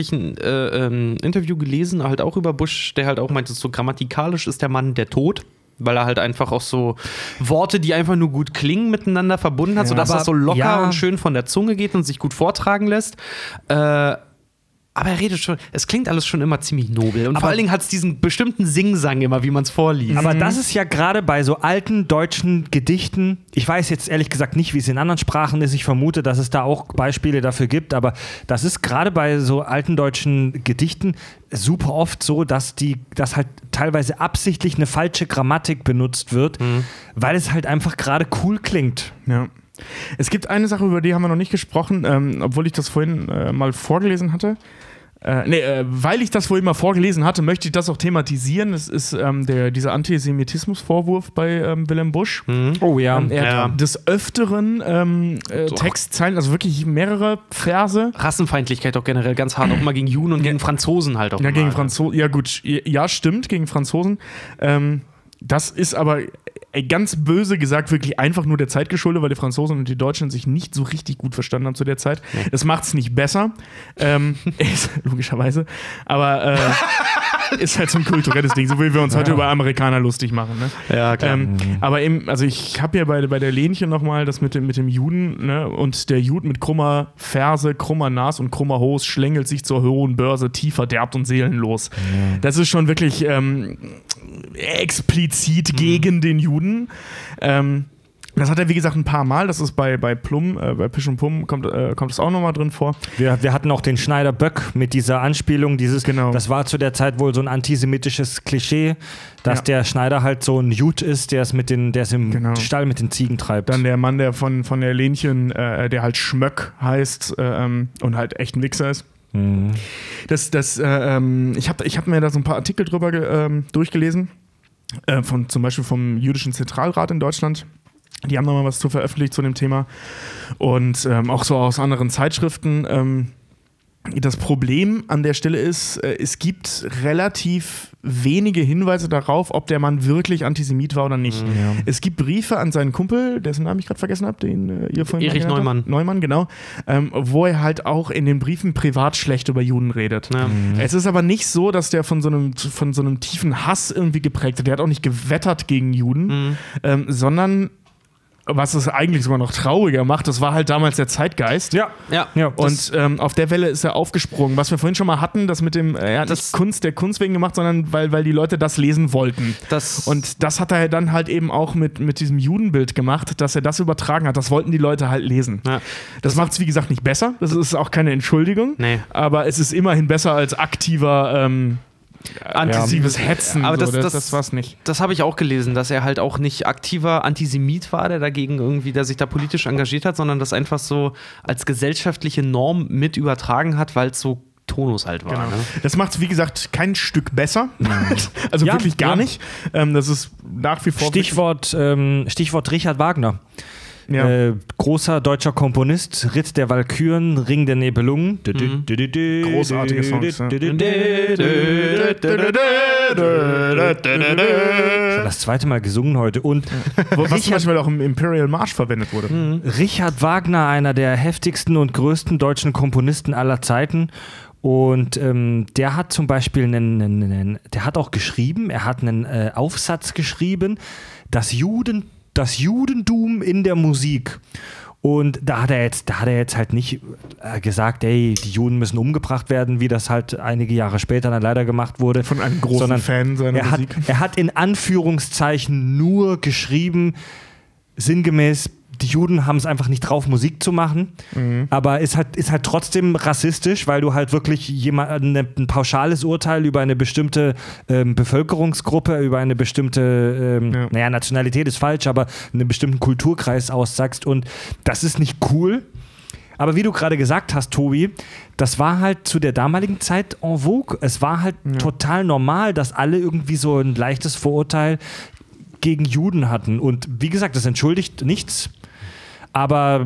ein Interview gelesen, halt auch über Busch, der halt auch meinte, so grammatikalisch ist der Mann der Tod. Weil er halt einfach auch so Worte, die einfach nur gut klingen, miteinander verbunden hat, sodass das so locker und schön von der Zunge geht und sich gut vortragen lässt. Aber er redet schon, es klingt alles schon immer ziemlich nobel. Und vor allen Dingen hat es diesen bestimmten Singsang immer, wie man es vorliest. Aber das ist ja gerade bei so alten deutschen Gedichten, ich weiß jetzt ehrlich gesagt nicht, wie es in anderen Sprachen ist, ich vermute, dass es da auch Beispiele dafür gibt, aber das ist gerade bei so alten deutschen Gedichten super oft so, dass halt teilweise absichtlich eine falsche Grammatik benutzt wird, weil es halt einfach gerade cool klingt. Ja. Es gibt eine Sache, über die haben wir noch nicht gesprochen, obwohl ich das vorhin mal vorgelesen hatte. Weil ich das vorhin mal vorgelesen hatte, möchte ich das auch thematisieren. Es ist dieser Antisemitismusvorwurf bei Wilhelm Busch. Oh ja. Er hat des Öfteren Textzeilen, also wirklich mehrere Verse. Rassenfeindlichkeit auch generell ganz hart, auch mal gegen Juden und gegen Franzosen halt auch. Ja, gegen Franzosen. Ja gut, ja stimmt, gegen Franzosen. Das ist aber ganz böse gesagt wirklich einfach nur der Zeit geschuldet, weil die Franzosen und die Deutschen sich nicht so richtig gut verstanden haben zu der Zeit. Nee. Das macht es nicht besser, logischerweise, aber ist halt so ein kulturelles Ding, so wie wir uns heute über Amerikaner lustig machen. Ne? Ja, klar. Aber eben, also ich habe ja bei der Lenchen nochmal das mit dem Juden, ne? Und der Jude mit krummer Ferse, krummer Nas und krummer Hos schlängelt sich zur hohen Börse, tief verderbt und seelenlos. Ja. Das ist schon wirklich explizit gegen den Juden. Das hat er, wie gesagt, ein paar Mal. Das ist bei Plum, bei Pisch und Pum kommt es auch nochmal drin vor. Wir hatten auch den Schneider Böck mit dieser Anspielung. Das war zu der Zeit wohl so ein antisemitisches Klischee, dass der Schneider halt so ein Jude ist, der es im Stall mit den Ziegen treibt. Dann der Mann, der von der Lenchen, der halt Schmöck heißt und halt echt ein Wichser ist. Mhm. Ich hab mir da so ein paar Artikel drüber durchgelesen. Zum Beispiel vom Jüdischen Zentralrat in Deutschland. Die haben nochmal was zu veröffentlicht zu dem Thema. Und auch so aus anderen Zeitschriften. Das Problem an der Stelle ist, es gibt relativ wenige Hinweise darauf, ob der Mann wirklich Antisemit war oder nicht. Ja. Es gibt Briefe an seinen Kumpel, dessen Namen ich gerade vergessen habe, den ihr vorhin Erich Neumann. Neumann, genau. Wo er halt auch in den Briefen privat schlecht über Juden redet. Ja. Es ist aber nicht so, dass der von so einem tiefen Hass irgendwie geprägt hat. Der hat auch nicht gewettert gegen Juden, sondern was es eigentlich sogar noch trauriger macht, das war halt damals der Zeitgeist. Ja. Und auf der Welle ist er aufgesprungen. Was wir vorhin schon mal hatten, das mit dem, er hat nicht Kunst der Kunst wegen gemacht, sondern weil die Leute das lesen wollten. Und das hat er dann halt eben auch mit diesem Judenbild gemacht, dass er das übertragen hat. Das wollten die Leute halt lesen. Ja. Das macht es, wie gesagt, nicht besser. Das ist auch keine Entschuldigung. Nee. Aber es ist immerhin besser als aktiver aggressives Hetzen. Aber das war's nicht. Das habe ich auch gelesen, dass er halt auch nicht aktiver Antisemit war, der sich da politisch engagiert hat, sondern das einfach so als gesellschaftliche Norm mit übertragen hat, weil es so Tonus halt war. Genau. Ne? Das macht es, wie gesagt, kein Stück besser. Also wirklich gar nicht. Das ist nach wie vor... Stichwort Richard Wagner. Ja. Großer deutscher Komponist, Ritt der Walküren, Ring der Nibelungen. Großartige Songs. Ja. Schon das zweite Mal gesungen heute. Und was zum Beispiel auch im Imperial March verwendet wurde. Richard Wagner, einer der heftigsten und größten deutschen Komponisten aller Zeiten. Und der hat zum Beispiel der hat auch geschrieben, er hat einen Aufsatz geschrieben, das Judentum in der Musik. Und da hat er jetzt halt nicht gesagt, ey, die Juden müssen umgebracht werden, wie das halt einige Jahre später dann leider gemacht wurde. Von einem großen Fan seiner Musik. Er hat in Anführungszeichen nur geschrieben, sinngemäß, die Juden haben es einfach nicht drauf, Musik zu machen, aber ist halt trotzdem rassistisch, weil du halt wirklich ein pauschales Urteil über eine bestimmte Bevölkerungsgruppe, über eine bestimmte, Nationalität ist falsch, aber einen bestimmten Kulturkreis aussagst und das ist nicht cool. Aber wie du gerade gesagt hast, Tobi, das war halt zu der damaligen Zeit en vogue. Es war halt total normal, dass alle irgendwie so ein leichtes Vorurteil gegen Juden hatten. Und wie gesagt, das entschuldigt nichts. Aber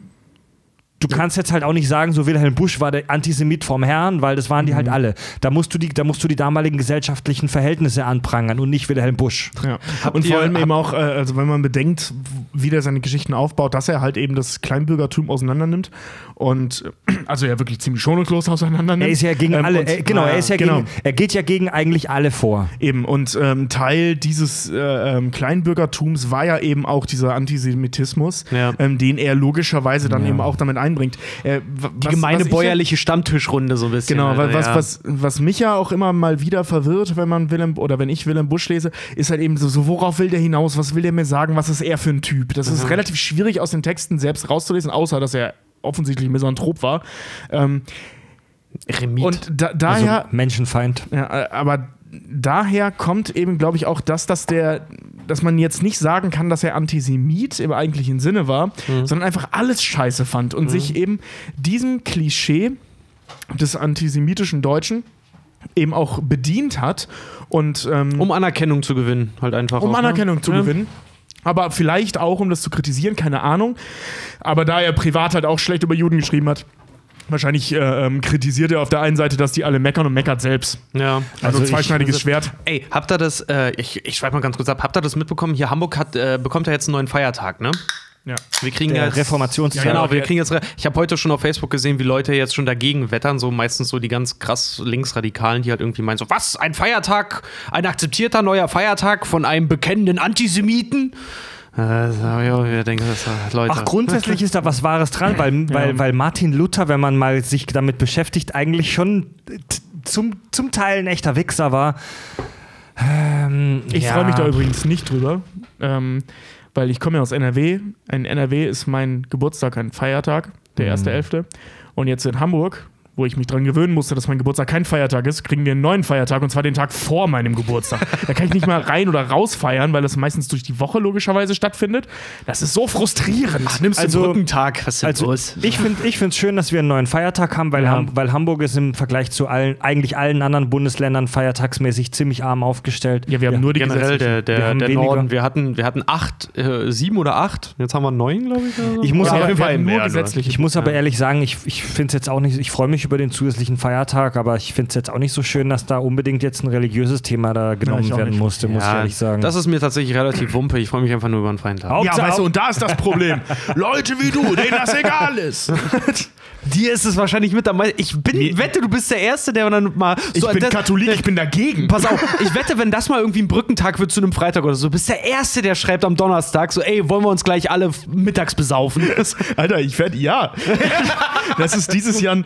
du kannst jetzt halt auch nicht sagen, so Wilhelm Busch war der Antisemit vom Herrn, weil das waren die halt alle. Da musst du die damaligen gesellschaftlichen Verhältnisse anprangern und nicht Wilhelm Busch. Ja. Und vor allem eben auch, also wenn man bedenkt, wie der seine Geschichten aufbaut, dass er halt eben das Kleinbürgertum auseinander nimmt und also ja wirklich ziemlich schonungslos auseinander nimmt. Er ist ja gegen alle, er geht ja gegen eigentlich alle vor. Eben, und Teil dieses Kleinbürgertums war ja eben auch dieser Antisemitismus, den er logischerweise dann eben auch damit einbringt. Die gemeine bäuerliche Stammtischrunde so ein bisschen. Genau, was mich ja auch immer mal wieder verwirrt, wenn ich Wilhelm Busch lese, ist halt eben so, worauf will der hinaus, was will der mir sagen, was ist er für ein Typ? Das ist relativ schwierig aus den Texten selbst rauszulesen, außer dass er offensichtlich Misanthrop war. Remit. Und daher... Also Menschenfeind. Ja, aber daher kommt eben, glaube ich, auch dass man jetzt nicht sagen kann, dass er Antisemit im eigentlichen Sinne war, sondern einfach alles scheiße fand und sich eben diesem Klischee des antisemitischen Deutschen eben auch bedient hat und um Anerkennung zu gewinnen, halt einfach. Um Anerkennung zu gewinnen. Aber vielleicht auch, um das zu kritisieren, keine Ahnung. Aber da er privat halt auch schlecht über Juden geschrieben hat, wahrscheinlich kritisiert er auf der einen Seite, dass die alle meckern und meckert selbst. Ja. Also zweischneidiges Schwert. Ey, habt ihr das, ich schreibe mal ganz kurz ab, habt ihr das mitbekommen? Hier Hamburg bekommt ja jetzt einen neuen Feiertag, ne? Ja. Wir kriegen der jetzt Reformationstag. Ja, genau, wir kriegen jetzt. Ich habe heute schon auf Facebook gesehen, wie Leute jetzt schon dagegen wettern, so meistens so die ganz krass Linksradikalen, die halt irgendwie meinen, so, was, ein Feiertag, ein akzeptierter neuer Feiertag von einem bekennenden Antisemiten? Wir denken, Leute. Ach, grundsätzlich ist da was Wahres dran, weil Martin Luther, wenn man mal sich damit beschäftigt, eigentlich schon zum Teil ein echter Wichser war. Ich freue mich da übrigens nicht drüber, weil ich komme ja aus NRW. In NRW ist mein Geburtstag ein Feiertag, der 1.11. Und jetzt in Hamburg, wo ich mich dran gewöhnen musste, dass mein Geburtstag kein Feiertag ist, kriegen wir einen neuen Feiertag, und zwar den Tag vor meinem Geburtstag. Da kann ich nicht mal rein oder raus feiern, weil das meistens durch die Woche logischerweise stattfindet. Das ist so frustrierend. Ach, nimmst du den Brückentag? Was ist denn los? Ich finde es schön, dass wir einen neuen Feiertag haben, weil Hamburg ist im Vergleich zu eigentlich allen anderen Bundesländern feiertagsmäßig ziemlich arm aufgestellt. Ja, wir haben nur die generell der Norden. Wir hatten 7 oder 8, jetzt haben wir 9, glaube ich. Oder so. Ich muss aber ehrlich sagen, ich finde es jetzt auch nicht, ich freue mich über den zusätzlichen Feiertag, aber ich finde es jetzt auch nicht so schön, dass da unbedingt jetzt ein religiös Thema da genommen werden musste, muss ich ehrlich sagen. Das ist mir tatsächlich relativ wumpe. Ich freue mich einfach nur über einen freien Tag. Ja, weißt du, und da ist das Problem. Leute wie du, denen das egal ist. Dir ist es wahrscheinlich mit am meisten. Wette, du bist der Erste, der dann mal. So, ich bin Katholik, ich bin dagegen. Pass auf, ich wette, wenn das mal irgendwie ein Brückentag wird zu einem Freitag oder so, bist der Erste, der schreibt am Donnerstag so, ey, wollen wir uns gleich alle mittags besaufen? Alter, ja. Das ist dieses Jahr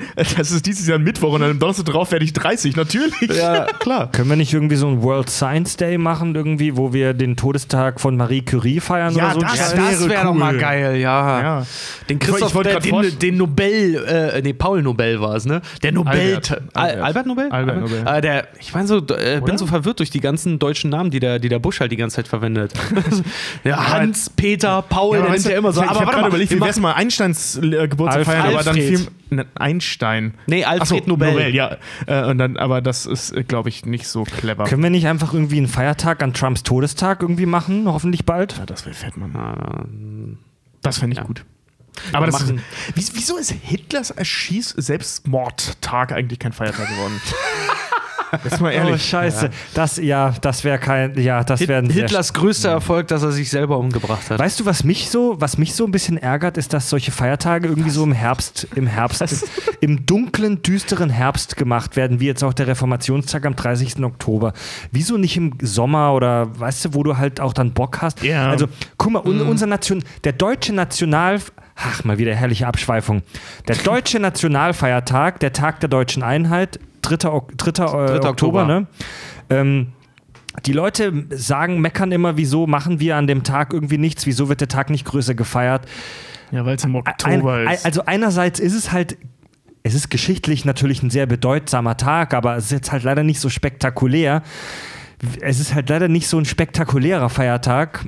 es ist dieses Jahr Mittwoch und dann am Donnerstag drauf werde ich 30. Natürlich. Ja, klar. Können wir nicht irgendwie so einen World Science Day machen, irgendwie, wo wir den Todestag von Marie Curie feiern Ja, oder so? das Das wäre doch mal geil, ja. Ja. Den Christoph, Ich wollte grad den Nobel, Paul Nobel war es, ne? Der Nobel. Albert Nobel? Albert Nobel. Ich meine so, bin so verwirrt durch die ganzen deutschen Namen, die der Bush halt die ganze Zeit verwendet. Ja, Hans, Peter, Paul, Ja, der nennt ja immer so. Ich habe gerade überlegt, wie wäre es mal Einsteins Geburtstag feiern, aber dann Alfred. viel. Einstein. Nee, Alfred Nobel. Ja. Und dann, aber das ist, glaube ich, nicht so clever. Können wir nicht einfach irgendwie einen Feiertag an Trumps Todestag irgendwie machen? Hoffentlich bald. Ja, das wäre fett, Mann. Das fände ich gut. Aber Wir das ist, machen- wieso ist Hitlers Selbstmordtag eigentlich kein Feiertag geworden? Jetzt mal ehrlich. Oh, scheiße. Das wäre kein, das wäre ein sehr Hitlers größter Erfolg, dass er sich selber umgebracht hat. Weißt du, was mich so ein bisschen ärgert, ist, dass solche Feiertage irgendwie so im Herbst, im dunklen, düsteren Herbst gemacht werden, wie jetzt auch der Reformationstag am 30. Oktober. Wieso nicht im Sommer oder, weißt du, wo du halt auch dann Bock hast? Ja. Also, guck mal, der deutsche mal wieder herrliche Abschweifung. Der deutsche Nationalfeiertag, der Tag der deutschen Einheit, 3. Oktober, ne? Die Leute meckern immer, wieso machen wir an dem Tag irgendwie nichts, wieso wird der Tag nicht größer gefeiert. Ja, weil es im Oktober ist. Also einerseits ist es ist geschichtlich natürlich ein sehr bedeutsamer Tag, aber es ist jetzt halt leider nicht so spektakulär. Es ist halt leider nicht so ein spektakulärer Feiertag.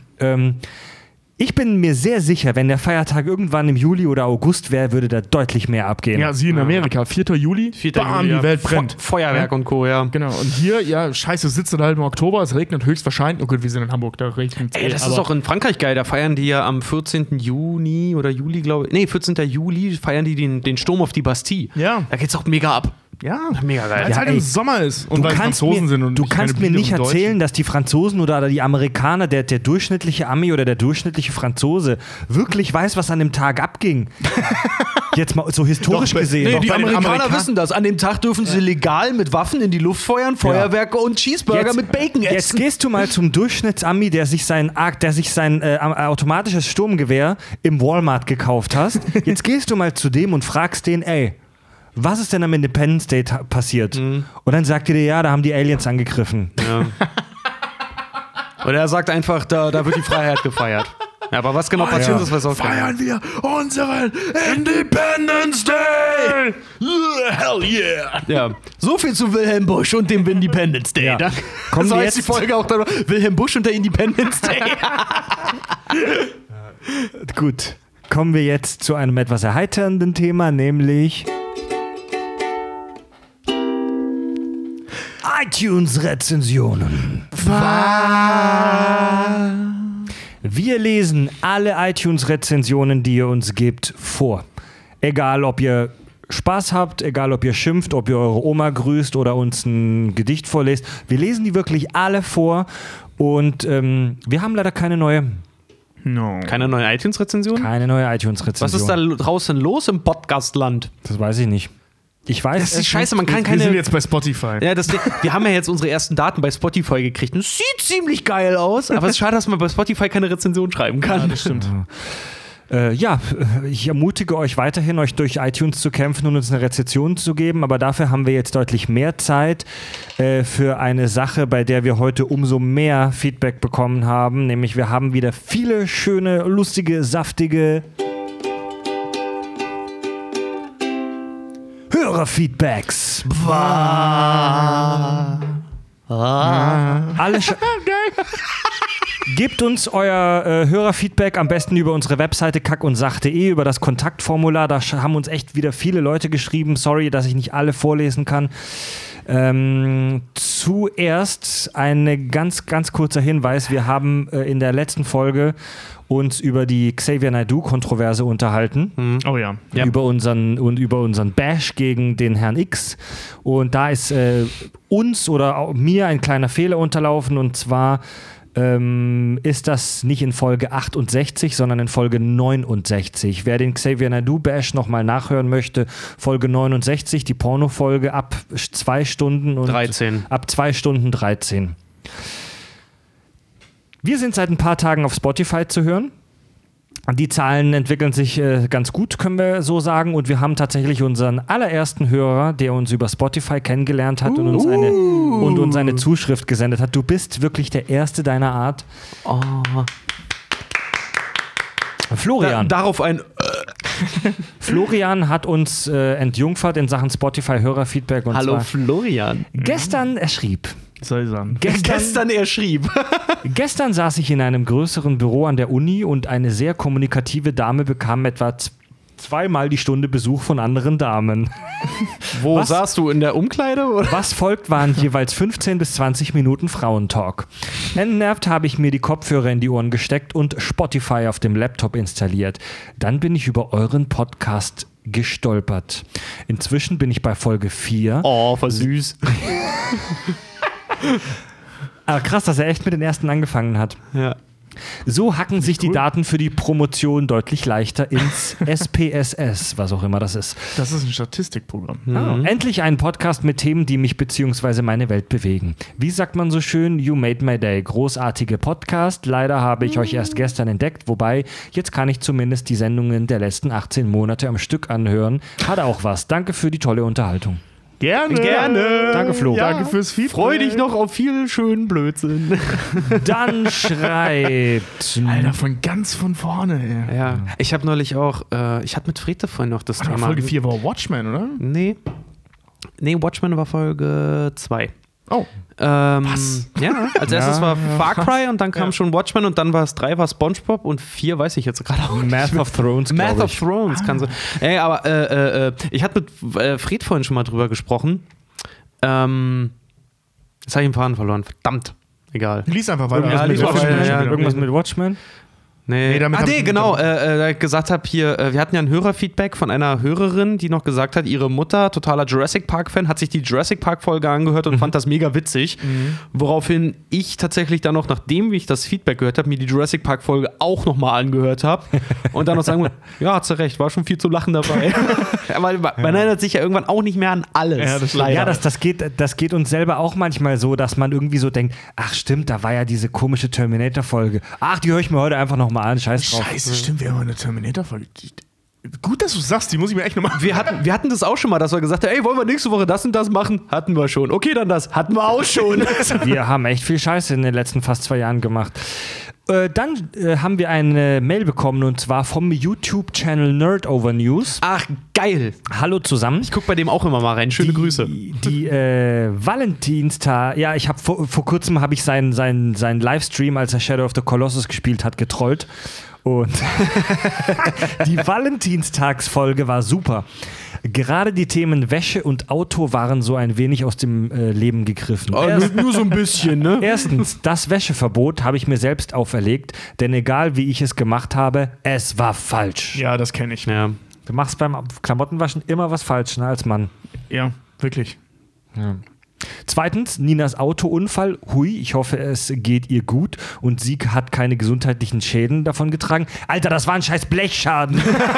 Ich bin mir sehr sicher, wenn der Feiertag irgendwann im Juli oder August wäre, würde da deutlich mehr abgehen. Ja, sie in Amerika, 4. Juli, 4. bam, Juli, die Welt brennt. Feuerwerk und Co., ja. Genau, und hier, ja, scheiße, sitzt halt im Oktober, es regnet höchstwahrscheinlich. Oh gut, wir sind in Hamburg, da regnet es. Ey, das ist auch in Frankreich geil. Da feiern die ja am 14. Juni oder Juli, glaube ich. Nee, 14. Juli feiern die den Sturm auf die Bastille. Ja. Da geht's auch mega ab. Ja, Mega geil. weil es halt ey, im Sommer ist und Du weil kannst Franzosen mir, sind und du kannst mir keine nicht biederen erzählen, Deutschen. dass die Franzosen oder die Amerikaner, der durchschnittliche Ami oder der durchschnittliche Franzose wirklich weiß, was an dem Tag abging. Jetzt mal so historisch Doch, gesehen. Nee, Doch, die bei den Amerikaner Amerika- wissen das. An dem Tag dürfen sie legal mit Waffen in die Luft feuern, Feuerwerke und Cheeseburger mit Bacon essen. Jetzt gehst du mal zum Durchschnittsami, der sich sein automatisches Sturmgewehr im Walmart gekauft hast. Jetzt gehst du mal zu dem und fragst den, ey, was ist denn am Independence Day passiert? Und dann sagt er dir, ja, da haben die Aliens angegriffen. Oder er sagt einfach, da wird die Freiheit gefeiert. Ja, aber was genau passiert ist, weiß auch keiner. Feiern wir unseren Independence Day! Hell yeah! Ja, so viel zu Wilhelm Busch und dem Independence Day. Ja. Da Kommen so wir heißt die jetzt- Folge auch dann Wilhelm Busch und der Independence Day. Gut, kommen wir jetzt zu einem etwas erheiternden Thema, nämlich iTunes-Rezensionen. Wir lesen alle iTunes-Rezensionen, die ihr uns gibt, vor. Egal, ob ihr Spaß habt, egal, ob ihr schimpft, ob ihr eure Oma grüßt oder uns ein Gedicht vorlest. Wir lesen die wirklich alle vor und wir haben leider keine neue No. Keine neue iTunes-Rezension? iTunes-Rezension. Was ist da draußen los im Podcastland? Das weiß ich nicht. Ich weiß Das ist die es Scheiße, man kann Wir sind keine. jetzt bei Spotify. Ja, wir haben ja jetzt unsere ersten Daten bei Spotify gekriegt. Das sieht ziemlich geil aus, aber es ist schade, dass man bei Spotify keine Rezension schreiben kann. Ja, das stimmt. Ich ermutige euch weiterhin, euch durch iTunes zu kämpfen und uns eine Rezension zu geben, aber dafür haben wir jetzt deutlich mehr Zeit für eine Sache, bei der wir heute umso mehr Feedback bekommen haben, nämlich wir haben wieder viele schöne, lustige, saftige Hörerfeedbacks. Alle Gebt uns euer Hörerfeedback am besten über unsere Webseite kackundsach.de, über das Kontaktformular. Da haben uns echt wieder viele Leute geschrieben. Sorry, dass ich nicht alle vorlesen kann. Zuerst ein ganz, ganz kurzer Hinweis. Wir haben in der letzten Folge uns über die Xavier Naidoo-Kontroverse unterhalten. Oh ja. Ja. Über unseren Bash gegen den Herrn X. Und da ist uns oder auch mir ein kleiner Fehler unterlaufen. Und zwar ist das nicht in Folge 68, sondern in Folge 69. Wer den Xavier Naidoo Bash nochmal nachhören möchte, Folge 69, die Porno-Folge ab 2 Stunden und 13. Ab 2 Stunden 13. Wir sind seit ein paar Tagen auf Spotify zu hören. Die Zahlen entwickeln sich ganz gut, können wir so sagen. Und wir haben tatsächlich unseren allerersten Hörer, der uns über Spotify kennengelernt hat und uns eine Zuschrift gesendet hat. Du bist wirklich der Erste deiner Art. Oh. Florian. Darauf ein Florian hat uns entjungfert in Sachen Spotify-Hörerfeedback. Und Hallo zwar Florian. gestern, er schrieb. Soll ich sagen? Gestern er schrieb. Gestern saß ich in einem größeren Büro an der Uni und eine sehr kommunikative Dame bekam etwa zweimal die Stunde Besuch von anderen Damen. Wo saßt du? In der Umkleide? Oder? Was folgt, waren jeweils 15 bis 20 Minuten Frauentalk. Entnervt habe ich mir die Kopfhörer in die Ohren gesteckt und Spotify auf dem Laptop installiert. Dann bin ich über euren Podcast gestolpert. Inzwischen bin ich bei Folge 4. Oh, voll süß. Aber krass, dass er echt mit den ersten angefangen hat. Ja. So hacken sich die Daten für die Promotion deutlich leichter ins SPSS, was auch immer das ist. Das ist ein Statistikprogramm. Endlich ein Podcast mit Themen, die mich bzw. meine Welt bewegen. Wie sagt man so schön? You made my day. Großartige Podcast. Leider habe ich euch erst gestern entdeckt, wobei jetzt kann ich zumindest die Sendungen der letzten 18 Monate am Stück anhören. Hat auch was. Danke für die tolle Unterhaltung. Gerne. Danke, Flo. Danke fürs Feedback. Freu dich noch auf viel schönen Blödsinn. Dann schreibt... Alter, von vorne, ey. Ja. Ich habe neulich auch, ich hatte mit Frete vorhin noch das Thema. Folge 4 war Watchmen, oder? Nee, Watchmen war Folge 2. Oh. Was? Ja, als erstes war Far Cry und dann kam schon Watchmen und dann war es 3 war SpongeBob und 4 weiß ich jetzt gerade auch nicht. Math of Thrones, Math of Thrones kann so. Ey, aber ich hatte mit Fred vorhin schon mal drüber gesprochen. Jetzt habe ich den Faden verloren. Verdammt. Egal. Lies einfach weiter. Irgendwas mit Watchmen? Nee, genau. Gesagt habe hier, wir hatten ja ein Hörerfeedback von einer Hörerin, die noch gesagt hat, ihre Mutter, totaler Jurassic Park-Fan, hat sich die Jurassic Park-Folge angehört und fand das mega witzig. Woraufhin ich tatsächlich dann noch, nachdem ich das Feedback gehört habe, mir die Jurassic Park-Folge auch nochmal angehört habe und dann noch sagen würde, ja, hat sie recht, war schon viel zu lachen dabei. Weil man erinnert sich ja irgendwann auch nicht mehr an alles. Ja, das geht uns selber auch manchmal so, dass man irgendwie so denkt, ach stimmt, da war ja diese komische Terminator-Folge. Ach, die höre ich mir heute einfach noch mal an, scheiß drauf. Scheiße, stimmt, wir haben eine Terminator-Folge. Gut, dass du sagst, die muss ich mir echt nochmal... Wir hatten das auch schon mal, dass wir gesagt haben, ey, wollen wir nächste Woche das und das machen? Hatten wir schon. Okay, dann das. Hatten wir auch schon. Wir haben echt viel Scheiße in den letzten fast 2 Jahren gemacht. Dann haben wir eine Mail bekommen und zwar vom YouTube-Channel Nerdover News. Ach, geil. Hallo zusammen. Ich gucke bei dem auch immer mal rein. Schöne Grüße. Die Valentinstag, ja, ich habe vor kurzem habe ich seinen Livestream, als er Shadow of the Colossus gespielt hat, getrollt. Und die Valentinstagsfolge war super. Gerade die Themen Wäsche und Auto waren so ein wenig aus dem Leben gegriffen. Nur so ein bisschen, ne? Erstens, das Wäscheverbot habe ich mir selbst auferlegt, denn egal wie ich es gemacht habe, es war falsch. Ja, das kenne ich. Ja. Du machst beim Klamottenwaschen immer was falsch, ne, als Mann. Ja, wirklich. Ja. Zweitens, Ninas Autounfall. Hui, ich hoffe, es geht ihr gut und sie hat keine gesundheitlichen Schäden davon getragen. Alter, das war ein scheiß Blechschaden.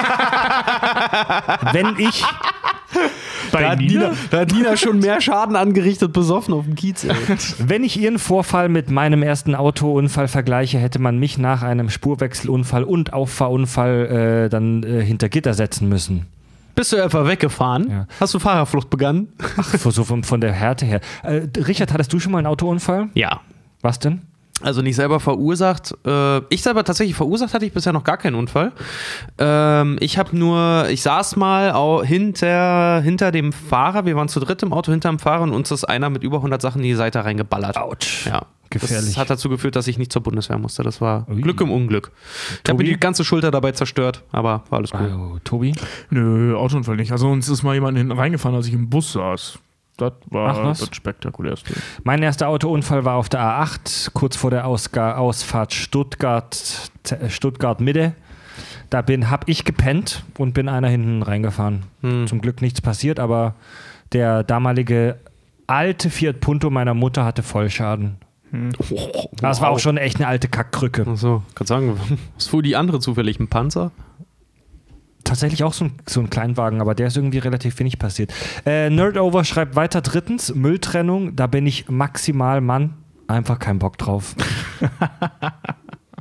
Wenn ich... Da hat Nina schon mehr Schaden angerichtet, besoffen auf dem Kiez. Ey. Wenn ich ihren Vorfall mit meinem ersten Autounfall vergleiche, hätte man mich nach einem Spurwechselunfall und Auffahrunfall dann hinter Gitter setzen müssen. Bist du einfach weggefahren? Ja. Hast du Fahrerflucht begangen? Ach, so von der Härte her. Richard, hattest du schon mal einen Autounfall? Ja. Was denn? Also nicht selber verursacht. Ich selber tatsächlich verursacht hatte ich bisher noch gar keinen Unfall. Ich saß mal hinter dem Fahrer, wir waren zu dritt im Auto hinter dem Fahrer und uns ist einer mit über 100 Sachen in die Seite reingeballert. Autsch. Ja. Gefährlich. Das hat dazu geführt, dass ich nicht zur Bundeswehr musste. Das war Glück im Unglück. Ich habe Tobi? mir die ganze Schulter dabei zerstört, aber war alles gut. Oh, Tobi? Nö, Autounfall nicht. Also uns ist mal jemand hinten reingefahren, als ich im Bus saß. Das war das Spektakulärste. Mein erster Autounfall war auf der A8, kurz vor der Ausfahrt Stuttgart-Mitte. Da habe ich gepennt und bin einer hinten reingefahren. Zum Glück nichts passiert, aber der damalige alte Fiat Punto meiner Mutter hatte Vollschaden. Das war auch schon echt eine alte Kackkrücke. Achso, kann sagen, was fuhr die andere zufällig? Ein Panzer? Tatsächlich auch so ein Kleinwagen, aber der ist irgendwie relativ wenig passiert. Nerdover schreibt weiter, drittens, Mülltrennung, da bin ich maximal Mann, einfach kein Bock drauf.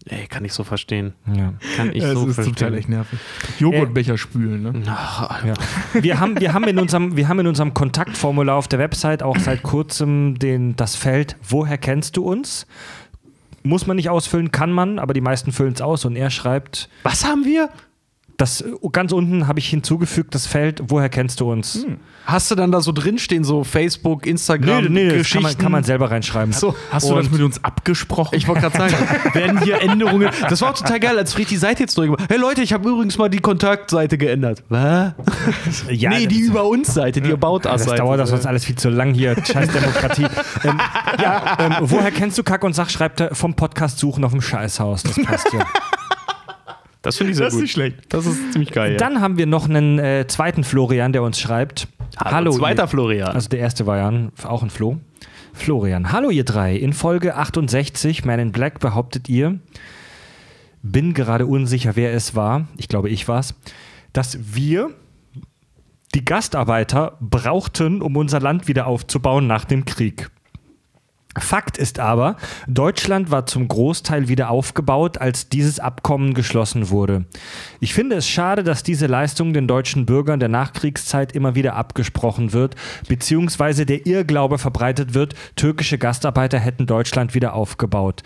Ey, kann ich so verstehen. Ja. Kann ich Es so ist verstehen. zum Teil echt nervig. Joghurtbecher spülen, ne? Ach, Ja. Wir haben in unserem Kontaktformular auf der Website auch seit kurzem das Feld, woher kennst du uns? Muss man nicht ausfüllen, kann man, aber die meisten füllen es aus und er schreibt, was haben wir? das ganz unten habe ich hinzugefügt, das Feld, woher kennst du uns? Hast du dann da so drinstehen, so Facebook, Instagram, Nee, das Geschichten? kann man selber reinschreiben. So. Hast du das mit uns abgesprochen? Ich wollte gerade sagen, werden hier Änderungen. Das war auch total geil, als Fried die Seite jetzt durchgemacht. Hey Leute, ich habe übrigens mal die Kontaktseite geändert. Was? Ja, nee, die Über uns Seite, die About Us das Seite. dauert das sonst alles viel zu lang hier. Scheiß Demokratie. Woher kennst du Kack und Sach? Schreibt er vom Podcast suchen auf dem Scheißhaus. Das passt ja. Das finde ich sehr Das ist gut. nicht schlecht. Das ist ziemlich geil. Ja. Dann haben wir noch einen zweiten Florian, der uns schreibt. Hallo zweiter ihr, Florian. Also der erste war ja auch ein Flo. Florian. Hallo ihr drei. In Folge 68, Man in Black, behauptet ihr, bin gerade unsicher, wer es war, ich glaube ich war es, dass wir die Gastarbeiter brauchten, um unser Land wieder aufzubauen nach dem Krieg. Fakt ist aber, Deutschland war zum Großteil wieder aufgebaut, als dieses Abkommen geschlossen wurde. Ich finde es schade, dass diese Leistung den deutschen Bürgern der Nachkriegszeit immer wieder abgesprochen wird, beziehungsweise der Irrglaube verbreitet wird, türkische Gastarbeiter hätten Deutschland wieder aufgebaut.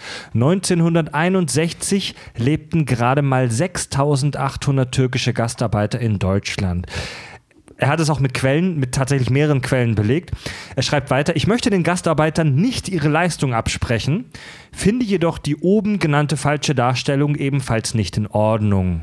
1961 lebten gerade mal 6.800 türkische Gastarbeiter in Deutschland. Er hat es auch mit tatsächlich mehreren Quellen belegt. Er schreibt weiter, ich möchte den Gastarbeitern nicht ihre Leistung absprechen, finde jedoch die oben genannte falsche Darstellung ebenfalls nicht in Ordnung.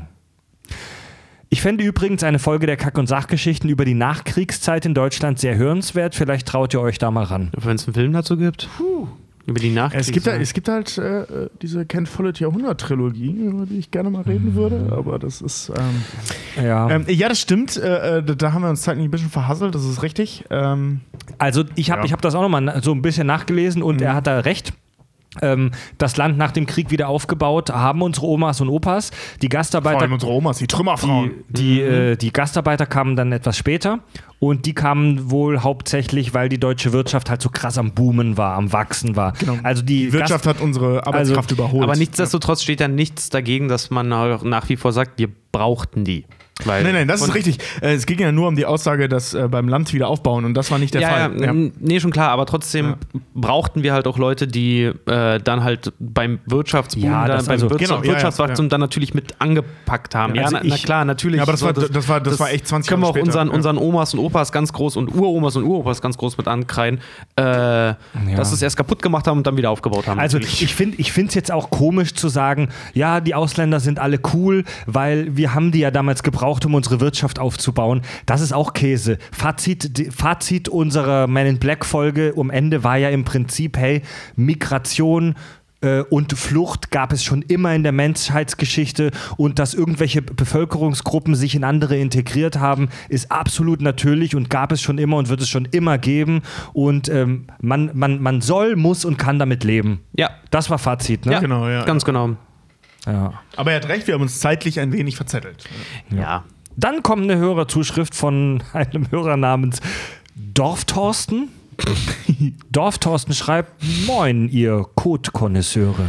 Ich fände übrigens eine Folge der Kack- und Sachgeschichten über die Nachkriegszeit in Deutschland sehr hörenswert. Vielleicht traut ihr euch da mal ran. Wenn es einen Film dazu gibt? Über die Nachkriegszeit. Es gibt halt diese Ken Follett Jahrhundert-Trilogie, über die ich gerne mal reden würde, aber das ist... Ja. Ja, das stimmt. Da haben wir uns zeitlich ein bisschen verhasselt, das ist richtig. Also ich hab das auch nochmal so ein bisschen nachgelesen und er hat da recht. Das Land nach dem Krieg wieder aufgebaut haben unsere Omas und Opas. Die Gastarbeiter, Vor allem unsere Omas, die Trümmerfrauen. die Gastarbeiter kamen dann etwas später und die kamen wohl hauptsächlich, weil die deutsche Wirtschaft halt so krass am Boomen war, am Wachsen war. Genau. Also Die Wirtschaft hat unsere Arbeitskraft überholt. Aber nichtsdestotrotz steht da nichts dagegen, dass man nach wie vor sagt, wir brauchten die. Weil Nein, das ist richtig. Es ging ja nur um die Aussage, dass beim Land wieder aufbauen und das war nicht der Fall. Ja. Nee, schon klar, aber trotzdem brauchten wir halt auch Leute, die dann halt beim Wirtschaftsboom, Wirtschaftswachstum dann natürlich mit angepackt haben. Ja, also na klar, natürlich. Ja, aber das war echt 20 Jahre Jahre später. später. Können wir auch unseren Omas und Opas ganz groß und Uromas und Uropas ganz groß mit ankreiden, dass sie es erst kaputt gemacht haben und dann wieder aufgebaut haben. Also natürlich. ich finde es jetzt auch komisch zu sagen, ja, die Ausländer sind alle cool, weil wir haben die ja damals gebraucht, um unsere Wirtschaft aufzubauen. Das ist auch Käse. Fazit unserer Man in Black Folge am Ende war ja im Prinzip, hey, Migration und Flucht gab es schon immer in der Menschheitsgeschichte und dass irgendwelche Bevölkerungsgruppen sich in andere integriert haben, ist absolut natürlich und gab es schon immer und wird es schon immer geben und man soll, muss und kann damit leben. Ja. Das war Fazit, ne? Ja, Genau, ja. ganz genau. Ja. Aber er hat recht, wir haben uns zeitlich ein wenig verzettelt. Ja. Dann kommt eine Hörerzuschrift von einem Hörer namens Dorftorsten. Dorftorsten schreibt, moin, ihr Kotkonnoisseure.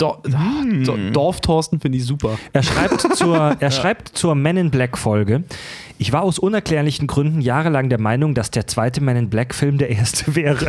Dorftorsten finde ich super. Er schreibt zur Men in Black Folge, ich war aus unerklärlichen Gründen jahrelang der Meinung, dass der zweite Men in Black Film der erste wäre.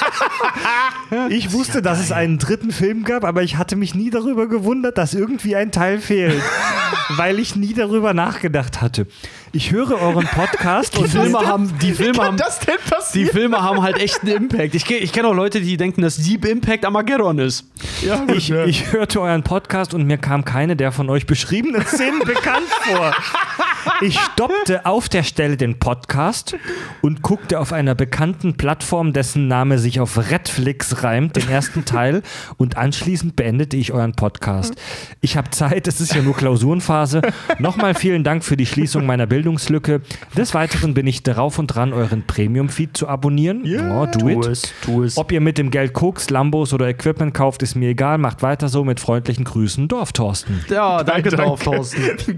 Ich wusste, dass es einen dritten Film gab, aber ich hatte mich nie darüber gewundert, dass irgendwie ein Teil fehlt, weil ich nie darüber nachgedacht hatte. Ich höre euren Podcast und Die Filme passieren? haben halt echt einen Impact. Ich kenne auch Leute, die denken, dass Deep Impact Armageddon ist. Ja, ich hörte euren Podcast und mir kam keine der von euch beschriebenen Szenen bekannt vor. Ich stoppte auf der Stelle den Podcast und guckte auf einer bekannten Plattform, dessen Name sich auf Redflix reimt, den ersten Teil und anschließend beendete ich euren Podcast. Ich habe Zeit, es ist ja nur Klausurenphase. Nochmal vielen Dank für die Schließung meiner Bildungslücke. Des Weiteren bin ich drauf und dran, euren Premium-Feed zu abonnieren. Ja, Tu es. Ob ihr mit dem Geld Koks, Lambos oder Equipment kauft, ist mir egal. Macht weiter so. Mit freundlichen Grüßen, Dorftorsten. Ja, danke. Dorftorsten. Geil, wie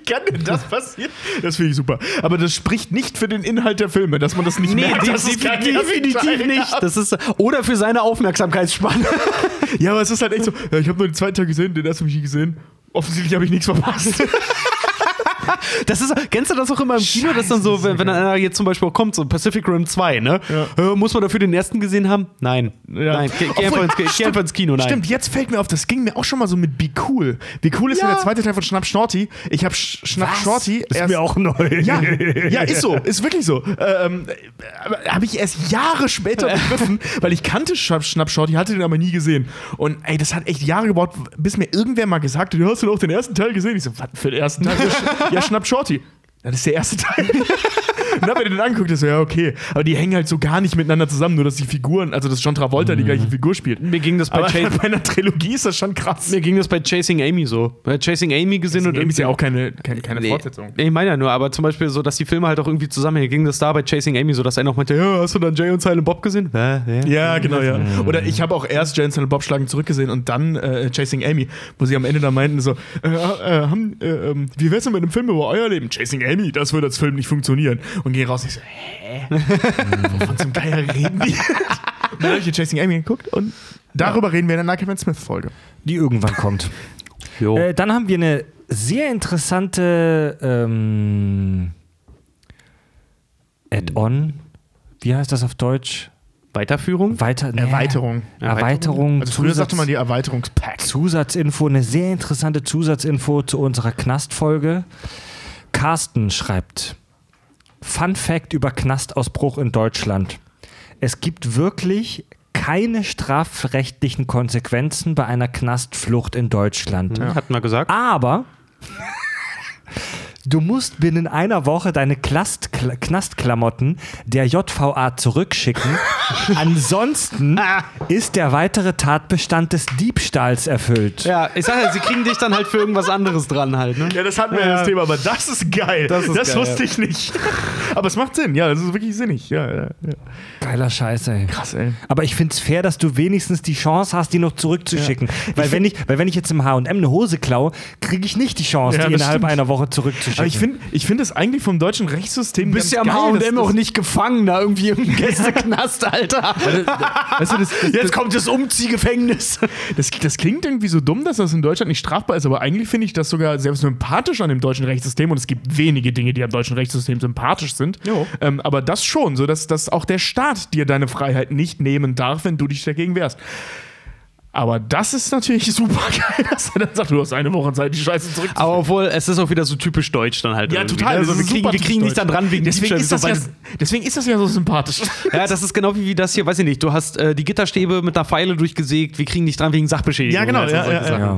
kann denn das passieren? Das finde ich super. Aber das spricht nicht für den Inhalt der Filme, dass man das nicht merkt. Das ist definitiv nicht. Das ist, oder für seine Aufmerksamkeitsspanne. Ja, aber es ist halt echt so, ja, ich habe nur den zweiten Teil gesehen, den ersten habe ich nie gesehen. Offensichtlich habe ich nichts verpasst. Das ist, kennst du das auch immer im Kino, dass dann so, wenn dann einer jetzt zum Beispiel kommt, so Pacific Rim 2, ne? Ja. Muss man dafür den ersten gesehen haben? Nein. Ja. Nein. Geh einfach ins Kino, nein. Stimmt, jetzt fällt mir auf, das ging mir auch schon mal so mit Be Cool. Be Cool ist ja der zweite Teil von Schnapp Shorty. Ich habe Schnapp Shorty erst... Ist mir auch neu. Ja, ist so. Ist wirklich so. Habe ich erst Jahre später begriffen, weil ich kannte Schnapp Shorty, hatte den aber nie gesehen. Und ey, das hat echt Jahre gebraucht, bis mir irgendwer mal gesagt hat, du hast denn auch den ersten Teil gesehen? Ich so, was für den ersten Teil? Ja, Schnapp Shorty. Das ist der erste Teil. Und dann hab ich den angeguckt, ich so, ja, okay. Aber die hängen halt so gar nicht miteinander zusammen, nur dass die Figuren, also dass John Travolta die gleiche Figur spielt. Mir ging das bei bei einer Trilogie ist das schon krass. Mir ging das bei Chasing Amy so. Bei Chasing Amy gesehen Chasing und Amy ist ja auch keine Fortsetzung. Ich meine ja nur, aber zum Beispiel so, dass die Filme halt auch irgendwie zusammenhängen. Ging das da bei Chasing Amy so, dass einer noch meinte, ja, hast du dann Jay und Silent Bob gesehen? Ja, genau, ja. Oder ich habe auch erst Jay und Silent Bob schlagen zurückgesehen und dann Chasing Amy, wo sie am Ende da meinten so, wie wär's denn mit einem Film über euer Leben? Chasing Amy, das würde als Film nicht funktionieren. Und gehen raus und ich so, wovon zum Geier reden die? Und dann habe ich Chasing Amy geguckt und darüber reden wir in der Kevin Smith-Folge. Die irgendwann kommt. Dann haben wir eine sehr interessante Add-on. Wie heißt das auf Deutsch? Weiterführung? Erweiterung. Erweiterung. Also früher sagte man die Erweiterungspack. Zusatzinfo, eine sehr interessante Zusatzinfo zu unserer Knastfolge. Carsten schreibt: Fun Fact über Knastausbruch in Deutschland. Es gibt wirklich keine strafrechtlichen Konsequenzen bei einer Knastflucht in Deutschland. Ja, hatten wir gesagt. Aber du musst binnen einer Woche deine Knastklamotten der JVA zurückschicken. Ansonsten ist der weitere Tatbestand des Diebstahls erfüllt. Ja, ich sag ja, sie kriegen dich dann halt für irgendwas anderes dran halt. Ne? Ja, das hatten wir ja das Thema, aber das ist geil. Das geil, wusste ich nicht. Aber es macht Sinn, ja, das ist wirklich sinnig. Ja. Geiler Scheiß, ey. Krass, ey. Aber ich find's fair, dass du wenigstens die Chance hast, die noch zurückzuschicken. Ja. Weil wenn ich jetzt im H&M eine Hose klaue, kriege ich nicht die Chance, die innerhalb einer Woche zurückzuschicken. Aber ich find das eigentlich vom deutschen Rechtssystem Du bist ja am H&M auch nicht gefangen, da irgendwie im Gästeknast, Alter. Weißt du, jetzt kommt das Umziehgefängnis. Das klingt irgendwie so dumm, dass das in Deutschland nicht strafbar ist, aber eigentlich finde ich das sogar sehr sympathisch an dem deutschen Rechtssystem und es gibt wenige Dinge, die am deutschen Rechtssystem sympathisch sind. Aber das schon, so dass auch der Staat dir deine Freiheit nicht nehmen darf, wenn du dich dagegen wehrst. Aber das ist natürlich super geil, dass er dann sagt, du hast eine Woche Zeit, die Scheiße zurückzuführen. Aber obwohl, es ist auch wieder so typisch deutsch dann halt. Ja, total. Also wir kriegen nicht dann dran wegen deswegen ist das ja so sympathisch. Ja, das ist genau wie das hier, weiß ich nicht, du hast die Gitterstäbe mit einer Pfeile durchgesägt, wir kriegen nicht dran wegen Sachbeschädigung. Ja, genau. Ja.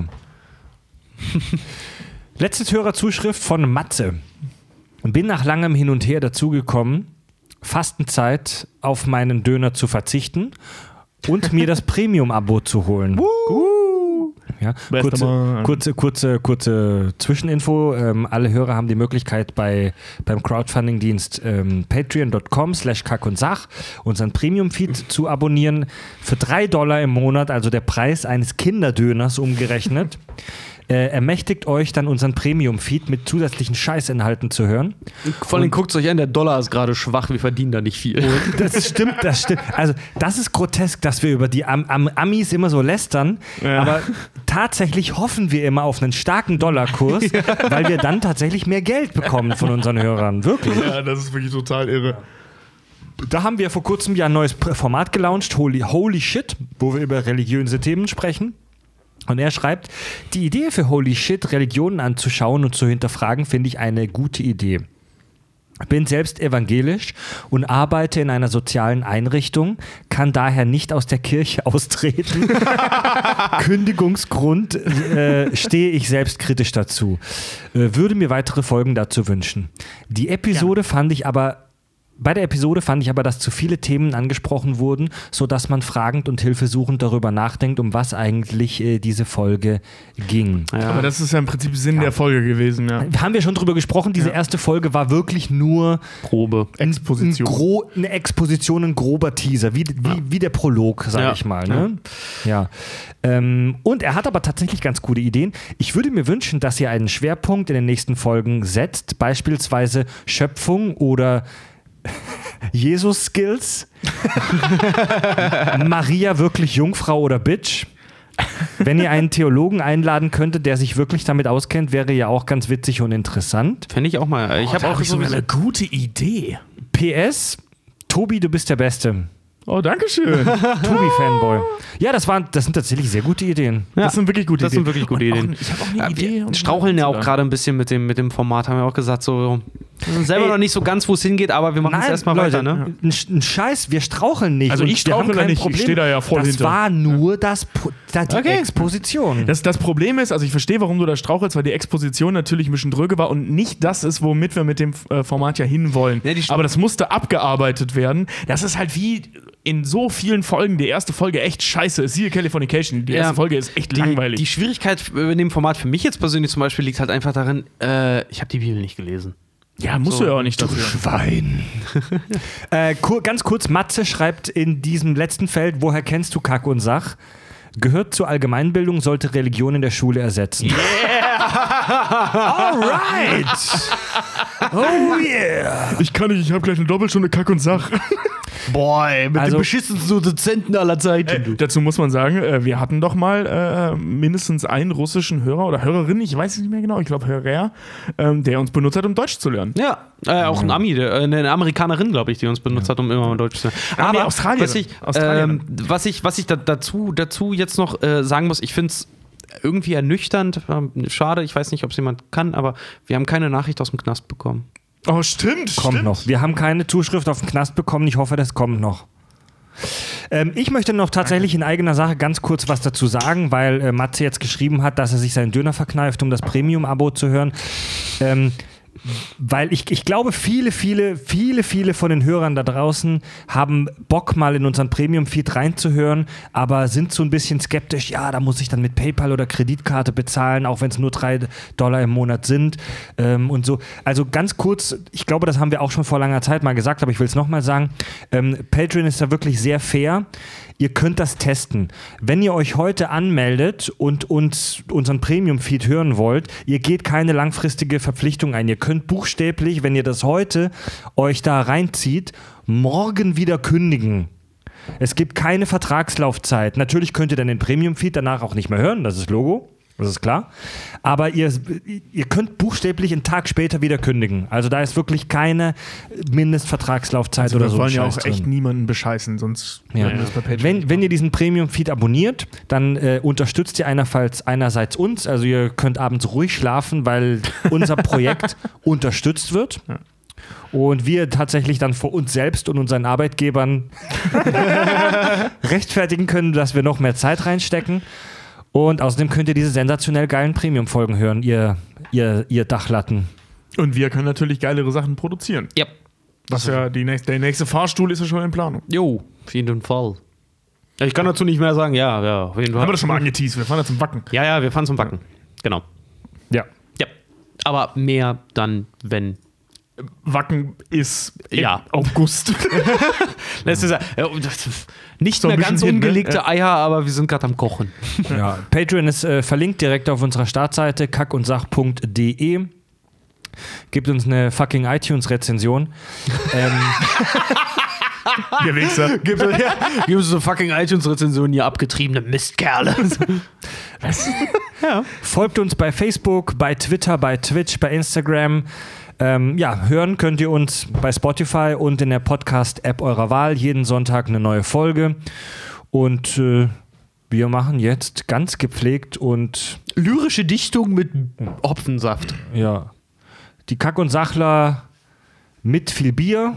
Letzte Hörerzuschrift von Matze. Bin nach langem Hin und Her dazugekommen, Fastenzeit auf meinen Döner zu verzichten und mir das Premium-Abo zu holen. Ja, kurze Zwischeninfo. Alle Hörer haben die Möglichkeit beim Crowdfunding-Dienst patreon.com/kackundsach unseren Premium-Feed zu abonnieren für $3 im Monat, also der Preis eines Kinderdöners umgerechnet. Ermächtigt euch dann unseren Premium-Feed mit zusätzlichen Scheißinhalten zu hören. Vor allem guckt es euch an, der Dollar ist gerade schwach, wir verdienen da nicht viel. Das stimmt. Also das ist grotesk, dass wir über die Amis immer so lästern, aber tatsächlich hoffen wir immer auf einen starken Dollarkurs, weil wir dann tatsächlich mehr Geld bekommen von unseren Hörern. Wirklich. Ja, das ist wirklich total irre. Da haben wir vor kurzem ja ein neues Format gelauncht, Holy Shit, wo wir über religiöse Themen sprechen. Und er schreibt, die Idee für Holy Shit, Religionen anzuschauen und zu hinterfragen, finde ich eine gute Idee. Bin selbst evangelisch und arbeite in einer sozialen Einrichtung, kann daher nicht aus der Kirche austreten. Kündigungsgrund stehe ich selbst kritisch dazu. Würde mir weitere Folgen dazu wünschen. Die Episode fand ich aber Bei der Episode fand ich aber, dass zu viele Themen angesprochen wurden, sodass man fragend und hilfesuchend darüber nachdenkt, um was eigentlich diese Folge ging. Ja. Aber das ist ja im Prinzip Sinn der Folge gewesen, ja. Haben wir schon drüber gesprochen, diese erste Folge war wirklich nur Probe. Exposition. eine Exposition, ein grober Teaser, wie der Prolog, sag ich mal. Ne? Ja. Und er hat aber tatsächlich ganz gute Ideen. Ich würde mir wünschen, dass ihr einen Schwerpunkt in den nächsten Folgen setzt, beispielsweise Schöpfung oder Jesus-Skills. Maria wirklich Jungfrau oder Bitch. Wenn ihr einen Theologen einladen könntet, der sich wirklich damit auskennt, wäre ja auch ganz witzig und interessant. Fände ich auch mal. Ich habe auch so eine gute Idee. PS, Tobi, du bist der Beste. Oh, danke schön. Tobi-Fanboy. Ja, das sind tatsächlich sehr gute Ideen. Das sind wirklich gute Ideen. Das sind wirklich gute Ideen. Ich habe auch eine Idee. Wir straucheln ja auch gerade ein bisschen mit dem Format, haben wir auch gesagt, so selber noch nicht so ganz, wo es hingeht, aber wir machen es erstmal weiter, ne? Ein Scheiß, wir straucheln nicht. Also ich strauchle da nicht, ich stehe da ja voll das hinter. Das war nur die Exposition. Das Problem ist, also ich verstehe, warum du da strauchelst, weil die Exposition natürlich ein bisschen dröge war und nicht das ist, womit wir mit dem Format ja hinwollen. Ja, aber das musste abgearbeitet werden. Das ist halt wie in so vielen Folgen die erste Folge echt scheiße ist. Siehe Californication, die erste Folge ist echt langweilig. Die Schwierigkeit in dem Format für mich jetzt persönlich zum Beispiel liegt halt einfach darin, ich habe die Bibel nicht gelesen. Ja, musst du ja auch nicht dafür. Schwein. Ganz kurz, Matze schreibt in diesem letzten Feld, woher kennst du Kack und Sach? Gehört zur Allgemeinbildung, sollte Religion in der Schule ersetzen. Alright! Oh yeah! Ich kann nicht, ich habe gleich eine Doppelstunde Kack und Sach. Boah, ey, mit dem beschissensten Dozenten aller Zeiten. Dazu muss man sagen, wir hatten doch mal mindestens einen russischen Hörer oder Hörerin, ich weiß es nicht mehr genau, ich glaube Hörer, der uns benutzt hat, um Deutsch zu lernen. Ja, auch ein Ami, eine Amerikanerin, glaube ich, die uns benutzt hat, um immer mal Deutsch zu lernen. Aber was ich dazu jetzt noch sagen muss, ich finde es irgendwie ernüchternd, schade, ich weiß nicht, ob es jemand kann, aber wir haben keine Nachricht aus dem Knast bekommen. Oh, stimmt. Kommt noch. Wir haben keine Zuschrift auf den Knast bekommen. Ich hoffe, das kommt noch. Ich möchte noch tatsächlich in eigener Sache ganz kurz was dazu sagen, weil Matze jetzt geschrieben hat, dass er sich seinen Döner verkneift, um das Premium-Abo zu hören. Weil ich glaube, viele von den Hörern da draußen haben Bock, mal in unseren Premium-Feed reinzuhören, aber sind so ein bisschen skeptisch, ja, da muss ich dann mit PayPal oder Kreditkarte bezahlen, auch wenn es nur $3 im Monat sind und so. Also ganz kurz, ich glaube, das haben wir auch schon vor langer Zeit mal gesagt, aber ich will es nochmal sagen, Patreon ist da wirklich sehr fair. Ihr könnt das testen. Wenn ihr euch heute anmeldet und unseren Premium-Feed hören wollt, ihr geht keine langfristige Verpflichtung ein. Ihr könnt buchstäblich, wenn ihr das heute euch da reinzieht, morgen wieder kündigen. Es gibt keine Vertragslaufzeit. Natürlich könnt ihr dann den Premium-Feed danach auch nicht mehr hören, das ist Logo. Das ist klar. Aber ihr könnt buchstäblich einen Tag später wieder kündigen. Also da ist wirklich keine Mindestvertragslaufzeit also oder so. Wir wollen ja auch echt niemanden bescheißen, sonst das bei Patreon. Wenn ihr diesen Premium-Feed abonniert, dann unterstützt ihr einerseits uns. Also ihr könnt abends ruhig schlafen, weil unser Projekt unterstützt wird. Ja. Und wir tatsächlich dann vor uns selbst und unseren Arbeitgebern rechtfertigen können, dass wir noch mehr Zeit reinstecken. Und außerdem könnt ihr diese sensationell geilen Premium-Folgen hören, ihr Dachlatten. Und wir können natürlich geilere Sachen produzieren. Ja. Was ja der nächste Fahrstuhl ist ja schon in Planung. Jo, auf jeden Fall. Ich kann dazu nicht mehr sagen, ja, auf jeden Fall. Haben wir das schon mal angeteased, wir fahren da zum Wacken. Ja, wir fahren zum Wacken. Genau. Ja. Aber mehr dann, wenn Wacken ist im August. Das ist nicht so mehr ganz ungelegte Eier, aber wir sind gerade am Kochen. Ja. Patreon ist verlinkt direkt auf unserer Startseite kackundsach.de. Gibt uns eine fucking iTunes-Rezension. Ihr Wichser. Gibt uns eine fucking iTunes-Rezension, ihr abgetriebene Mistkerle. Was? Ja. Folgt uns bei Facebook, bei Twitter, bei Twitch, bei Instagram. Hören könnt ihr uns bei Spotify und in der Podcast-App eurer Wahl. Jeden Sonntag eine neue Folge. Und wir machen jetzt ganz gepflegt und lyrische Dichtung mit Hopfensaft. Ja. Die Kack- und Sachler mit viel Bier.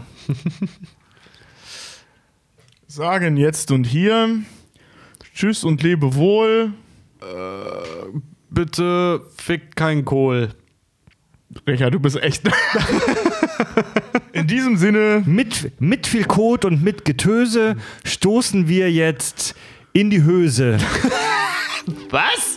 Sagen jetzt und hier Tschüss und lebe wohl. Bitte fick kein Kohl. Richard, du bist echt. In diesem Sinne. Mit viel Kot und mit Getöse stoßen wir jetzt in die Höse. Was?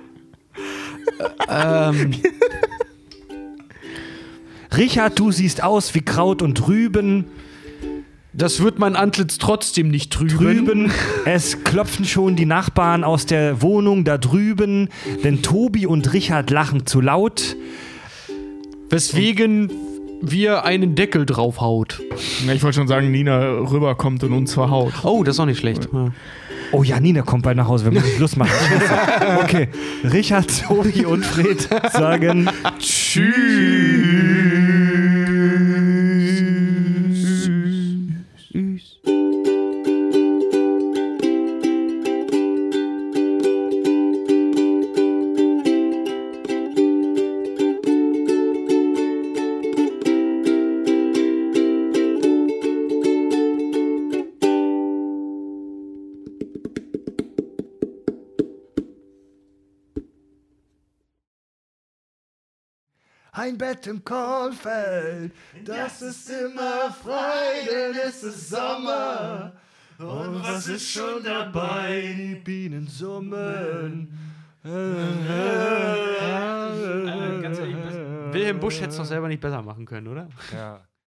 Richard, du siehst aus wie Kraut und Rüben. Das wird mein Antlitz trotzdem nicht trüben. Es klopfen schon die Nachbarn aus der Wohnung da drüben, denn Tobi und Richard lachen zu laut. Weswegen wir einen Deckel draufhaut. Ja, ich wollte schon sagen, Nina rüberkommt und uns verhaut. Oh, das ist auch nicht schlecht. Ja. Oh ja, Nina kommt bald nach Hause, wir müssen Schluss machen. Okay, Richard, Tobi und Fred sagen Tschüss. Ein Bett im Kornfeld, das ist immer frei, denn es ist Sommer. Und was ist schon dabei? Die Bienen summen. Ganz ehrlich, Wilhelm Busch hätte es doch selber nicht besser machen können, oder? Ja.